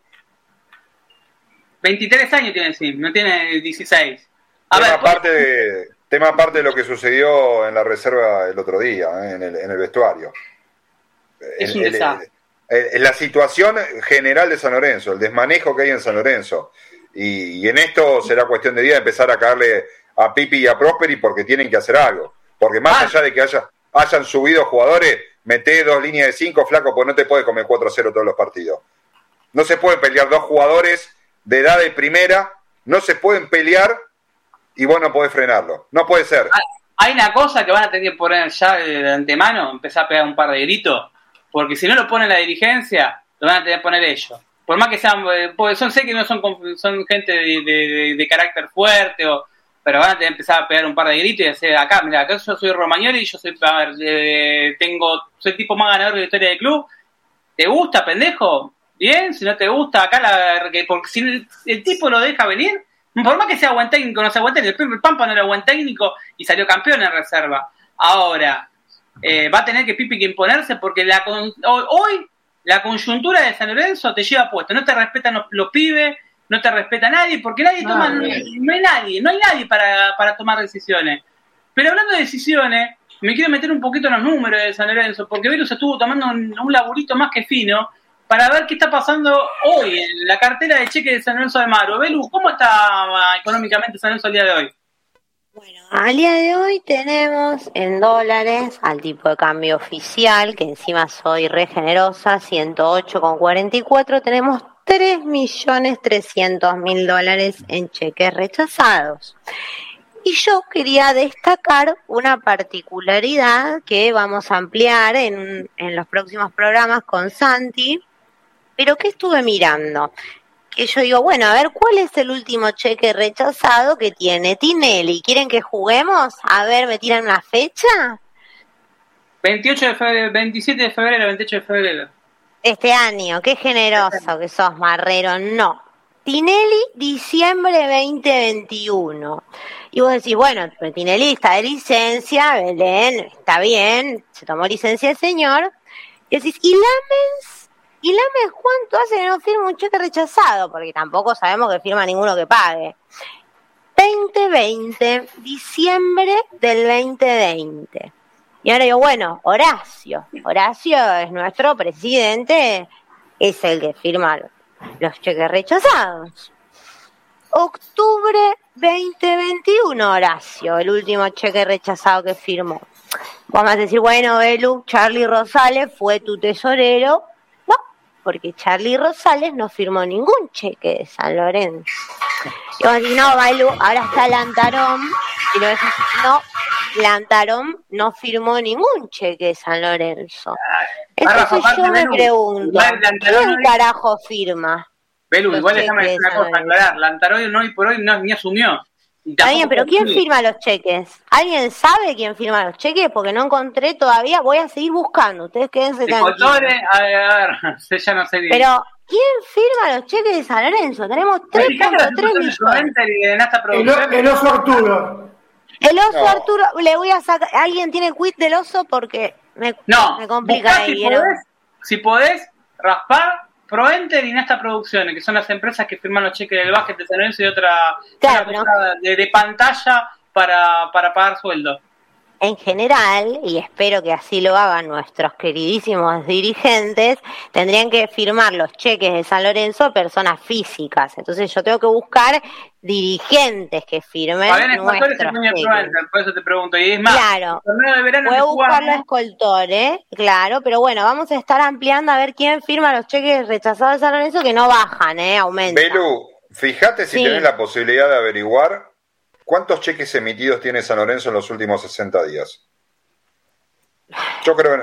23 años tiene Sim, no tiene 16. Tema aparte de lo que sucedió en la reserva el otro día, en el vestuario. Es un desastre. La situación general de San Lorenzo, el desmanejo que hay en San Lorenzo. Y en esto será cuestión de día de empezar a caerle a Pipi y a Prosperi porque tienen que hacer algo. Porque más allá de que hayan subido jugadores, meté 2 líneas de 5, flaco, pues no te puedes comer 4-0 todos los partidos. No se pueden pelear 2 jugadores de edad de primera, no se pueden pelear y vos no podés frenarlo. No puede ser. Hay una cosa que van a tener que poner ya de antemano, empezar a pegar un par de gritos, porque si no lo ponen la dirigencia, lo van a tener que poner ellos. Por más que sean, sé que no son gente de carácter fuerte, pero van a tener que empezar a pegar un par de gritos y decir, acá yo soy Romagnoli y yo soy tipo más ganador de la historia del club. ¿Te gusta, pendejo? Bien, si no te gusta, porque si el tipo lo deja venir, por más que sea buen técnico, no sea buen técnico, el Pampa no era buen técnico y salió campeón en reserva. Ahora, va a tener que Pipi imponerse porque hoy la coyuntura de San Lorenzo te lleva puesto, no te respetan los pibes, no te respeta nadie, porque nadie toma, no hay nadie para tomar decisiones. Pero hablando de decisiones, me quiero meter un poquito en los números de San Lorenzo, porque Velus estuvo tomando un laburito más que fino para ver qué está pasando hoy en la cartera de cheque de San Lorenzo de Almagro. Velus, ¿cómo está económicamente San Lorenzo el día de hoy? Bueno, al día de hoy tenemos en dólares al tipo de cambio oficial, que encima soy re generosa, 108,44, tenemos 3.300.000 dólares en cheques rechazados. Y yo quería destacar una particularidad que vamos a ampliar en los próximos programas con Santi, pero que estuve mirando. Que yo digo, bueno, a ver, ¿cuál es el último cheque rechazado que tiene Tinelli? ¿Quieren que juguemos? A ver, ¿me tiran una fecha? 28 de febrero, 27 de febrero, 28 de febrero. Este año, qué generoso que sos, Marrero. No. Tinelli, diciembre 2021. Y vos decís, bueno, Tinelli está de licencia, Belén, está bien, se tomó licencia el señor. Y decís, ¿y Lames cuánto hace que no firma un cheque rechazado? Porque tampoco sabemos que firma ninguno que pague. 2020, diciembre del 2020. Y ahora digo, bueno, Horacio es nuestro presidente, es el que firma los cheques rechazados. Octubre 2021, Horacio, el último cheque rechazado que firmó. Vamos a decir, bueno, Belu, Charlie Rosales fue tu tesorero. No, porque Charlie Rosales no firmó ningún cheque de San Lorenzo. Y vamos a decir, no, Belu, ahora está Lantarón. Y lo decís, no, Lantarón no firmó ningún cheque de San Lorenzo. Entonces yo me pregunto, ¿quién carajo firma? Belu, igual déjame decir una cosa, aclarar. Lantarón hoy por hoy ni asumió. Está bien, pero ¿quién firma los cheques? ¿Alguien sabe quién firma los cheques? Porque no encontré todavía, voy a seguir buscando, ustedes quédense tranquilos. A ver, ya no sé bien. Pero, ¿quién firma los cheques de San Lorenzo? Tenemos 3.3 millones. El oso Arturo. El oso Arturo, le voy a sacar, ¿alguien tiene el quit del oso? Porque me complica ahí. Si podés raspar Proenter y Nesta Producciones, que son las empresas que firman los cheques del básquet de San Lorenzo y otra de pantalla para pagar sueldos. En general, y espero que así lo hagan nuestros queridísimos dirigentes, tendrían que firmar los cheques de San Lorenzo personas físicas. Entonces yo tengo que buscar dirigentes que firmen nuestros cheques. Por eso te pregunto. Y es más, claro, puedo buscar los escoltores, claro, pero bueno, vamos a estar ampliando a ver quién firma los cheques rechazados de San Lorenzo, que no bajan, aumentan. Belu, fíjate si tenés la posibilidad de averiguar ¿cuántos cheques emitidos tiene San Lorenzo en los últimos 60 días? Yo creo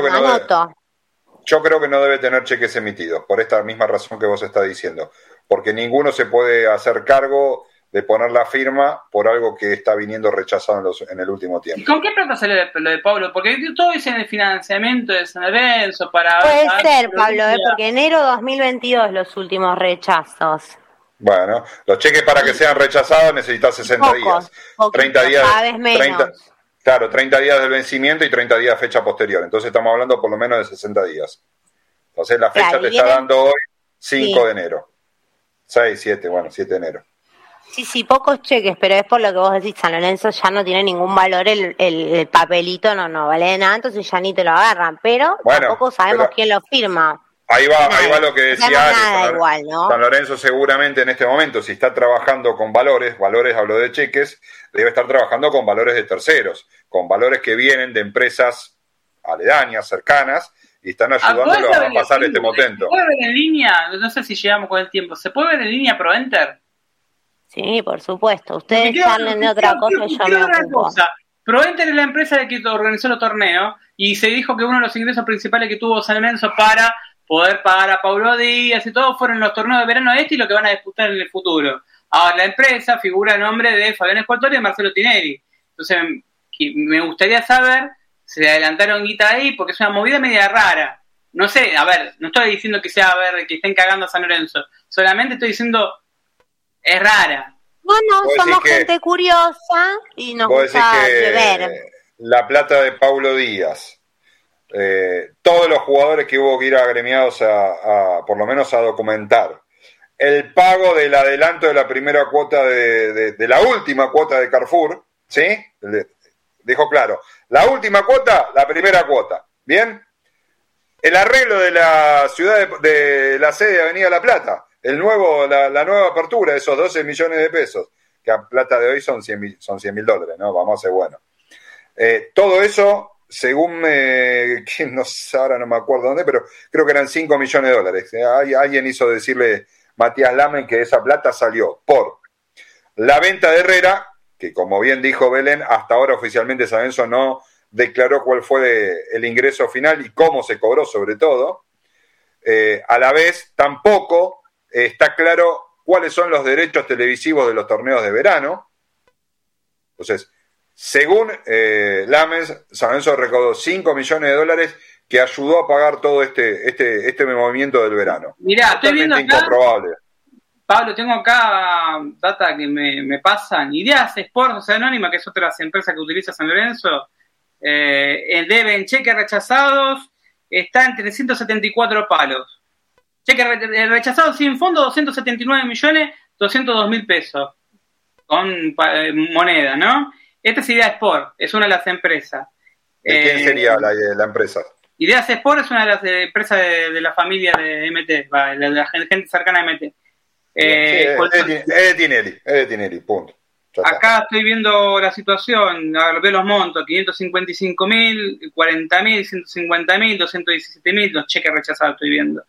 que no debe tener cheques emitidos, por esta misma razón que vos estás diciendo. Porque ninguno se puede hacer cargo de poner la firma por algo que está viniendo rechazado en el último tiempo. ¿Y con qué plata sale lo de Pablo? Porque todo dice en el financiamiento de San Lorenzo para... Puede ser, Pablo, porque enero 2022 los últimos rechazos. Bueno, los cheques para que sean rechazados necesitas 60 días. 30 días. Cada vez menos. 30 días del vencimiento y 30 días fecha posterior. Entonces estamos hablando por lo menos de 60 días. Entonces la fecha te está dando hoy 5 de enero. 6, 7 de enero. Sí, pocos cheques, pero es por lo que vos decís, San Lorenzo ya no tiene ningún valor, el papelito no vale de nada, entonces ya ni te lo agarran. Pero tampoco sabemos quién lo firma. Ahí va lo que decía Ale. San Lorenzo seguramente en este momento, si está trabajando con valores hablo de cheques, debe estar trabajando con valores de terceros, con valores que vienen de empresas aledañas, cercanas, y están ayudándolo a pasar este momento. ¿Se puede ver en línea? No sé si llegamos con el tiempo. ¿Se puede ver en línea Proenter? Sí, por supuesto. Ustedes charlen de otra cosa y yo me ocupo. Proenter es la empresa que organizó los torneos y se dijo que uno de los ingresos principales que tuvo San Lorenzo para poder pagar a Paulo Díaz y todo fueron los torneos de verano y lo que van a disputar en el futuro. Ahora la empresa figura el nombre de Fabián Escoltori y de Marcelo Tinelli. Entonces me gustaría saber si le adelantaron guita ahí porque es una movida media rara. No sé, a ver, no estoy diciendo que sea que estén cagando a San Lorenzo, solamente estoy diciendo es rara. Bueno, somos gente curiosa y nos gusta ver. La plata de Paulo Díaz, todos los jugadores que hubo que ir agremiados a por lo menos a documentar, el pago del adelanto de la primera cuota de la última cuota de Carrefour, ¿sí? Dijo claro, la última cuota, la primera cuota, ¿bien? El arreglo de la ciudad de la sede de Avenida La Plata, la nueva apertura de esos 12 millones de pesos, que a plata de hoy son $100.000, ¿no? Vamos a ser buenos. Todo eso, según ahora no me acuerdo dónde, pero creo que eran $5 millones. Alguien hizo decirle Matías Lamen que esa plata salió por la venta de Herrera, que como bien dijo Belén, hasta ahora oficialmente San Lorenzo no declaró cuál fue el ingreso final y cómo se cobró sobre todo. A la vez, tampoco está claro cuáles son los derechos televisivos de los torneos de verano. Entonces, según Lamens, San Lorenzo recaudó $5 millones que ayudó a pagar todo este movimiento del verano. Mirá, estoy viendo acá, incomprobable. Pablo, tengo acá data que me pasan. Ideas Sports, o sea, Anónima, que es otra empresa que utiliza San Lorenzo, deben cheques rechazados, está en 374 palos. Cheques rechazados sin fondo, 279.202.000 pesos, con moneda, ¿no? Esta es Ideas Sport, es una de las empresas. ¿De quién sería la empresa? Ideas Sport es una de las empresas de la familia de MT, de la gente cercana a MT. Es de Tinelli, punto. Acá estoy viendo la situación, veo los montos, 555.000, 40.000, 150.000, 217.000, los cheques rechazados estoy viendo.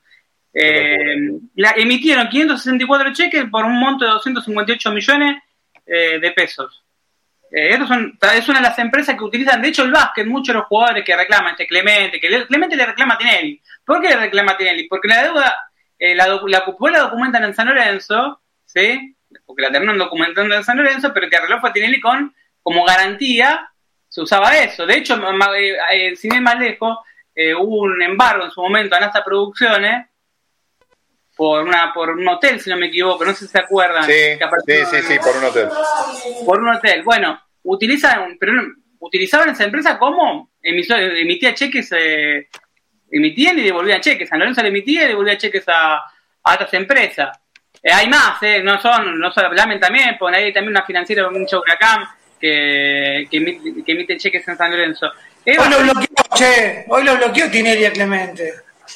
Emitieron 564 cheques por un monto de 258 millones de pesos. Es una de las empresas que utilizan, de hecho el básquet, muchos de los jugadores que reclaman, Clemente le reclama a Tinelli. ¿Por qué le reclama a Tinelli? Porque la deuda, la documentan en San Lorenzo, ¿sí? Porque la terminaron documentando en San Lorenzo, pero que arregló fue Tinelli como garantía, se usaba eso. De hecho, sin ir más lejos, hubo un embargo en su momento a NASA Producciones por un hotel, si no me equivoco, no sé si se acuerdan. Sí, por un hotel. Por un hotel. Bueno, utilizaban esa empresa como emitía cheques, emitían y devolvían cheques. San Lorenzo le emitía y devolvía cheques a otras empresas. Hay más, no solo Lamen también, porque hay también una financiera, mucho Huracán, que emite cheques en San Lorenzo. Hoy lo bloqueó Tinelli a Clemente.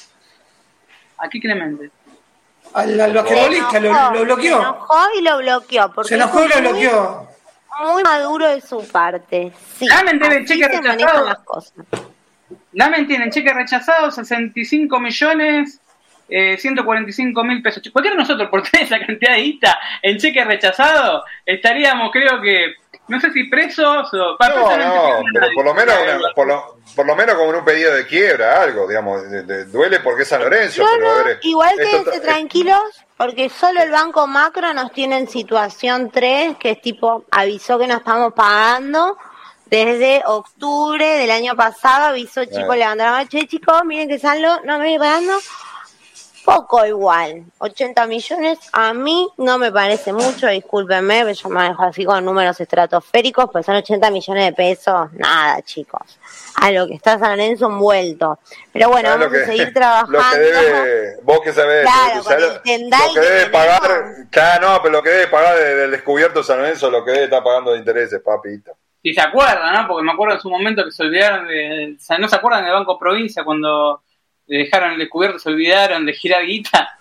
¿A qué Clemente? Al basquetbolista lo bloqueó. Se enojó y lo bloqueó. Se enojó y lo bloqueó. Muy maduro de su parte. Sí, Lamen debe cheques rechazados. Lamen tiene cheques rechazados, 65 millones. 145.000 pesos. Cualquiera de nosotros por tener esa cantidad de guita en cheque rechazado estaríamos, creo que, no sé si presos o pero por lo menos como en un pedido de quiebra, algo, digamos, duele porque es San Lorenzo. Igual quédense tranquilos porque solo el Banco Macro nos tiene en situación 3, que es tipo, avisó que no estamos pagando. Desde octubre del año pasado avisó, chicos, levantaron, chicos, miren que Sanlo no me estoy pagando. Poco igual, 80 millones a mí no me parece mucho, discúlpenme, pero yo manejo así con números estratosféricos, pues son 80 millones de pesos, nada chicos, a lo que está San Lorenzo envuelto. Pero bueno, vamos a seguir trabajando. Lo que debe, vos que sabés, claro, con el tendal lo que debe pagar, claro, pero lo que debe pagar del descubierto San Lorenzo, lo que debe estar pagando de intereses, papito. Si se acuerdan, ¿no? Porque me acuerdo en su momento que se olvidaron no se acuerdan del Banco Provincia cuando le dejaron el descubierto, se olvidaron de girar guita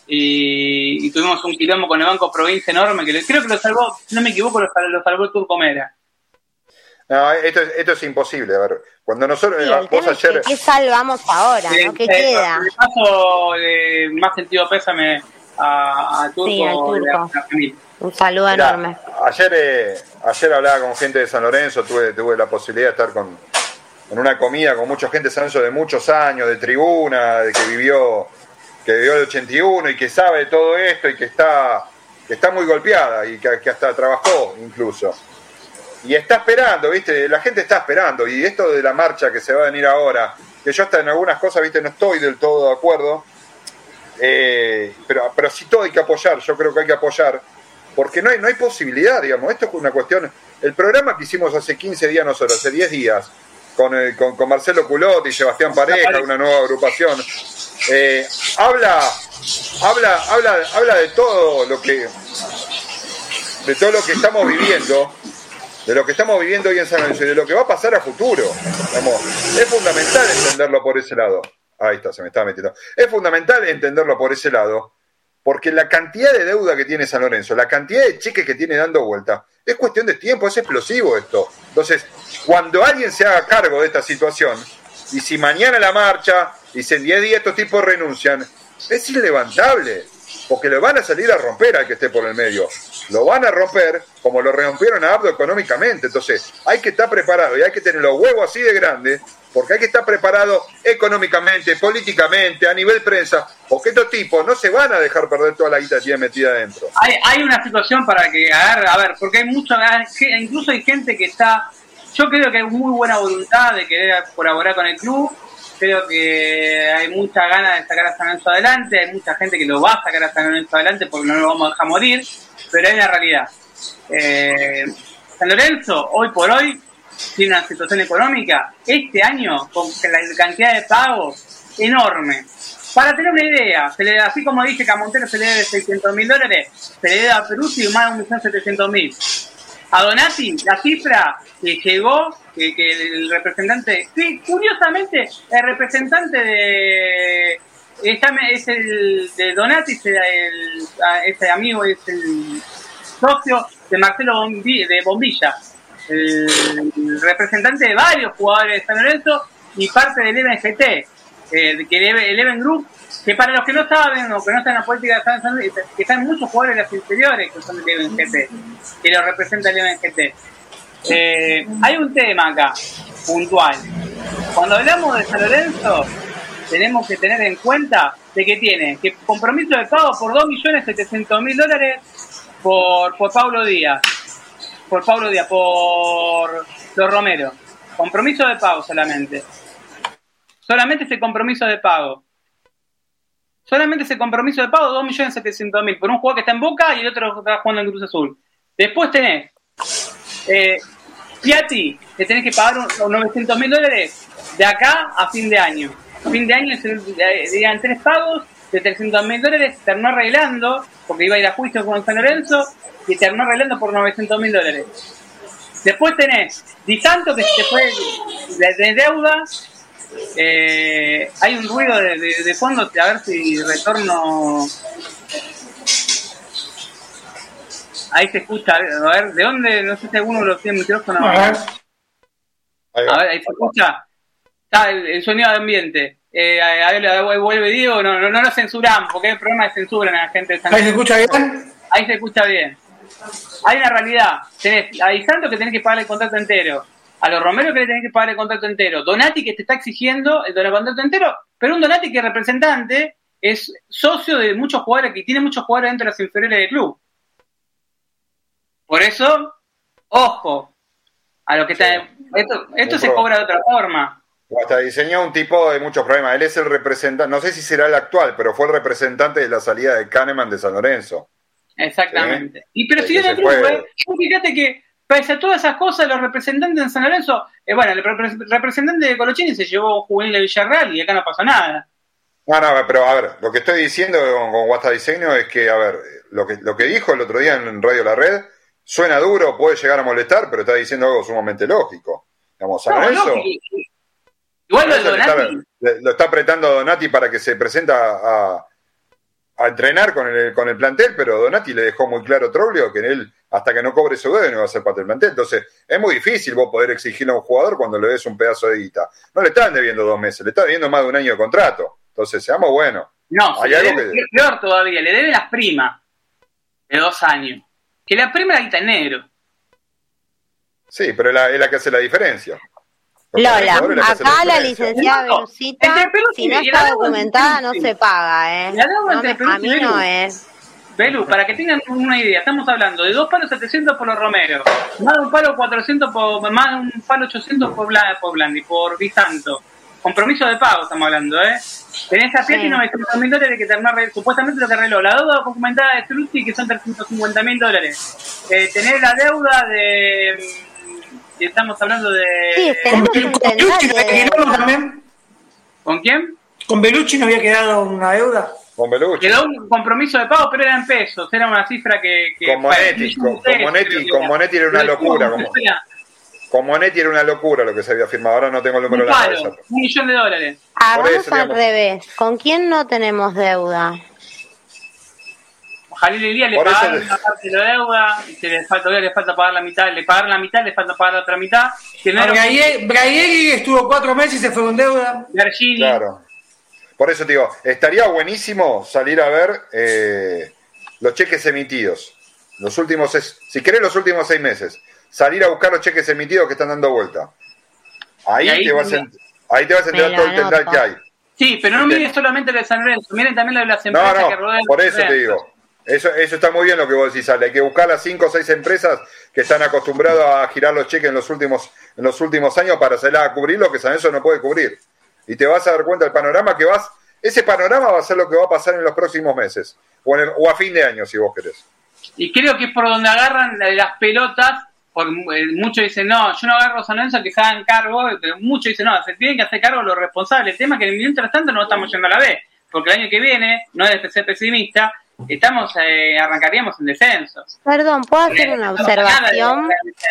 y tuvimos un quilombo con el Banco Provincia enorme que creo que lo salvó, si no me equivoco, lo salvó el Turco Mera. No, esto es imposible. A ver, cuando nosotros vos ayer, ¿qué salvamos ahora? ¿No? ¿Qué queda? Le paso más sentido pésame a Turco. Sí, al Turco. Un saludo enorme. Ayer hablaba con gente de San Lorenzo, tuve la posibilidad de estar en una comida con mucha gente de San Lorenzo de muchos años, de tribuna, de que vivió el 81 y que sabe de todo esto y que está muy golpeada y que hasta trabajó incluso. Y está esperando, ¿viste? La gente está esperando. Y esto de la marcha que se va a venir ahora, que yo hasta en algunas cosas, ¿viste? No estoy del todo de acuerdo, pero sí todo hay que apoyar, yo creo que hay que apoyar, porque no hay posibilidad, digamos. Esto es una cuestión. El programa que hicimos hace 15 días nosotros, hace 10 días, con Marcelo Culotti y Sebastián Pareja, una nueva agrupación, habla de todo lo que estamos viviendo, de lo que estamos viviendo hoy en San Lorenzo y de lo que va a pasar a futuro. Es fundamental entenderlo por ese lado. Ahí está, se me estaba metiendo. Es fundamental entenderlo por ese lado, porque la cantidad de deuda que tiene San Lorenzo, la cantidad de cheques que tiene dando vuelta, es cuestión de tiempo, es explosivo esto. Entonces, cuando alguien se haga cargo de esta situación, y si mañana la marcha, y si en 10 días estos tipos renuncian, es inlevantable, porque lo van a salir a romper al que esté por el medio. Lo van a romper como lo rompieron a Abdo económicamente. Entonces, hay que estar preparado y hay que tener los huevos así de grandes, porque hay que estar preparado económicamente, políticamente, a nivel prensa, porque estos tipos no se van a dejar perder toda la guita que tienen metida adentro. Hay una situación para que agarre, a ver, porque hay mucho, incluso hay gente que está, yo creo que hay muy buena voluntad de querer colaborar con el club, creo que hay mucha ganas de sacar a San Lorenzo adelante, hay mucha gente que lo va a sacar a San Lorenzo adelante porque no lo vamos a dejar morir, pero hay una realidad. San Lorenzo, hoy por hoy, tiene una situación económica, este año, con la cantidad de pagos enorme. Para tener una idea, así como dije que a Montero se le debe $600.000, se le debe a Peruzzi más de 1.700.000. A Donati, la cifra que llegó, que el representante, sí, curiosamente, el representante es el de Donati, ese amigo, es el socio de Marcelo de Bombilla, el representante de varios jugadores de San Lorenzo y parte del Even GT, el Even Group, que para los que no saben o que no están en la política de San Lorenzo, que están muchos jugadores de las inferiores que son del Even GT, que lo representa el Even GT. Hay un tema acá, puntual. Cuando hablamos de San Lorenzo, tenemos que tener en cuenta de que tiene que compromiso de pago por $2.700.000 por Pablo Díaz, por los Romero. Compromiso de pago solamente. Solamente ese compromiso de pago. Solamente ese compromiso de pago, 2.700.000 por un jugador que está en Boca y el otro que está jugando en Cruz Azul. Después tenés Piatti, que tenés que pagar unos $900.000 de acá a fin de año. Fin de año serían 3 pagos de $300.000, terminó arreglando, porque iba a ir a juicio con San Lorenzo, y terminó arreglando por $900.000. Después tenés Di Santo, que se fue de deuda. Hay un ruido de fondo, a ver si retorno. Ahí se escucha, a ver, ¿de dónde? No sé si alguno lo tiene el micrófono. A ver, ahí se escucha. Está el sonido de ambiente. A ver, vuelve Diego, no lo censuran, porque hay problema de censura en la gente de San Lorenzo. ¿Ahí se escucha bien? Ahí se escucha bien. Hay una realidad. Tenés a Di Santo que tenés que pagar el contrato entero. A los Romero que le tenés que pagar el contrato entero. Donati que te está exigiendo el contrato entero, pero un Donati que es representante, es socio de muchos jugadores, que tiene muchos jugadores dentro de las inferiores del club. Por eso, ojo, a lo que está. Esto se cobra de otra forma. Hasta diseñó un tipo de muchos problemas. Él es el representante, no sé si será el actual, pero fue el representante de la salida de Kahneman de San Lorenzo. Exactamente. ¿Sí? Y pero si en el club, fíjate que pese a todas esas cosas, los representantes de San Lorenzo, bueno, el representante de Colochini se llevó juvenil de Villarreal y acá no pasó nada. No, pero a ver, lo que estoy diciendo con Guasta Diseño es que, a ver, lo que dijo el otro día en Radio La Red suena duro, puede llegar a molestar, pero está diciendo algo sumamente lógico. Digamos, San Lorenzo. Igual lo de Donati. Lo está apretando a Donati para que se presenta a entrenar con el plantel, pero Donati le dejó muy claro a Troglio que él, hasta que no cobre su deuda, no va a ser parte del plantel. Entonces, es muy difícil vos poder exigirle a un jugador cuando le des un pedazo de guita. No le están debiendo 2 meses, le está debiendo más de 1 año de contrato. Entonces, seamos buenos. No, hay algo que... peor todavía, le debe las primas de 2 años. Que la prima la guita en negro. Sí, pero es la que hace la difera. Lola, acá la licenciada Belucita, si no está documentada, no se paga, a mí no es. Belu, para que tengan una idea, estamos hablando de 2 palos 700 por los Romero, más de un palo 400 más de un palo 800 por Blandi, por Di Santo. Compromiso de pago estamos hablando, Tenés a Piatti $900.000 que terminó supuestamente lo que arregló. La deuda documentada de Struzzi, que son $350.000. Tenés la deuda de... Estamos hablando de... Sí, ¿Con Belucci no había quedado también? ¿Con quién? ¿Con Belucci no había quedado una deuda? Con Belucci. Quedó un compromiso de pago, pero era en pesos. Era una cifra que con Monetti era una locura. Con Monetti era una locura lo que se había firmado. Ahora no tengo el número de la cabeza. $1 millón. Hagamos al revés. ¿Con quién no tenemos deuda? Jalil Elías le pagaron una parte de la deuda, y le falta pagar la mitad, le pagaron la mitad, le falta pagar la otra mitad. Braiegui estuvo 4 meses y se fue con deuda. Gargini. Claro. Por eso te digo, estaría buenísimo salir a ver los cheques emitidos. Los últimos, si querés, los últimos 6 meses. Salir a buscar los cheques emitidos que están dando vuelta. Ahí te vas a enterar todo el tendal que hay. Sí, pero no miren solamente la de San Lorenzo, miren también la de las empresas que rodean. Por eso te digo. Eso está muy bien lo que vos decís, Ale. Hay que buscar las 5 o 6 empresas que están acostumbradas a girar los cheques en los últimos años para salir a cubrir lo que San Lorenzo no puede cubrir. Y te vas a dar cuenta del panorama ese panorama va a ser lo que va a pasar en los próximos meses. O a fin de año, si vos querés. Y creo que es por donde agarran las pelotas. Muchos dicen, no, yo no agarro a San Lorenzo, que se hagan cargo, pero muchos dicen, no, se tienen que hacer cargo los responsables. El tema es que mientras tanto no estamos yendo a la B, porque el año que viene, no es de ser pesimista, arrancaríamos en descenso. Perdón, ¿puedo hacer una observación?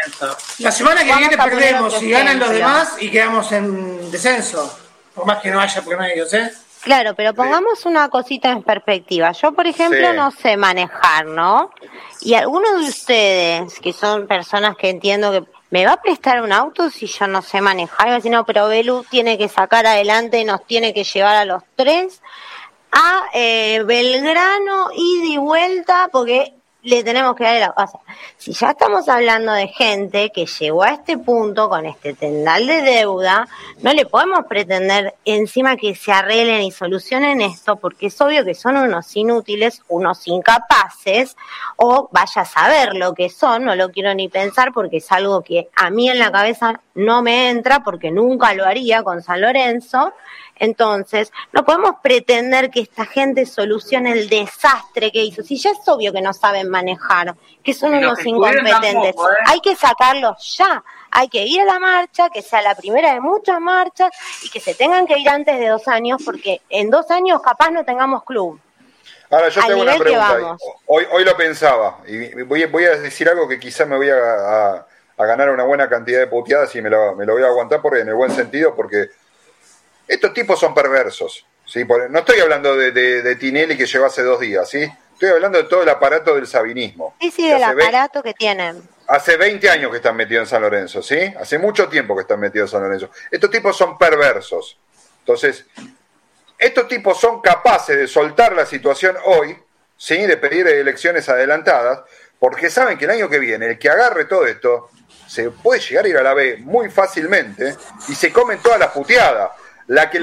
La semana que viene perdemos y ganan los demás y quedamos en descenso, por más que no haya promedios, Claro, pero pongamos una cosita en perspectiva. Yo, por ejemplo, no sé manejar, ¿no? Y algunos de ustedes, que son personas que entiendo que me va a prestar un auto si yo no sé manejar, y va a decir, no, pero Belu tiene que sacar adelante, nos tiene que llevar a los 3 a Belgrano, ida y vuelta, porque le tenemos que dar el auto. O sea, si ya estamos hablando de gente que llegó a este punto con este tendal de deuda, no le podemos pretender encima que se arreglen y solucionen esto, porque es obvio que son unos inútiles, unos incapaces, o vaya a saber lo que son, no lo quiero ni pensar porque es algo que a mí en la cabeza no me entra, porque nunca lo haría con San Lorenzo. Entonces, no podemos pretender que esta gente solucione el desastre que hizo. Si ya es obvio que no saben manejar, que son unos incompetentes. Tampoco, Hay que sacarlos ya. Hay que ir a la marcha, que sea la primera de muchas marchas, y que se tengan que ir antes de 2 años, porque en 2 años capaz no tengamos club. Ahora, yo tengo una pregunta. Hoy lo pensaba, y voy a decir algo que quizás me voy a ganar una buena cantidad de puteadas y me lo voy a aguantar porque en el buen sentido, porque estos tipos son perversos, ¿sí? No estoy hablando de Tinelli que llegó hace 2 días, ¿sí? Estoy hablando de todo el aparato del sabinismo. Sí, del aparato que tienen. Hace 20 años que están metidos en San Lorenzo, ¿sí? Hace mucho tiempo que están metidos en San Lorenzo. Estos tipos son perversos. Entonces, estos tipos son capaces de soltar la situación hoy, ¿sí? De pedir elecciones adelantadas, porque saben que el año que viene, el que agarre todo esto, se puede llegar a ir a la B muy fácilmente y se comen todas las puteadas. La que le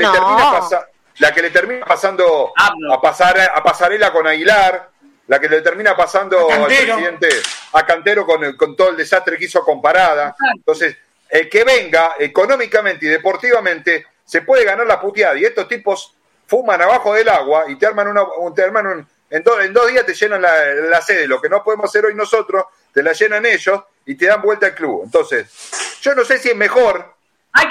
termina pasando a Pasarela con Aguilar, la que le termina pasando al presidente a Cantero con todo el desastre que hizo con Parada. Entonces, el que venga económicamente y deportivamente se puede ganar la puteada, y estos tipos fuman abajo del agua y te arman en 2 días te llenan la sede. Lo que no podemos hacer hoy nosotros, te la llenan ellos y te dan vuelta al club. Entonces, yo no sé si es mejor hay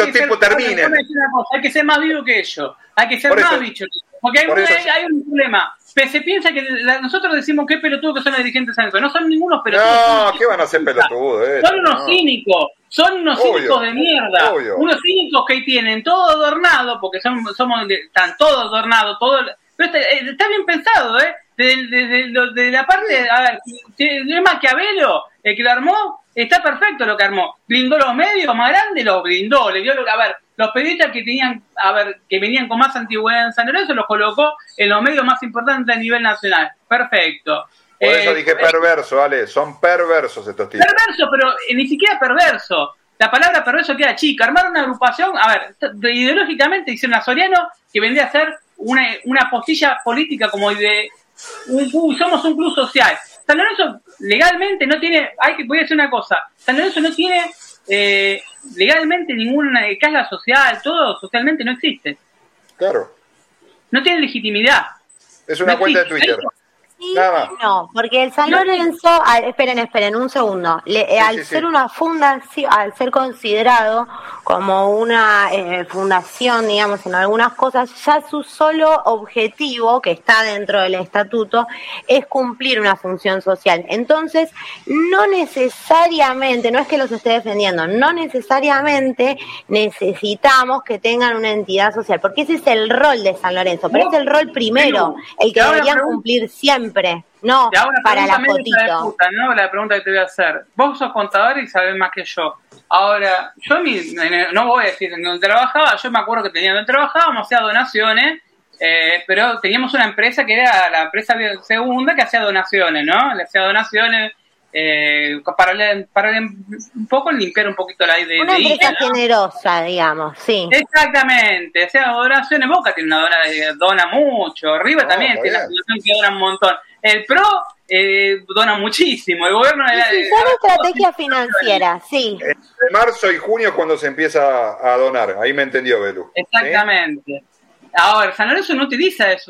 que ser más vivo que ellos, hay que ser más bicho, porque hay un problema. Se piensa que nosotros decimos qué pelotudos que son los dirigentes de San Lorenzo. No son ningunos pelotudos. No, ¿qué van a ser pelotudos? Son unos cínicos, cínicos de mierda. Obvio. Unos cínicos que tienen todo adornado, porque están todos adornados, pero está bien pensado, desde la parte, a ver, es Maquiavelo el que lo armó. Está perfecto lo que armó. Blindó los medios más grandes, los blindó. Le dio los periodistas que venían con más antigüedad en San Lorenzo, los colocó en los medios más importantes a nivel nacional. Perfecto. Por eso dije perverso, Ale. Son perversos estos tipos. Perverso, pero ni siquiera perverso. La palabra perverso queda chica. Armaron una agrupación, ideológicamente hicieron a Soriano, que vendría a ser una postilla política como de somos un club social. San Lorenzo legalmente no tiene, voy a decir una cosa, San Lorenzo no tiene legalmente ninguna carga social, todo socialmente no existe. Claro. No tiene legitimidad. Es una cuenta de Twitter. Sí, no, porque el San Lorenzo, esperen un segundo, ser una fundación, al ser considerado como una fundación, digamos, en algunas cosas, ya su solo objetivo, que está dentro del estatuto, es cumplir una función social. Entonces, no necesariamente, no es que los esté defendiendo, no necesariamente necesitamos que tengan una entidad social, porque ese es el rol de San Lorenzo, pero es el rol primero, el que deberían cumplir siempre. No, te hago una para la pregunta medio hija de fotito. puta, ¿no? La pregunta que te voy a hacer. Vos sos contador y sabés más que yo. Ahora, yo no voy a decir en dónde trabajaba, yo me acuerdo que tenía donde trabajábamos, hacía donaciones, pero teníamos una empresa que era la empresa segunda que hacía donaciones, ¿no? Le hacía donaciones para un poco limpiar un poquito la idea. Una empresa generosa, digamos, sí. Exactamente, o sea, donaciones, Boca tiene una dona mucho, River también tiene una fundación que dona un montón. El PRO dona muchísimo, el gobierno de la... Son estrategias financieras, sí. En marzo y junio es cuando se empieza a donar, ahí me entendió Belu. Exactamente. ¿Sí? Ahora, San Lorenzo no utiliza eso,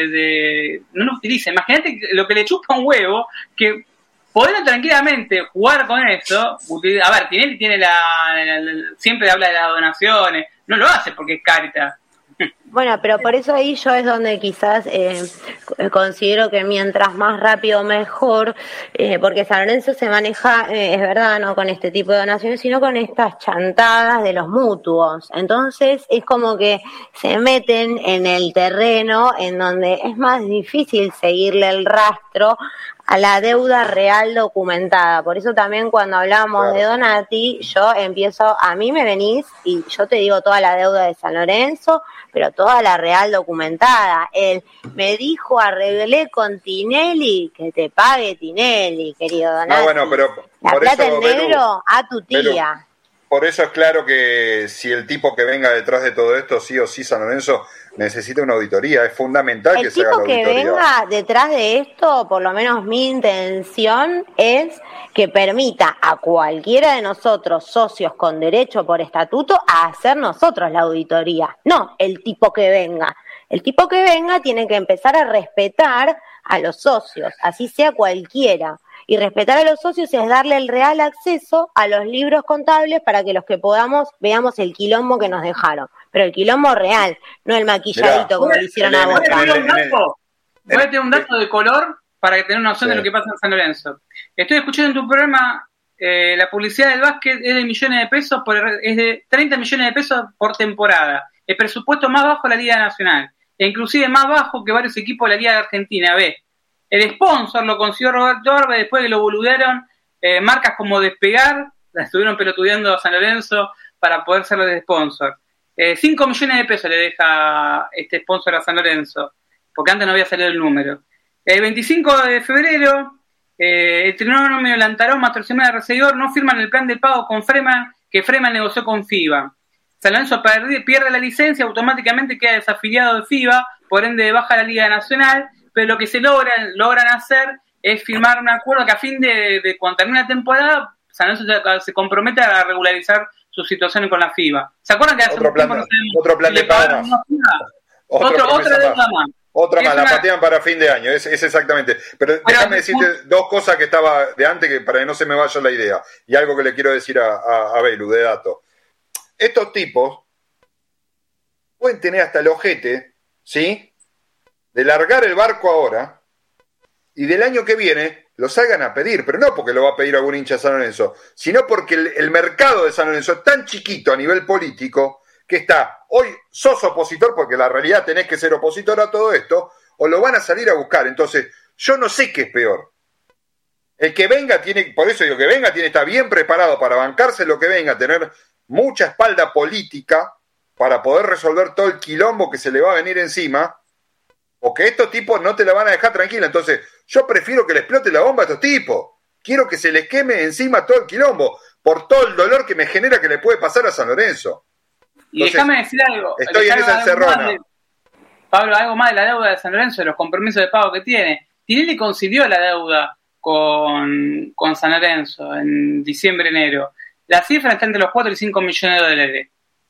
no lo utiliza. Imagínate lo que le chupa un huevo, que podría tranquilamente jugar con eso. A ver, Tinelli tiene siempre habla de las donaciones, no lo hace porque es Cáritas. Bueno, pero por eso ahí yo es donde quizás considero que mientras más rápido mejor, porque San Lorenzo se maneja, es verdad, no con este tipo de donaciones, sino con estas chantadas de los mutuos. Entonces es como que se meten en el terreno en donde es más difícil seguirle el rastro a la deuda real documentada. Por eso también cuando hablamos de Donati, yo empiezo, a mí me venís y yo te digo toda la deuda de San Lorenzo, pero toda la real documentada. Él me dijo, arreglé con Tinelli, que te pague Tinelli, querido Donati. No, bueno, pero la por plata eso, en negro Belu, a tu tía. Belu, por eso es claro que si el tipo que venga detrás de todo esto, sí o sí, San Lorenzo necesita una auditoría. Es fundamental que se haga la auditoría. El tipo que venga detrás de esto, por lo menos mi intención es que permita a cualquiera de nosotros, socios con derecho por estatuto, a hacer nosotros la auditoría. No el tipo que venga. El tipo que venga tiene que empezar a respetar a los socios, así sea cualquiera. Y respetar a los socios es darle el real acceso a los libros contables para que los que podamos veamos el quilombo que nos dejaron. Pero el quilombo real, no el maquilladito como le hicieron a Boca. Voy a tener un dato de color para que tengan una noción de lo que pasa en San Lorenzo. Estoy escuchando en tu programa la publicidad del básquet es de millones de pesos, es de 30 millones de pesos por temporada. El presupuesto más bajo de la Liga Nacional, e inclusive más bajo que varios equipos de la Liga de Argentina B. El sponsor lo consiguió Roberto Orbe después que lo boludearon marcas como Despegar, la estuvieron pelotudeando a San Lorenzo para poder serlo de sponsor. 5 millones de pesos le deja este sponsor a San Lorenzo, porque antes no había salido el número. El 25 de febrero, el Trinómeno Lantarón, Mastrocimena de Recibidor no firman el plan de pago con Freeman, que Freeman negoció con FIBA. San Lorenzo pierde la licencia, automáticamente queda desafiliado de FIBA, por ende baja la Liga Nacional, pero lo que se logran hacer es firmar un acuerdo que a fin de cuando termine la temporada, San Lorenzo se compromete a regularizar su situación con la FIBA. ¿Se acuerdan que hace otro plan de pago más? Otra deuda más. Otra más, la patean para fin de año, es exactamente. Pero déjame decirte dos cosas que estaba de antes, que para que no se me vaya la idea, y algo que le quiero decir a Belu, de dato. Estos tipos pueden tener hasta el ojete, ¿sí?, de largar el barco ahora y del año que viene lo salgan a pedir, pero no porque lo va a pedir algún hincha de San Lorenzo, sino porque el mercado de San Lorenzo es tan chiquito a nivel político que está, hoy sos opositor porque la realidad tenés que ser opositor a todo esto, o lo van a salir a buscar. Entonces, yo no sé qué es peor. El que venga por eso digo, que venga tiene que estar bien preparado para bancarse lo que venga, tener mucha espalda política para poder resolver todo el quilombo que se le va a venir encima, o que estos tipos no te la van a dejar tranquila. Entonces, yo prefiero que le explote la bomba a estos tipos. Quiero que se les queme encima todo el quilombo, por todo el dolor que me genera que le puede pasar a San Lorenzo. Y entonces, déjame decir algo. Estoy en esa encerrona. Pablo, algo más de la deuda de San Lorenzo, de los compromisos de pago que tiene. Tinelli concilió la deuda con San Lorenzo en diciembre, enero. La cifra está entre los 4 y 5 millones de dólares.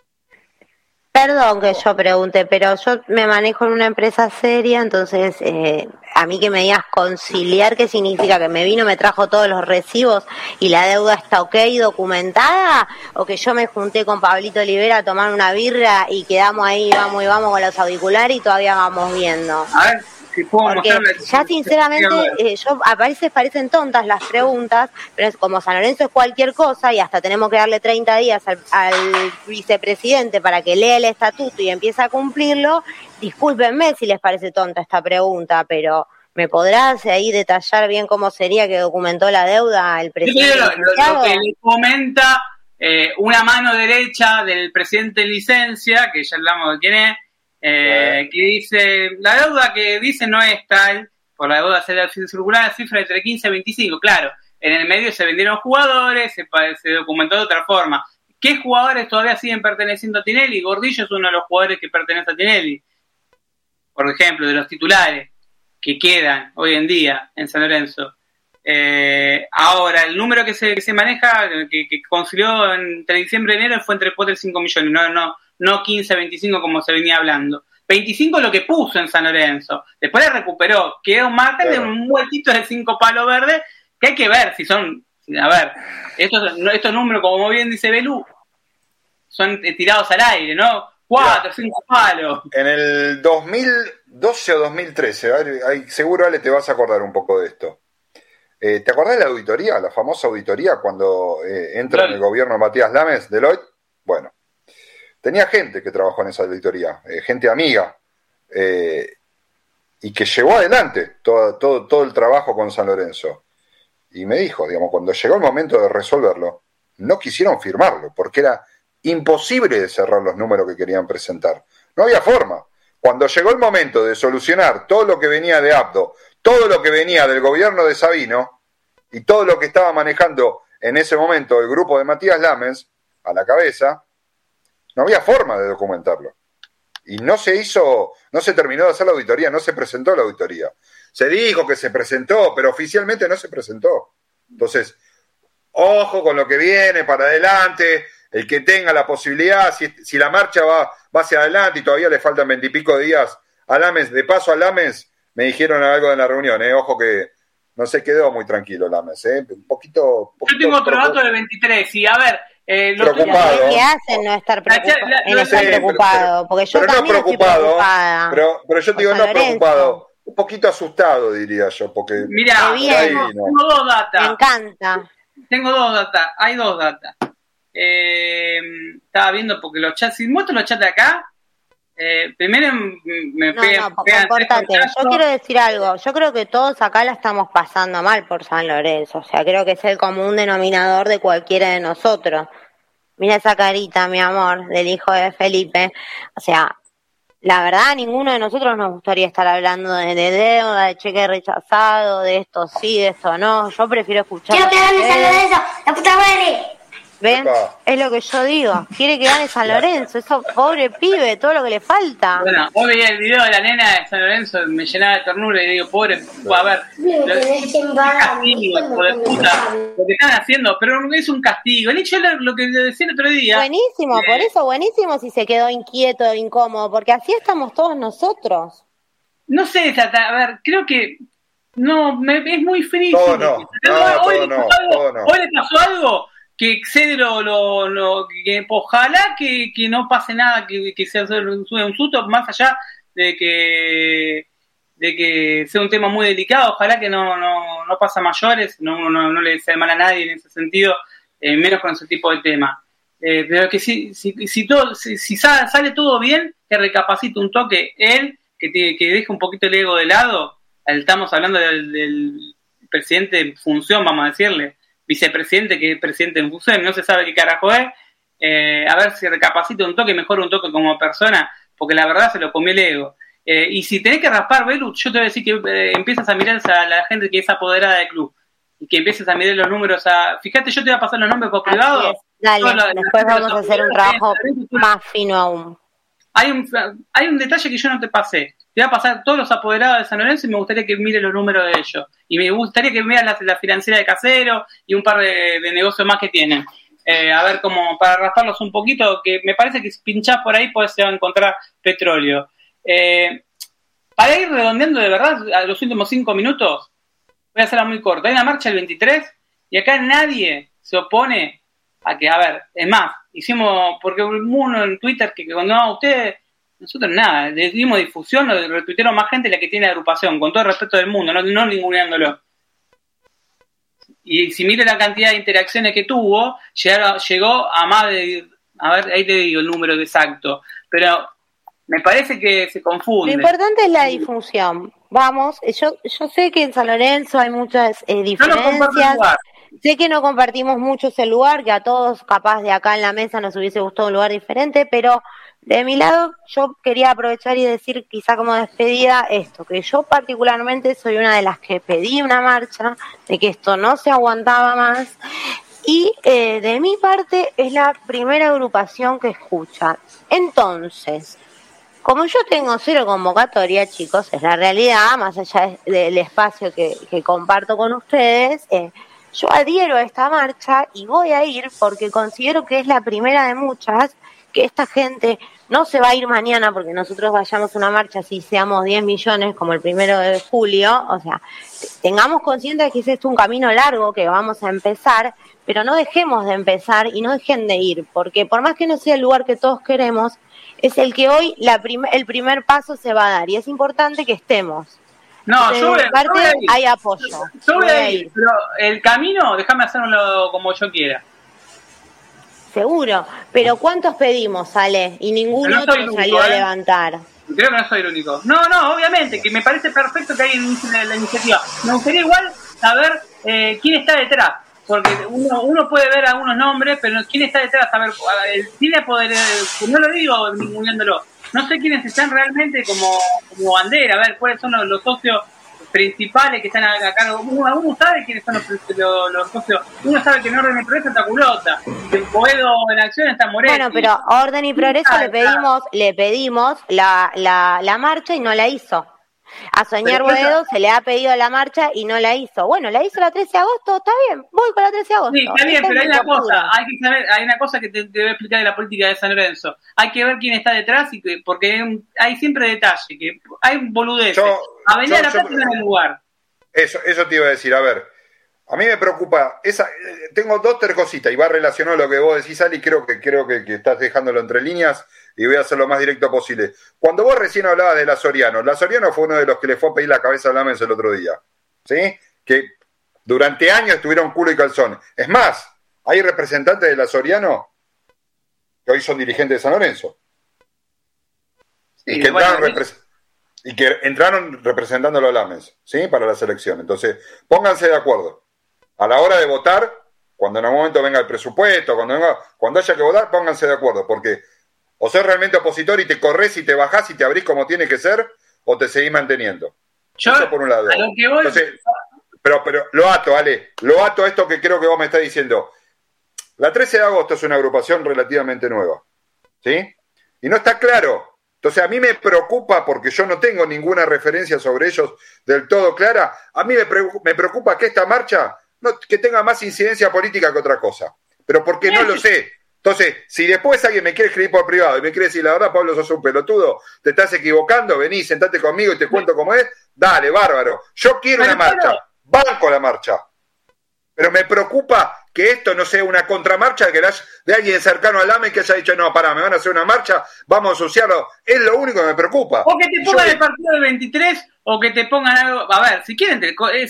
Perdón que yo pregunte, pero yo me manejo en una empresa seria, entonces a mí que me digas conciliar, ¿qué significa? ¿Que me vino, me trajo todos los recibos y la deuda está ok, documentada? ¿O que yo me junté con Pablito Olivera a tomar una birra y quedamos ahí, vamos con los auriculares y todavía vamos viendo? A ver, si puedo porque ya sinceramente, a veces parecen tontas las preguntas, pero es como San Lorenzo es cualquier cosa y hasta tenemos que darle 30 días al vicepresidente para que lea el estatuto y empiece a cumplirlo. Discúlpenme si les parece tonta esta pregunta, pero ¿Me podrás ahí detallar bien cómo sería que documentó la deuda el presidente? Lo que le comenta una mano derecha del presidente en licencia, que ya hablamos de quién es, que dice, la deuda que dice no es tal, por la deuda se circular la cifra entre 15 y 25, claro, en el medio se vendieron jugadores, se documentó de otra forma. ¿Qué jugadores todavía siguen perteneciendo a Tinelli? Gordillo es uno de los jugadores que pertenece a Tinelli, por ejemplo, de los titulares que quedan hoy en día en San Lorenzo. Ahora, el número que se maneja, que consiguió entre diciembre y enero, fue entre 4 y 5 millones, no 15, 25 como se venía hablando. 25 es lo que puso en San Lorenzo. Después le recuperó. Quedó un margen de un vueltito de 5 palos verdes, que hay que ver si son... A ver, estos números, como bien dice Belú, son tirados al aire, ¿no? 4, 5 palos. En el 2012 o 2013, seguro Ale te vas a acordar un poco de esto. ¿Te acordás de la auditoría, la famosa auditoría cuando entra en el gobierno Matías Lames, Deloitte? Bueno, tenía gente que trabajó en esa auditoría, gente amiga, y que llevó adelante todo el trabajo con San Lorenzo. Y me dijo, digamos, cuando llegó el momento de resolverlo, no quisieron firmarlo, porque era imposible de cerrar los números que querían presentar. No había forma. Cuando llegó el momento de solucionar todo lo que venía de Abdo, todo lo que venía del gobierno de Sabino y todo lo que estaba manejando en ese momento el grupo de Matías Lames a la cabeza, no había forma de documentarlo. Y no se terminó de hacer la auditoría, no se presentó la auditoría. Se dijo que se presentó, pero oficialmente no se presentó. Entonces, ojo con lo que viene para adelante. El que tenga la posibilidad, si la marcha va hacia adelante y todavía le faltan 20 y pico de días a Lames, de paso a Lames, me dijeron algo en la reunión, ojo que no se quedó muy tranquilo Lames, un poquito Yo tengo otro dato del 23, y a ver, preocupado. ¿Qué hacen no estar preocupado? Porque yo también estoy preocupada. Pero yo te digo, no preocupado, un poquito asustado, diría yo, porque... Mirá, tengo dos datas. Me encanta. Tengo dos datas, hay dos datas. Estaba viendo porque los chats, si muestro los chats de acá, primero me pegan. Yo quiero decir algo. Yo creo que todos acá la estamos pasando mal por San Lorenzo. O sea, creo que es el común denominador de cualquiera de nosotros. Mira esa carita, mi amor, del hijo de Felipe. O sea, la verdad, a ninguno de nosotros nos gustaría estar hablando de deuda, de cheque rechazado, de esto sí, de esto no. Yo prefiero escuchar. ¡Quiero que gane San Lorenzo! ¡La puta madre! ¿Ven? Es lo que yo digo. Quiere que gane San Lorenzo. Eso, pobre pibe, todo lo que le falta. Bueno, hoy veía el video de la nena de San Lorenzo, me llenaba de ternura y digo, pobre, a ver, castigo, hijo de puta, lo que están haciendo, pero no es un castigo. El hecho es lo que decía el otro día. Buenísimo, por eso, buenísimo si se quedó inquieto, incómodo, porque así estamos todos nosotros. No sé, Tata, a ver, creo que es muy frío. Todo no. Hoy le pasó algo que excede que ojalá que no pase nada, que sea un susto, más allá de que sea un tema muy delicado. Ojalá que no pase a mayores, no le desea mal a nadie en ese sentido, menos con ese tipo de tema. Pero que si sale todo bien, que recapacite un toque él, que deje un poquito el ego de lado. Estamos hablando del presidente en función, vamos a decirle, vicepresidente, que es presidente en función, no se sabe qué carajo es. A ver si recapacita un toque, mejora un toque como persona, porque la verdad se lo comió el ego. Y si tenés que raspar, Belu, yo te voy a decir que empiezas a mirar a la gente que es apoderada del club y que empieces a mirar los números. Fíjate, yo te voy a pasar los nombres por privado. Dale, después vamos a hacer un trabajo más fino aún. Hay un detalle que yo no te pasé. Te voy a pasar todos los apoderados de San Lorenzo y me gustaría que mires los números de ellos. Y me gustaría que veas la financiera de Casero y un par de negocios más que tienen. A ver, como para rasparlos un poquito, que me parece que si pinchás por ahí podés encontrar petróleo. Para ir redondeando de verdad a los últimos 5 minutos, voy a hacerla muy corta. Hay una marcha el 23 y acá nadie se opone a que, a ver, es más, hicimos, porque uno en Twitter que cuando ustedes, nosotros nada, le dimos difusión, lo retuitearon más gente la que tiene la agrupación, con todo el respeto del mundo, no ninguneándolo. Y si mire la cantidad de interacciones que tuvo, llegó a más de, a ver, ahí te digo el número exacto, pero me parece que se confunde. Lo importante es la difusión. Vamos, yo sé que en San Lorenzo hay muchas diferencias. Sé que no compartimos mucho ese lugar, que a todos capaz de acá en la mesa nos hubiese gustado un lugar diferente, pero de mi lado yo quería aprovechar y decir quizá como despedida esto, que yo particularmente soy una de las que pedí una marcha, de que esto no se aguantaba más, y de mi parte es la primera agrupación que escucha. Entonces, como yo tengo 0 convocatoria, chicos, es la realidad, más allá del espacio que comparto con ustedes, yo adhiero a esta marcha y voy a ir porque considero que es la primera de muchas, que esta gente no se va a ir mañana porque nosotros vayamos a una marcha así seamos 10 millones como el 1 de julio, o sea, tengamos conciencia de que es esto un camino largo que vamos a empezar, pero no dejemos de empezar y no dejen de ir, porque por más que no sea el lugar que todos queremos, es el que hoy el primer paso se va a dar y es importante que estemos. No, yo voy a ir. Hay apoyo. Yo voy a ir, pero el camino, déjame hacerlo como yo quiera. Seguro, pero ¿cuántos pedimos, Ale? Y ninguno otro salió a levantar. Creo que no soy el único. No, obviamente, que me parece perfecto que alguien inicie la iniciativa. Me gustaría igual saber quién está detrás, porque uno puede ver algunos nombres, pero quién está detrás, saber, tiene poder, no lo digo ninguneándolo. No sé quiénes están realmente como bandera, a ver cuáles son los socios principales que están a cargo. Uno sabe quiénes son los socios. Uno sabe que en Orden y Progreso está Culota, que en Boedo en Acción está Moretti. Bueno, pero Orden y Progreso le pedimos la marcha y no la hizo. A Soñar Boedo se le ha pedido la marcha y no la hizo. Bueno, la hizo la 13 de agosto, está bien, voy con la 13 de agosto. Sí, está bien, pero hay una cosa, hay que saber, hay una cosa que te voy a explicar de la política de San Lorenzo. Hay que ver quién está detrás porque hay siempre detalle, que hay boludeces. Avenida La Plata no es el lugar. Eso te iba a decir, a ver. A mí me preocupa, tengo 2 cositas y va relacionado a lo que vos decís, Ali, creo que estás dejándolo entre líneas y voy a hacer lo más directo posible. Cuando vos recién hablabas de la Soriano fue uno de los que le fue a pedir la cabeza a Lames el otro día, ¿sí? Que durante años estuvieron culo y calzón. Es más, hay representantes de la Soriano que hoy son dirigentes de San Lorenzo. Sí, y que entraron representándolo a Lames, ¿sí? Para la selección. Entonces, pónganse de acuerdo. A la hora de votar, cuando en algún momento venga el presupuesto, cuando haya que votar, pónganse de acuerdo, porque o sos realmente opositor y te corres y te bajás y te abrís como tiene que ser, o te seguís manteniendo. Eso por un lado. A lo que voy... Entonces, pero lo ato, Ale, lo ato a esto que creo que vos me estás diciendo. La 13 de agosto es una agrupación relativamente nueva, ¿sí? Y no está claro. Entonces a mí me preocupa, porque yo no tengo ninguna referencia sobre ellos del todo clara, a mí me preocupa que esta marcha que tenga más incidencia política que otra cosa. Pero porque no lo sé. Entonces, si después alguien me quiere escribir por privado y me quiere decir, la verdad, Pablo, sos un pelotudo, te estás equivocando, vení, sentate conmigo y te cuento cómo es, dale, bárbaro. Yo quiero una marcha, banco la marcha. Pero me preocupa que esto no sea una contramarcha de alguien cercano al AME que haya dicho, no, pará, me van a hacer una marcha, vamos a ensuciarlo. Es lo único que me preocupa. O que te pongan el partido del 23, o que te pongan algo. A ver, si quieren,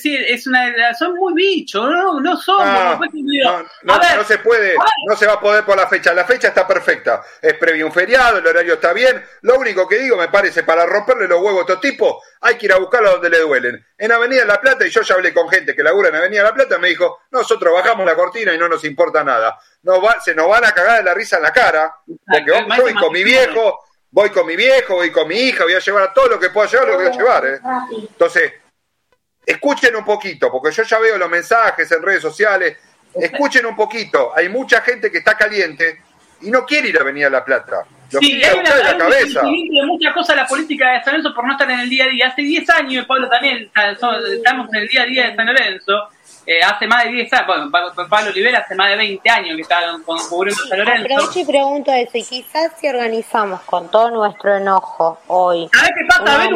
son muy bichos, no somos. No se puede, no se va a poder por la fecha. La fecha está perfecta. Es previo un feriado, el horario está bien. Lo único que digo, me parece, para romperle los huevos a estos tipos, hay que ir a buscarlo donde le duelen. En Avenida La Plata, y yo ya hablé con gente que labura en Avenida La Plata, me dijo, nosotros bajamos la cortina y no nos importa nada. Se nos van a cagar de la risa en la cara, porque yo voy con mi viejo, voy con mi hija, voy a llevar a todo lo que pueda llevar, lo voy a llevar. Entonces, escuchen un poquito, porque yo ya veo los mensajes en redes sociales, escuchen un poquito, hay mucha gente que está caliente y no quiere ir a Avenida La Plata. Sí, hay de muchas cosas la política de San Lorenzo por no estar en el día a día. Hace 10 años, Pablo, también estamos en el día a día de San Lorenzo. Hace más de 10 años, bueno, Pablo Olivera hace más de 20 años que está cubriendo San Lorenzo. Aprovecho y pregunto eso, y quizás si organizamos con todo nuestro enojo hoy. ¿Sabés qué pasa, Belu?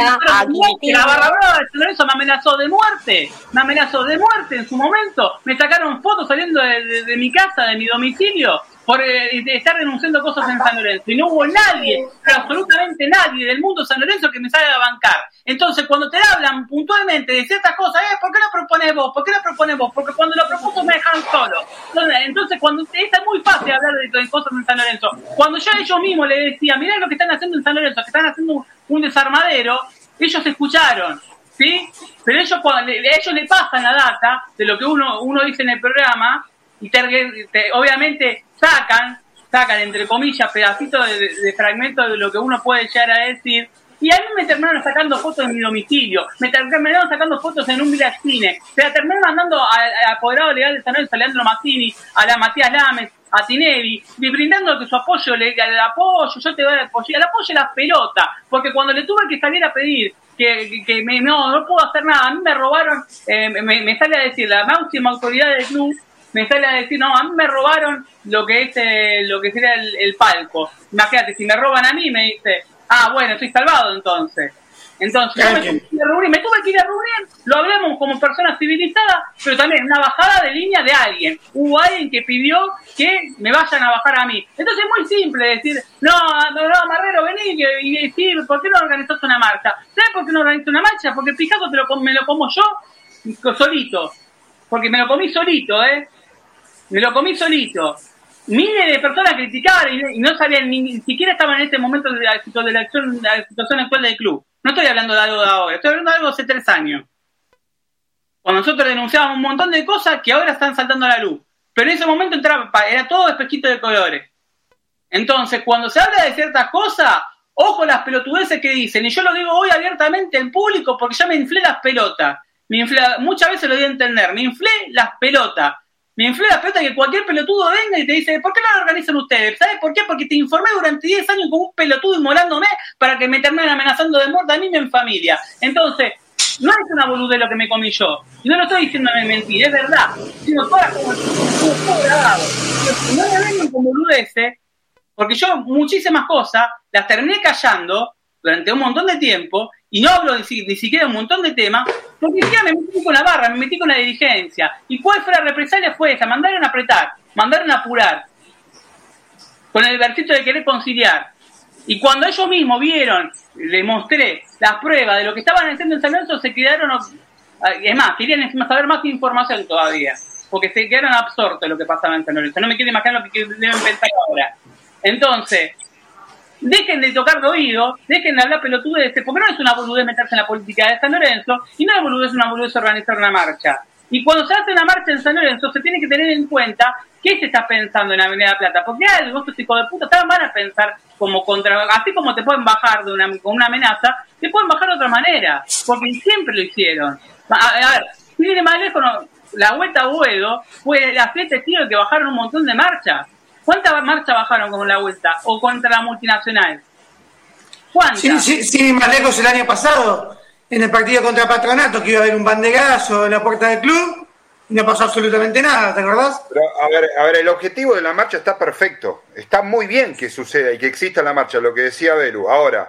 La barra brava de San Lorenzo me amenazó de muerte en su momento. Me sacaron fotos saliendo de mi casa, de mi domicilio. por estar denunciando cosas en San Lorenzo. Y no hubo nadie, absolutamente nadie del mundo de San Lorenzo que me salga a bancar. Entonces, cuando te hablan puntualmente de ciertas cosas, ¿por qué lo propones vos? ¿Por qué lo propones vos? Porque cuando lo propuso me dejaron solo. Entonces, cuando es muy fácil hablar de cosas en San Lorenzo. Cuando yo a ellos mismos les decía, mirá lo que están haciendo en San Lorenzo, que están haciendo un desarmadero, ellos escucharon, ¿sí? Pero ellos le pasan la data de lo que uno dice en el programa y obviamente sacan entre comillas pedacitos de fragmentos de lo que uno puede llegar a decir, y a mí me terminaron sacando fotos en mi domicilio, me terminaron sacando fotos en un Village Cine, me terminaron mandando al apoderado legal de San Lorenzo, a Leandro Mazzini, a la Matías Lames, a Tinelli, y brindando que su apoyo, el apoyo, yo te doy el apoyo y las pelotas, porque cuando le tuve que salir a pedir que no puedo hacer nada, a mí me robaron, me sale a decir la máxima autoridad del club, me sale a decir, no, a mí me robaron lo que sería el palco. Imagínate, si me roban a mí, me dice, bueno, estoy salvado entonces. Entonces, yo me tuve que ir a reunir, lo hablamos como personas civilizadas, pero también una bajada de línea de alguien. Hubo alguien que pidió que me vayan a bajar a mí. Entonces es muy simple decir, no, Marrero, vení y decir, ¿por qué no organizás una marcha? ¿Sabes por qué no organizás una marcha? Porque el pijazo me lo como yo solito. Porque me lo comí solito, Me lo comí solito. Miles de personas criticaban y no sabían, ni siquiera estaban en este momento de la situación actual del club. No estoy hablando de algo de ahora, estoy hablando de algo de hace 3 años. Cuando nosotros denunciábamos un montón de cosas que ahora están saltando a la luz. Pero en ese momento era todo espejito de colores. Entonces, cuando se habla de ciertas cosas, ojo las pelotudeces que dicen. Y yo lo digo hoy abiertamente en público porque ya me inflé las pelotas. Muchas veces lo di a entender, me inflé las pelotas. Me inflé las pelotas que cualquier pelotudo venga y te dice, ¿por qué no lo organizan ustedes? ¿Sabes por qué? Porque te informé durante 10 años con un pelotudo inmolándome para que me terminen amenazando de muerte a mí y a mi familia. Entonces, no es una boludez lo que me comí yo. Y no lo estoy diciendo de mentir, es verdad. Sino todas como todo grabado. No me vengan con boludeces, porque yo muchísimas cosas las terminé callando durante un montón de tiempo y no hablo ni siquiera de un montón de temas, porque ya me metí con la barra, me metí con la dirigencia. ¿Y cuál fue la represalia? Fue esa, mandaron a apretar, mandaron a apurar, con el versito de querer conciliar. Y cuando ellos mismos vieron, les mostré las pruebas de lo que estaban haciendo en San Lorenzo, se quedaron, es más, querían encima saber más información todavía, porque se quedaron absortos de lo que pasaba en San Lorenzo. No me quiero imaginar lo que deben pensar ahora. Entonces, dejen de tocar de oído, dejen de hablar pelotudeces, porque no es una boludez meterse en la política de San Lorenzo, y no es una boludez organizar una marcha. Y cuando se hace una marcha en San Lorenzo, se tiene que tener en cuenta qué se está pensando en Avenida Plata, porque estos hijos de puta van a pensar así como te pueden bajar con una amenaza, te pueden bajar de otra manera, porque siempre lo hicieron. A ver, si viene más lejos, la vuelta a Boedo fue la fiesta tío que bajaron un montón de marchas. ¿Cuántas marchas bajaron con la vuelta? ¿O contra la multinacional? ¿Cuántas? Sí, más lejos el año pasado, en el partido contra Patronato, que iba a haber un banderazo en la puerta del club, y no pasó absolutamente nada, ¿te acordás? Pero, a ver, el objetivo de la marcha está perfecto. Está muy bien que suceda y que exista la marcha, lo que decía Belu. Ahora,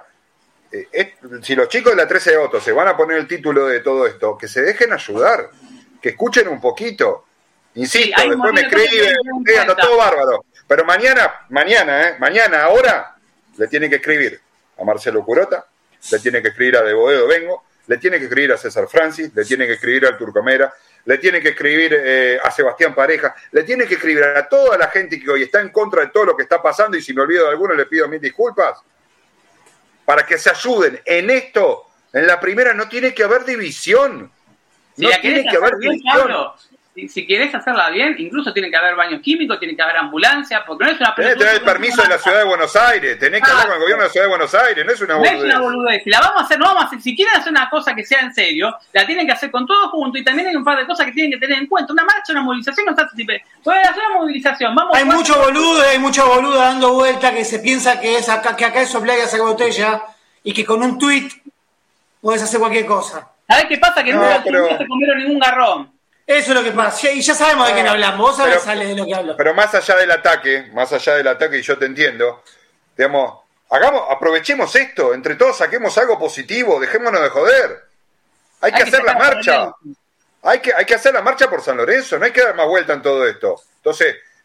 si los chicos de la 13 de Otto se van a poner el título de todo esto, que se dejen ayudar, que escuchen un poquito. Insisto, sí, después me escriben, está todo bárbaro. Pero mañana, ahora, le tiene que escribir a Marcelo Curota, le tiene que escribir a De Boedo Vengo, le tiene que escribir a César Francis, le tiene que escribir al Turco Mera, le tiene que escribir a Sebastián Pareja, le tiene que escribir a toda la gente que hoy está en contra de todo lo que está pasando, y si me olvido de alguno le pido 1000 disculpas, para que se ayuden en esto. En la primera no tiene que haber división. No tiene que haber división. Si querés hacerla bien, incluso tiene que haber baños químicos, tiene que haber ambulancia, porque no es una... Tenés que tener el permiso de la Ciudad de Buenos Aires, tenés que hablar con el gobierno de la Ciudad de Buenos Aires, no es una boludez. No es una boludez, si la vamos a hacer, no vamos a hacer, si quieren hacer una cosa que sea en serio, la tienen que hacer con todo junto, y también hay un par de cosas que tienen que tener en cuenta. Una marcha, una movilización, no está tipo, pueden hacer una movilización, vamos. Hay mucho boludo dando vuelta que se piensa que es acá, que acá es soplar y hacer botella, y que con un tuit podés hacer cualquier cosa. ¿Sabés qué pasa? Que nunca se comieron ningún garrón. Eso es lo que pasa, y ya sabemos de quién hablamos, vos sabés de lo que hablo. Pero más allá del ataque, y yo te entiendo, digamos, aprovechemos esto, entre todos saquemos algo positivo, dejémonos de joder. Hay que hacer la marcha. Hay que hacer la marcha por San Lorenzo, no hay que dar más vuelta en todo esto. Entonces,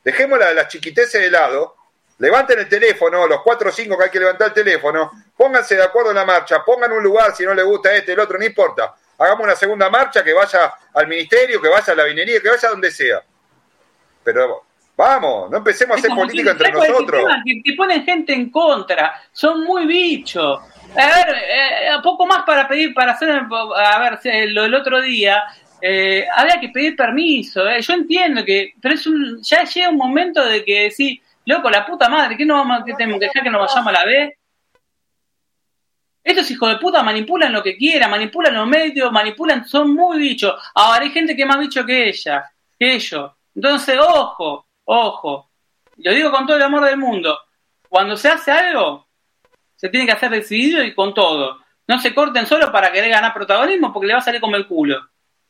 Dejémosla de las chiquiteces de lado, levanten el teléfono, los 4 o 5 que hay que levantar el teléfono, pónganse de acuerdo en la marcha, pongan un lugar si no les gusta el otro, no importa. Hagamos una segunda marcha que vaya al ministerio, que vaya a la vinería, que vaya a donde sea. Pero vamos, no empecemos a hacer política entre nosotros. Que ponen gente en contra, son muy bichos. A ver, poco más para pedir, para hacer, a ver, lo del otro día, había que pedir permiso. Yo entiendo que, pero ya llega un momento de que decís, loco, la puta madre, ¿qué tenemos que dejar que nos vayamos a la vez? Estos hijos de puta manipulan lo que quieran, manipulan los medios, son muy bichos. Ahora hay gente que es más bicho que ellos. Entonces, ojo. Lo digo con todo el amor del mundo. Cuando se hace algo, se tiene que hacer decidido y con todo. No se corten solo para querer ganar protagonismo porque le va a salir como el culo.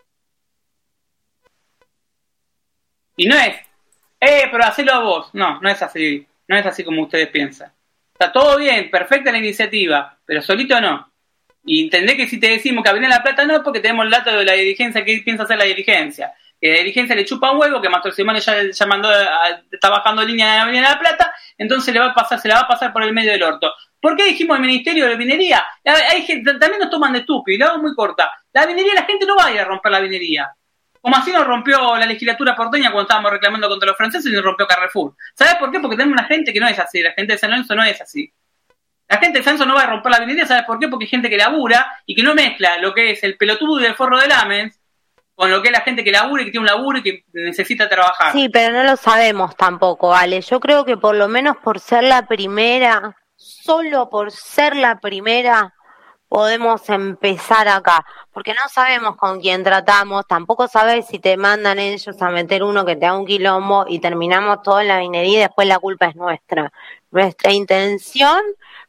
Y no es, pero hacelo vos. No es así. No es así como ustedes piensan. Está todo bien, perfecta la iniciativa, pero solito no. Y entendé que si te decimos que Avenida La Plata no, es porque tenemos el dato de la dirigencia, que piensa hacer la dirigencia. Que la dirigencia le chupa un huevo, que Mastro Simone ya mandó, está bajando línea en Avenida La Plata, entonces se la va a pasar por el medio del orto. ¿Por qué dijimos el Ministerio de Minería? Hay gente, también nos toman de estúpido, y la hago muy corta. La minería, la gente no va a ir a romper la minería. Como así nos rompió la legislatura porteña cuando estábamos reclamando contra los franceses y nos rompió Carrefour. ¿Sabes por qué? Porque tenemos una gente que no es así. La gente de San Lorenzo no es así. La gente de San Lorenzo no va a romper la minería. ¿Sabes por qué? Porque hay gente que labura y que no mezcla lo que es el pelotudo y el forro de Lamens con lo que es la gente que labura y que tiene un laburo y que necesita trabajar. Sí, pero no lo sabemos tampoco, Ale. Yo creo que por lo menos por ser la primera, solo por ser la primera, podemos empezar acá, porque no sabemos con quién tratamos, tampoco sabes si te mandan ellos a meter uno que te da un quilombo y terminamos todo en la minería y después la culpa es nuestra. Nuestra intención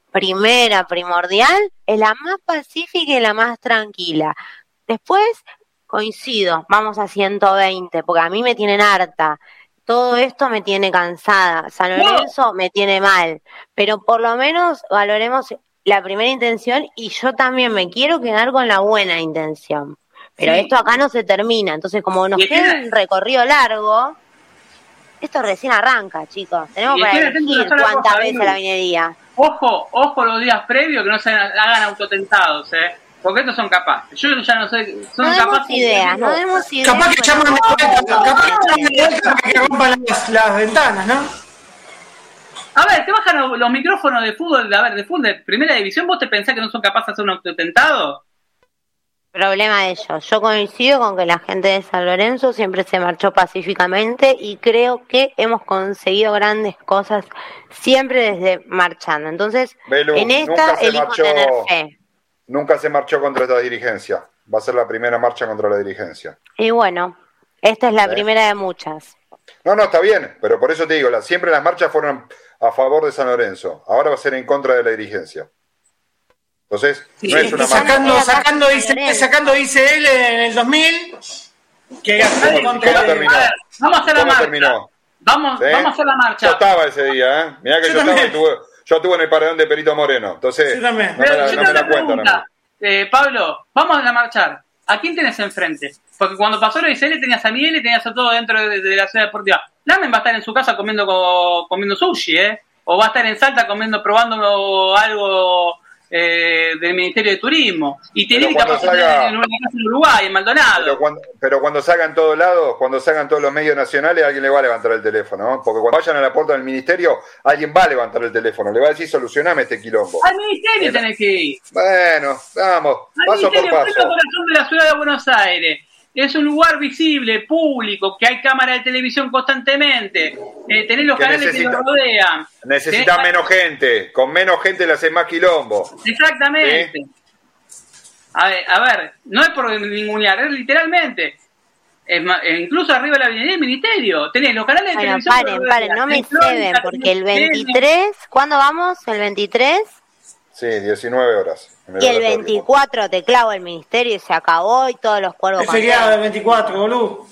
primordial, es la más pacífica y la más tranquila. Después, coincido, vamos a 120, porque a mí me tienen harta. Todo esto me tiene cansada. San Lorenzo me tiene mal, pero por lo menos valoremos la primera intención y yo también me quiero quedar con la buena intención. Pero esto acá no se termina, entonces como nos queda un recorrido largo, esto recién arranca, chicos. Tenemos para elegir cuántas veces la minería. Ojo los días previos que no se hagan autotentados, porque estos son capaces. Yo ya no sé, son no capaces. No demos ideas. Capaz que llaman de vuelta para que rompan las ventanas, ¿no? A ver, te bajan los micrófonos de fútbol, de fútbol de primera división, ¿vos te pensás que no son capaces de hacer un autotentado? Problema de ellos. Yo coincido con que la gente de San Lorenzo siempre se marchó pacíficamente y creo que hemos conseguido grandes cosas siempre desde marchando. Entonces, Belu, en esta elijo tener fe. Nunca se marchó contra esta dirigencia. Va a ser la primera marcha contra la dirigencia. Y bueno, esta es la primera de muchas. No, está bien, pero por eso te digo, siempre las marchas fueron a favor de San Lorenzo. Ahora va a ser en contra de la dirigencia. Entonces, no es una marcha. Sacando ICL en el 2000, que ¿Cómo terminó? Vamos a hacer la marcha. Terminó? Vamos a hacer la marcha. Yo estaba ese día, Mirá que yo estuve en el paredón de Perito Moreno. Entonces, yo también. no me la cuento. Pablo, vamos a marchar. ¿A quién tenés enfrente? Porque cuando pasó la ICL tenías a Miguel y tenías a todo dentro de la ciudad deportiva. Lamen va a estar en su casa comiendo sushi, o va a estar en Salta probando algo del Ministerio de Turismo. Y tiene capacidad en una casa en Uruguay, en Maldonado. Pero cuando salgan todos lados, cuando salgan todos los medios nacionales, alguien le va a levantar el teléfono, ¿no? Porque cuando vayan a la puerta del ministerio, alguien va a levantar el teléfono, le va a decir, solucioname este quilombo. Al ministerio tenés que ir. Bueno, vamos, paso por paso. Es el corazón de la ciudad de Buenos Aires. Es un lugar visible, público, que hay cámaras de televisión constantemente. Tenés los canales que lo rodean. Necesitan menos gente. Con menos gente le hacen más quilombo. Exactamente. A ver, no es por ningunear, es literalmente. Incluso arriba de la avenida del ministerio. Tenés los canales de televisión. Paren, no me ceden, porque el 23, ¿cuándo vamos? ¿El 23? Sí, 19 horas. Y el 24 te clavo el ministerio y se acabó y todos los cuervos. Es feriado del 24, boludo.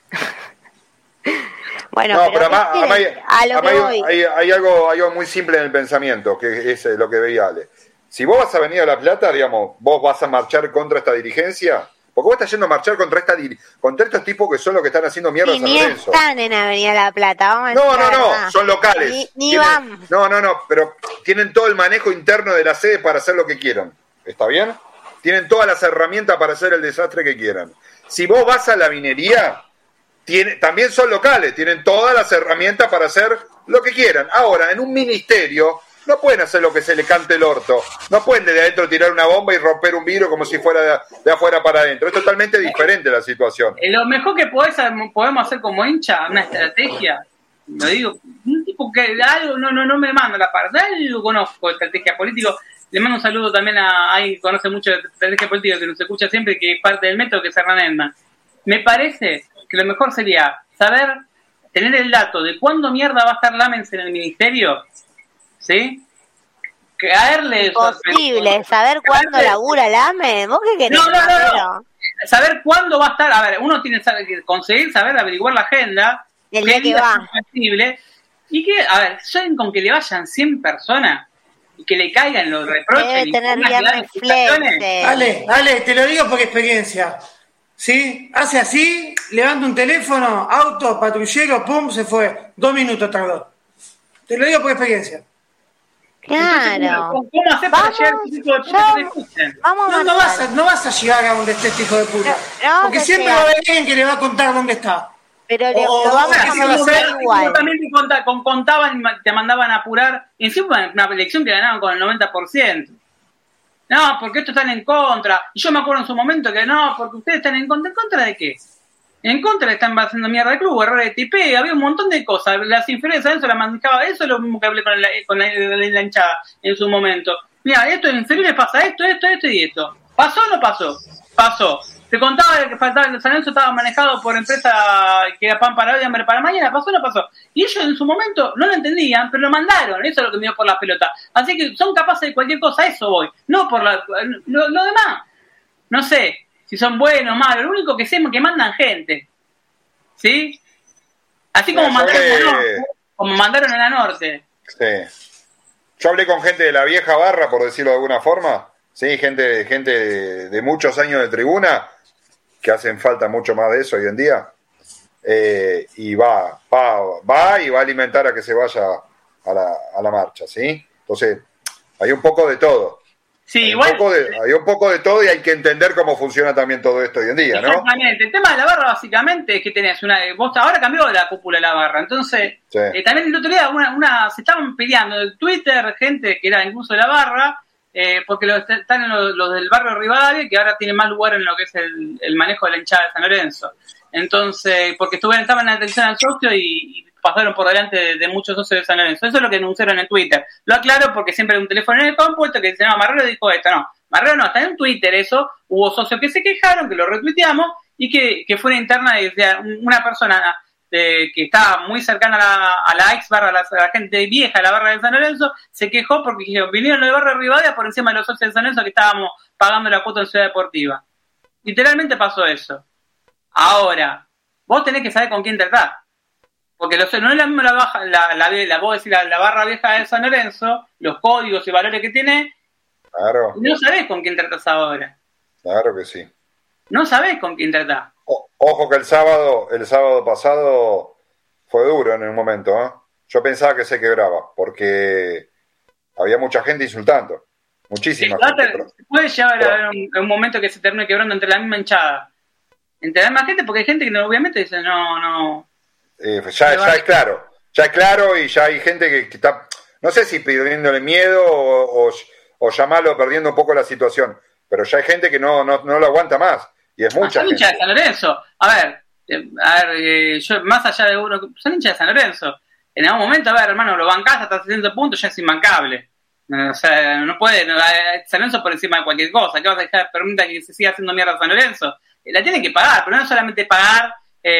Bueno, no, pero además hay algo muy simple en el pensamiento, que es lo que veía Ale. Si vos vas a venir a La Plata, digamos, vos vas a marchar contra esta dirigencia, Porque vos estás yendo a marchar contra estos tipos que son los que están haciendo mierda a Y San ni Lorenzo. están en Avenida La Plata, vamos a No, decir la no, verdad. no, son locales. Ni van. No, pero tienen todo el manejo interno de la sede para hacer lo que quieran. ¿Está bien? Tienen todas las herramientas para hacer el desastre que quieran. Si vos vas a la minería, también son locales, tienen todas las herramientas para hacer lo que quieran. Ahora, en un ministerio, no pueden hacer lo que se le cante el orto. No pueden desde adentro tirar una bomba y romper un vidrio como si fuera de afuera para adentro. Es totalmente diferente la situación. Lo mejor que podemos hacer como hincha, una estrategia, lo digo, un tipo que algo no me manda la parte, algo conozco de estrategia política. Le mando un saludo también a alguien que conoce mucho de estrategia política, que nos escucha siempre, que es parte del método, que es Hernán Edman. Me parece que lo mejor sería tener el dato de cuándo mierda va a estar Lamens en el ministerio, ¿sí? Caerle Imposible, saber cuándo labura Lamens. ¿Vos qué querés? No. Saber cuándo va a estar, a ver, uno tiene que conseguir saber averiguar la agenda, el día que va. Y que, a ver, ¿saben con que le vayan 100 personas? Y que le caigan los reproches. Debe tener viernes flex. Ale, te lo digo por experiencia. ¿Sí? Hace así, levanta un teléfono, auto, patrullero, pum, se fue. 2 minutos tardó. Te lo digo por experiencia. Claro. Entonces, ¿cómo hacer para llegar a este tipo de puta que te escuchen? No vas a llegar a donde esté este hijo de puta. Porque siempre va a haber alguien que le va a contar dónde está. Pero lo vamos a hacer igual. También contaban, te mandaban a apurar. Encima una elección que ganaban con el 90%. No, porque estos están en contra. Y yo me acuerdo en su momento que no, porque ustedes están en contra. ¿En contra de qué? En contra le están haciendo mierda de club, errores de TP, había un montón de cosas. Las inferiores a eso las manejaba. Eso es lo mismo que hablé con la hinchada en su momento. Mira, esto en inferiores pasa esto y esto. ¿Pasó o no pasó? Pasó. Te contaba que faltaba el San Lorenzo estaba manejado por empresa que era pan para hoy, hambre para mañana. ¿Pasó o no pasó? Y ellos en su momento no lo entendían, pero lo mandaron. Eso es lo que me dio por la pelota. Así que son capaces de cualquier cosa, eso voy. No por lo demás. No sé si son buenos o malos. Lo único que sé es que mandan gente. ¿Sí? Así como mandaron en la norte. Sí. Yo hablé con gente de la vieja barra, por decirlo de alguna forma. Sí, gente de muchos años de tribuna, que hacen falta mucho más de eso hoy en día. Y va y va a alimentar a que se vaya a la marcha, ¿sí? Entonces, hay un poco de todo. Sí, hay igual. Hay un poco de todo y hay que entender cómo funciona también todo esto hoy en día, ¿no? Exactamente. El tema de la barra básicamente es que tenés vos ahora cambió la cúpula de la barra, entonces sí. También el otro día se estaban peleando en Twitter, gente que era incluso de la barra, porque están los del barrio Rivadavia, que ahora tienen más lugar en lo que es el manejo de la hinchada de San Lorenzo. Entonces, porque estaban en atención al socio y pasaron por delante de muchos socios de San Lorenzo. Eso es lo que anunciaron en Twitter. Lo aclaro porque siempre hay un teléfono en el compuesto que se llama Marrero y dijo esto. No, Marrero no, está en Twitter eso. Hubo socios que se quejaron, que lo retuiteamos y que fue una interna de una persona que estaba muy cercana a la ex barra, a la gente vieja de la barra de San Lorenzo, se quejó porque vinieron los de barra de Rivadavia por encima de los socios de San Lorenzo que estábamos pagando la cuota en Ciudad Deportiva. Literalmente pasó eso. Ahora, vos tenés que saber con quién tratar. Porque no es la misma la barra vieja de San Lorenzo, los códigos y valores que tiene. Claro. No sabés con quién tratás ahora. Claro que sí. No sabés con quién tratás. Ojo que el sábado pasado fue duro en un momento, ¿eh? Yo pensaba que se quebraba, porque había mucha gente insultando. Muchísima gente. Puede llegar a haber un momento que se termine quebrando entre la misma hinchada. Entre la misma gente, porque hay gente que obviamente dice no. Ya es claro y ya hay gente que está, no sé si pidiéndole miedo o llamarlo perdiendo un poco la situación, pero ya hay gente que no lo aguanta más y es mucha gente. Son hinchas de San Lorenzo. A ver, yo más allá de uno, son hinchas de San Lorenzo. En algún momento, a ver, hermano, lo bancás hasta 70 puntos, ya es imbancable. O sea, no puede, San Lorenzo por encima de cualquier cosa. ¿Qué vas a dejar? Permita que se siga haciendo mierda a San Lorenzo. La tienen que pagar, pero no solamente pagar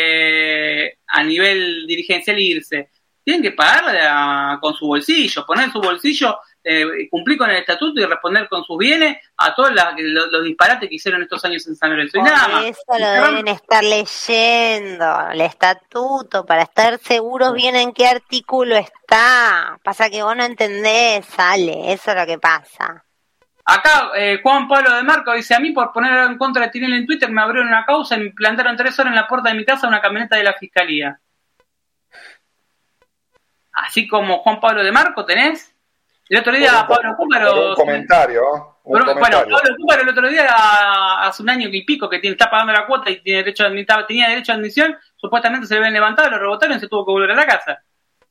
a nivel dirigencial e irse. Tienen que pagarla con su bolsillo, poner en su bolsillo, cumplir con el estatuto y responder con sus bienes a todos los disparates que hicieron estos años en San Lorenzo. Y nada más. Eso lo deben estar leyendo, el estatuto, para estar seguros bien en qué artículo está. Pasa que vos no entendés, Ale, eso es lo que pasa. Acá Juan Pablo de Marco dice, a mí por poner en contra de Tinelli en Twitter me abrieron una causa y me plantaron 3 horas en la puerta de mi casa una camioneta de la fiscalía. Así como Juan Pablo de Marco tenés. El otro día Pablo Cúparo... Un comentario. Bueno, Pablo Cúparo el otro día, hace un año y pico, que está pagando la cuota y tenía derecho a admisión, supuestamente se le habían levantado, lo rebotaron y se tuvo que volver a la casa.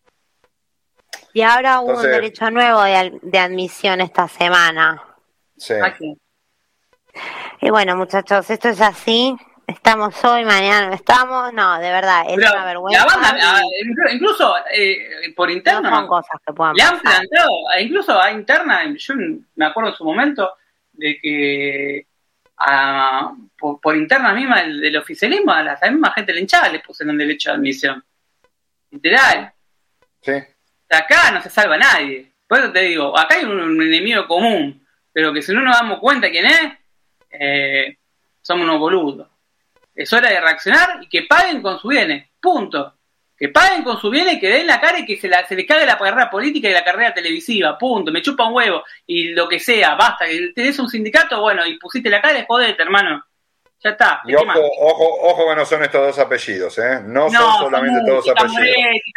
Y ahora hubo un derecho nuevo de admisión esta semana. Sí. Aquí. Y bueno, muchachos, esto es así. Estamos hoy, mañana no estamos. No, de verdad, es una vergüenza. La banda, incluso por interno, no son cosas que puedan le han pasar. planteado, incluso a interna, yo me acuerdo en su momento de que por interna misma del oficialismo a la misma gente linchada le pusieron derecho de admisión. Literal. Sí. Acá no se salva nadie. Por eso te digo, acá hay un enemigo común, pero que si no nos damos cuenta quién es, somos unos boludos. Es hora de reaccionar y que paguen con su bienes. Punto. Que paguen con su bienes, que den la cara y que se les cague la carrera política y la carrera televisiva. Punto. Me chupa un huevo. Y lo que sea, basta. Que tenés un sindicato, bueno, y pusiste la cara, jodete, hermano. Ya está. Y ojo que no son estos dos apellidos, ¿eh? No son solamente todos apellidos.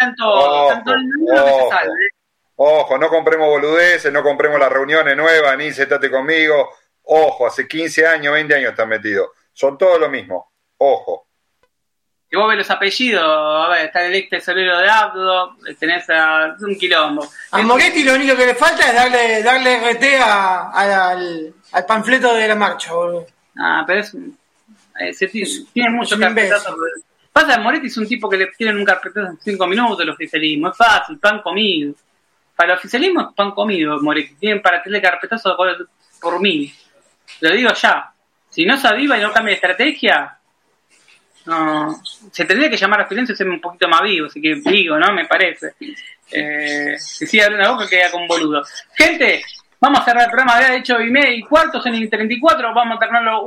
Ojo, no compremos boludeces, no compremos las reuniones nuevas, ni sentate conmigo. Ojo, hace 15 años, 20 años están metidos. Son todos lo mismo. Ojo. Si vos ves los apellidos, a ver, está el ex tesorero de Abdo, tenés un quilombo. A Moretti lo único que le falta es darle RT al panfleto de la marcha, boludo. Pero tiene mucho carpetazo. Pasa, Moretti es un tipo que le tienen un carpetazo en 5 minutos el oficialismo. Es fácil, pan comido. Para el oficialismo es pan comido, Moretti. Tienen para tener carpetazo por mí. Lo digo ya. Si no se aviva y no cambia de estrategia, no, se tendría que llamar a silencio y ser un poquito más vivo, así que digo, ¿no? Me parece. Si sigue abriendo la boca queda con boludo. Gente, vamos a cerrar el programa, había hecho 1:15, son 34, vamos a terminarlo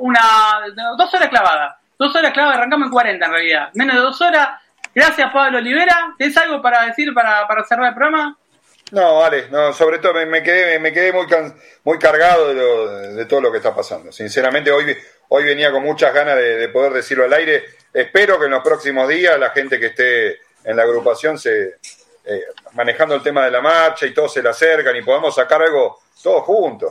2 horas clavadas. 2 horas clavadas, arrancamos en 40 en realidad. Menos de 2 horas. Gracias, Pablo Olivera. ¿Tienes algo para decir para cerrar el programa? No, vale, no, sobre todo me quedé muy cargado de todo lo que está pasando. Sinceramente, hoy venía con muchas ganas de poder decirlo al aire. Espero que en los próximos días la gente que esté en la agrupación manejando el tema de la marcha y todos se le acercan y podamos sacar algo todos juntos,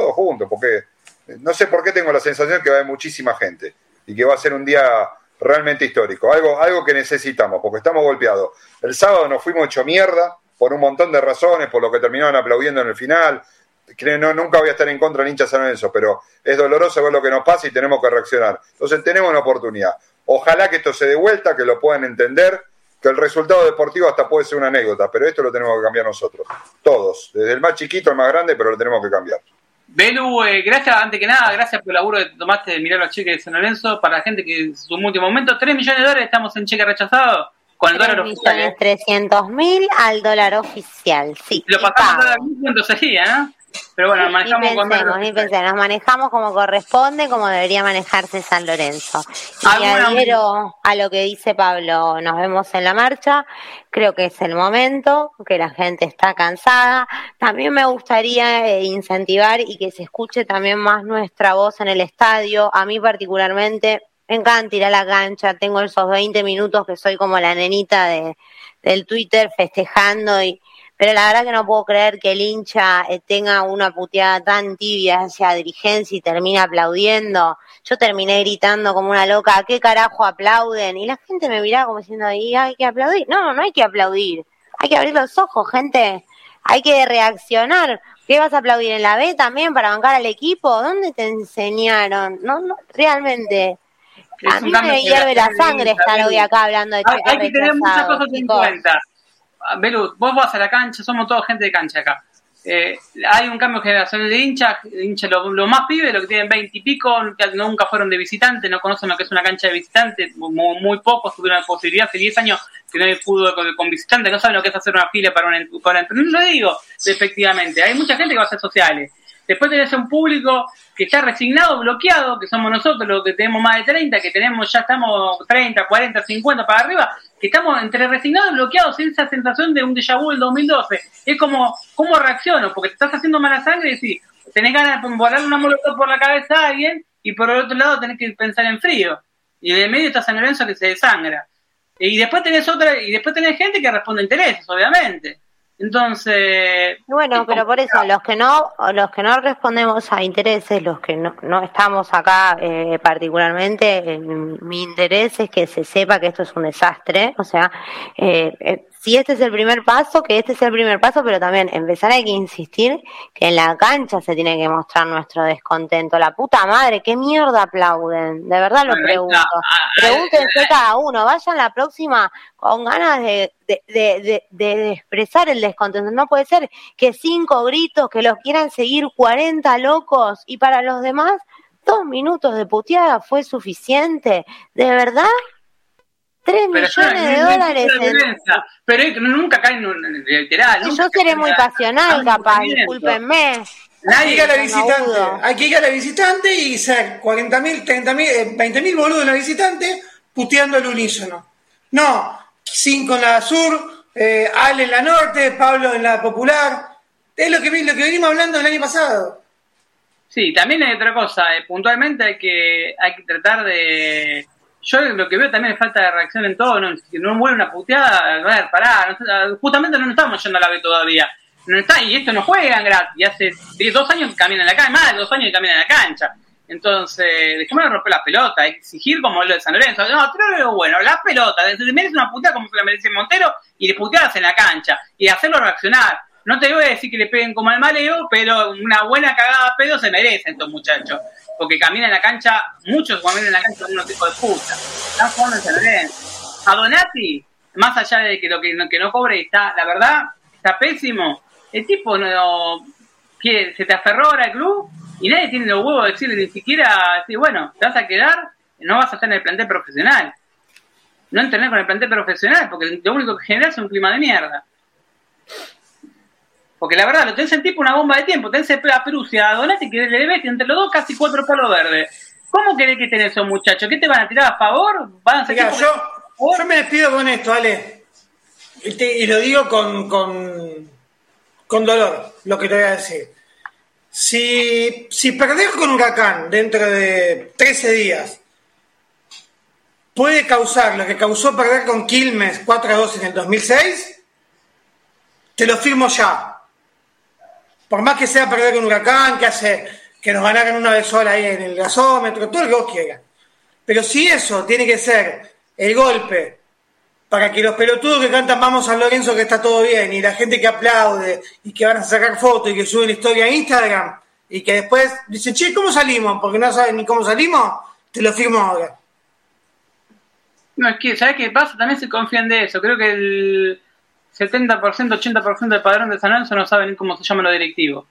porque no sé por qué tengo la sensación que va a haber muchísima gente y que va a ser un día realmente histórico, algo que necesitamos, porque estamos golpeados. El sábado nos fuimos hecho mierda por un montón de razones, por lo que terminaron aplaudiendo en el final. Nunca voy a estar en contra del hincha San Lorenzo, pero es doloroso ver lo que nos pasa y tenemos que reaccionar. Entonces tenemos una oportunidad. Ojalá que esto se dé vuelta, que lo puedan entender, que el resultado deportivo hasta puede ser una anécdota, pero esto lo tenemos que cambiar nosotros. Todos, desde el más chiquito al más grande, pero lo tenemos que cambiar. Belu, gracias, antes que nada, gracias por el laburo que tomaste de mirar los cheques de San Lorenzo. Para la gente que en su último momento, $3 millones, estamos en cheque rechazado. Con el dólar oficial. 300.000 al dólar oficial, sí. Lo pasamos a dólar, ¿cuánto sería, no? Pero bueno, nos manejamos nos manejamos como corresponde, como debería manejarse San Lorenzo. Y adhiero a lo que dice Pablo, nos vemos en la marcha, creo que es el momento, que la gente está cansada. También me gustaría incentivar y que se escuche también más nuestra voz en el estadio. A mí particularmente me encanta ir a la cancha, tengo esos 20 minutos que soy como la nenita del Twitter festejando pero la verdad que no puedo creer que el hincha tenga una puteada tan tibia hacia dirigencia y termine aplaudiendo. Yo terminé gritando como una loca, ¿a qué carajo aplauden? Y la gente me miraba como diciendo, ¿y hay que aplaudir? No hay que aplaudir. Hay que abrir los ojos, gente. Hay que reaccionar. ¿Qué vas a aplaudir en la B también para bancar al equipo? ¿Dónde te enseñaron? No, realmente. A mí me hierve la sangre estar hoy acá hablando de cheques rechazados. Hay que tener muchas cosas en chicos. cuenta. Belu, vos vas a la cancha, somos toda gente de cancha acá. Hay un cambio generacional de hinchas, los más pibes, los que tienen 20 y pico, nunca fueron de visitante, no conocen lo que es una cancha de visitante, muy pocos tuvieron la posibilidad, hace 10 años que no hay fútbol con visitantes, no saben lo que es hacer una fila para no lo digo despectivamente, hay mucha gente que va a ser sociales. Después tenés un público que está resignado, bloqueado, que somos nosotros los que tenemos más de 30, que ya estamos 30, 40, 50 para arriba, que estamos entre resignados y bloqueados, esa sensación de un déjà vu del 2012. Es como, ¿cómo reacciono? Porque te estás haciendo mala sangre y decís, tenés ganas de volarle una molotov por la cabeza a alguien, y por el otro lado tenés que pensar en frío. Y en el medio está San Lorenzo que se desangra. Y después tenés gente que responde a intereses, obviamente. Entonces... Bueno, pero por eso, los que no respondemos a intereses, los que no estamos acá particularmente, mi interés es que se sepa que esto es un desastre. O sea, si este es el primer paso, que este es el primer paso, pero también empezar hay que insistir que en la cancha se tiene que mostrar nuestro descontento. La puta madre, ¿qué mierda aplauden? De verdad lo pregunto. Pregúntense cada uno, vayan la próxima con ganas de expresar el descontento. No puede ser que 5 gritos que los quieran seguir 40 locos y para los demás 2 minutos de puteada fue suficiente. ¿De verdad? 3 millones de dólares. Pero nunca caen literal. Yo seré muy pasional, capaz, discúlpenme. Hay que ir a la visitante y ser 40.000, 30.000, 20.000 boludos en la visitante puteando al unísono. No, 5 en la sur, Ale en la norte, Pablo en la popular. Es lo que venimos hablando el año pasado. Sí, también hay otra cosa. Puntualmente hay que tratar de... Yo lo que veo también es falta de reacción en todo. Si no vuelve una puteada, a ver, pará. Justamente no nos estamos yendo a la B todavía. No está, y esto no juegan gratis. Y hace 2 años que caminan en la cancha, más de 2 años que caminan en la cancha. Entonces, dejémosle romper las pelotas, exigir como lo de San Lorenzo. No, pero bueno, las pelotas, te mereces una puteada como se la merece Montero y le puteadas en la cancha y hacerlo reaccionar. No te voy a decir que le peguen como al maleo, pero una buena cagada a pedo se merecen estos muchachos. Porque caminan en la cancha, muchos caminan en la cancha son unos hijos de puta. Están jugando en San Lorenzo. A Donati, más allá de que lo que no cobre está, la verdad, está pésimo. El tipo se te aferró ahora al club y nadie tiene los huevos de decirle, ni siquiera decir, bueno, te vas a quedar, no vas a estar en el plantel profesional. No entrenar con el plantel profesional, porque lo único que genera es un clima de mierda. Porque la verdad, lo tenés el tipo una bomba de tiempo, tenés a Perusia, a Donati, que le debes entre los dos casi 4 palos verdes. ¿Cómo querés que tenés esos muchachos? ¿Qué te van a tirar a favor? ¿Van a seguir yo me despido con esto, Ale. Y lo digo con dolor, lo que te voy a decir. Si perdés con Huracán dentro de 13 días puede causar lo que causó perder con Quilmes 4-2 en el 2006, te lo firmo ya. Por más que sea perder con Huracán, que nos ganaran una vez sola ahí en el gasómetro, todo lo que vos quieras. Pero si eso tiene que ser el golpe para que los pelotudos que cantan Vamos San Lorenzo que está todo bien, y la gente que aplaude, y que van a sacar fotos y que suben historia a Instagram, y que después dicen, che, ¿cómo salimos? Porque no saben ni cómo salimos, te lo firmo ahora. No, es que, ¿sabes qué pasa? También se confían de eso. Creo que el 70%, 80% del padrón de San Lorenzo no saben ni cómo se llaman los directivos.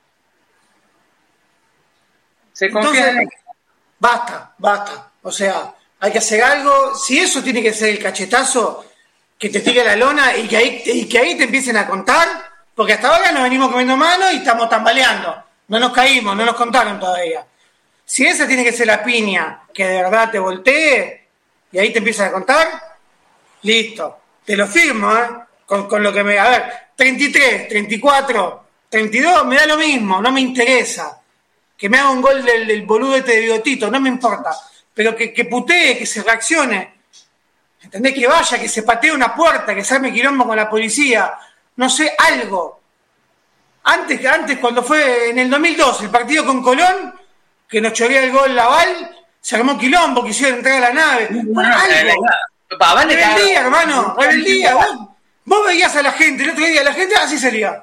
Se confían en eso. Basta. O sea, hay que hacer algo. Si eso tiene que ser el cachetazo que te tire la lona y que ahí te empiecen a contar, porque hasta ahora nos venimos comiendo mano y estamos tambaleando. No nos caímos, no nos contaron todavía. Si esa tiene que ser la piña que de verdad te voltee y ahí te empiezan a contar, listo. Te lo firmo, con lo que me... A ver, 33, 34, 32, me da lo mismo, no me interesa. Que me haga un gol del boludo este de bigotito, no me importa. Pero que putee, que se reaccione. ¿Entendés? Que vaya, que se patee una puerta, que se arme quilombo con la policía. No sé, algo. Antes cuando fue en el 2002, el partido con Colón, que nos chorea el gol Laval, se armó quilombo, quisieron entrar a la nave. Bueno, algo. Rebeldía, hermano, rebeldía. Vos veías a la gente, el otro día la gente así sería.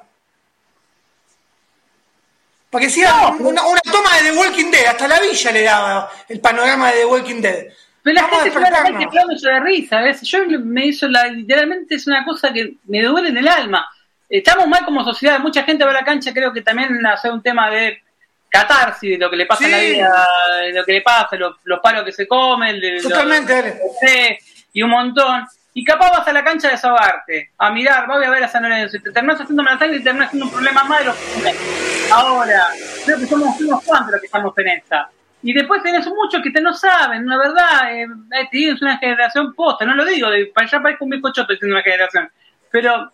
Parecía una toma de The Walking Dead, hasta la villa le daba el panorama de The Walking Dead. Pero la gente claramente plándose de risa a veces. Yo me hizo literalmente es una cosa que me duele en el alma. Estamos mal como sociedad, mucha gente va a la cancha, creo que también hace un tema de catarsis, de lo que le pasa en la vida, de lo que le pasa, los palos que se comen, totalmente, y un montón. Y capaz vas a la cancha a desahogarte, a mirar, voy a ver a San Lorenzo, y te terminás haciendo mala sangre y te terminás haciendo un problema más de lo que tenés. Ahora, creo que somos unos cuantos los que estamos en esta. Y después tenés muchos que no saben, la verdad, te digo, es una generación posta, no lo digo, para allá parezco un viejo choto diciendo una generación, pero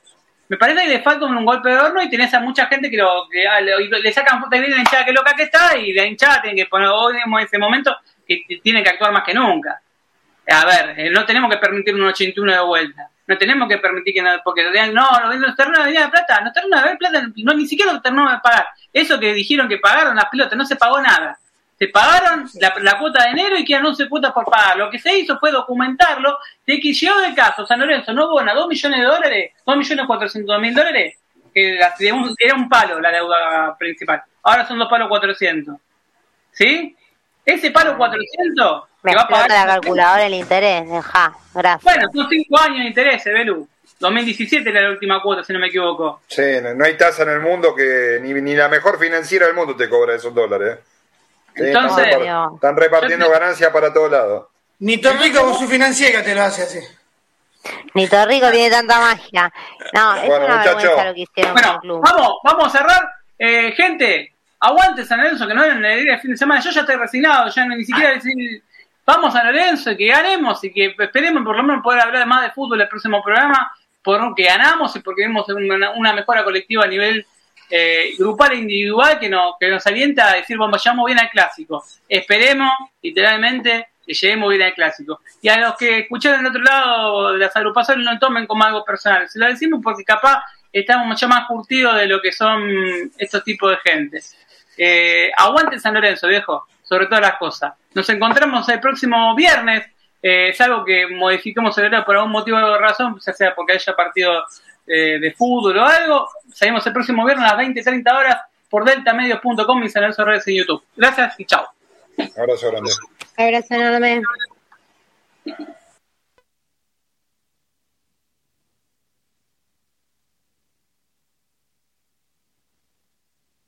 Me parece que le falta un golpe de horno y tenés a mucha gente que le sacan fotos de la hinchada que loca que está y la hinchada tiene que poner hoy en ese momento que tiene que actuar más que nunca. A ver, no tenemos que permitir un 81 de vuelta. No tenemos que permitir que porque digan, no los terrenos de Avenida de Plata, los terrenos de Avenida de Plata, no, ni siquiera los terrenos de pagar. Eso que dijeron que pagaron las pelotas, no se pagó nada. Se pagaron la cuota de enero y quedan 11 cuotas por pagar. Lo que se hizo fue documentarlo de que llegó de caso San Lorenzo no abona $2 millones, $2.400.000, que era un palo la deuda principal. Ahora son 2 palos 400. ¿Sí? Ese palo 400 me que va a pagar la calculadora el interés, gracias. Bueno, son 5 años de interés, Belu. 2017 era la última cuota, si no me equivoco. Sí, no hay tasa en el mundo que ni la mejor financiera del mundo te cobra esos dólares. Sí, entonces, están repartiendo ganancias para todos lados. Ni Torrico con su financiera te lo hace así. Ni Torrico tiene tanta magia. No, es bueno, una muchacho, vergüenza lo que hicieron con el club. Vamos a cerrar. Gente, aguante San Lorenzo, que no era el fin de semana. Yo ya estoy resignado, ya ni siquiera decir vamos a Lorenzo y que ganemos y que esperemos por lo menos poder hablar más de fútbol el próximo programa, porque ganamos y porque vemos una mejora colectiva a nivel grupal e individual que nos alienta a decir vayamos bien al clásico. Esperemos, literalmente, que lleguemos bien al clásico. Y a los que escucharon del otro lado de las agrupaciones no tomen como algo personal. Se lo decimos porque capaz estamos mucho más curtidos de lo que son estos tipos de gente. Aguante San Lorenzo, viejo, sobre todas las cosas. Nos encontramos el próximo viernes, salvo que modifiquemos el horario por algún motivo o razón, ya sea porque haya partido de fútbol o algo. Salimos el próximo viernes a las 20:30 horas por deltamedios.com y San Lorenzo Redes en YouTube. Gracias y chao. Abrazo grande. Abrazo enorme.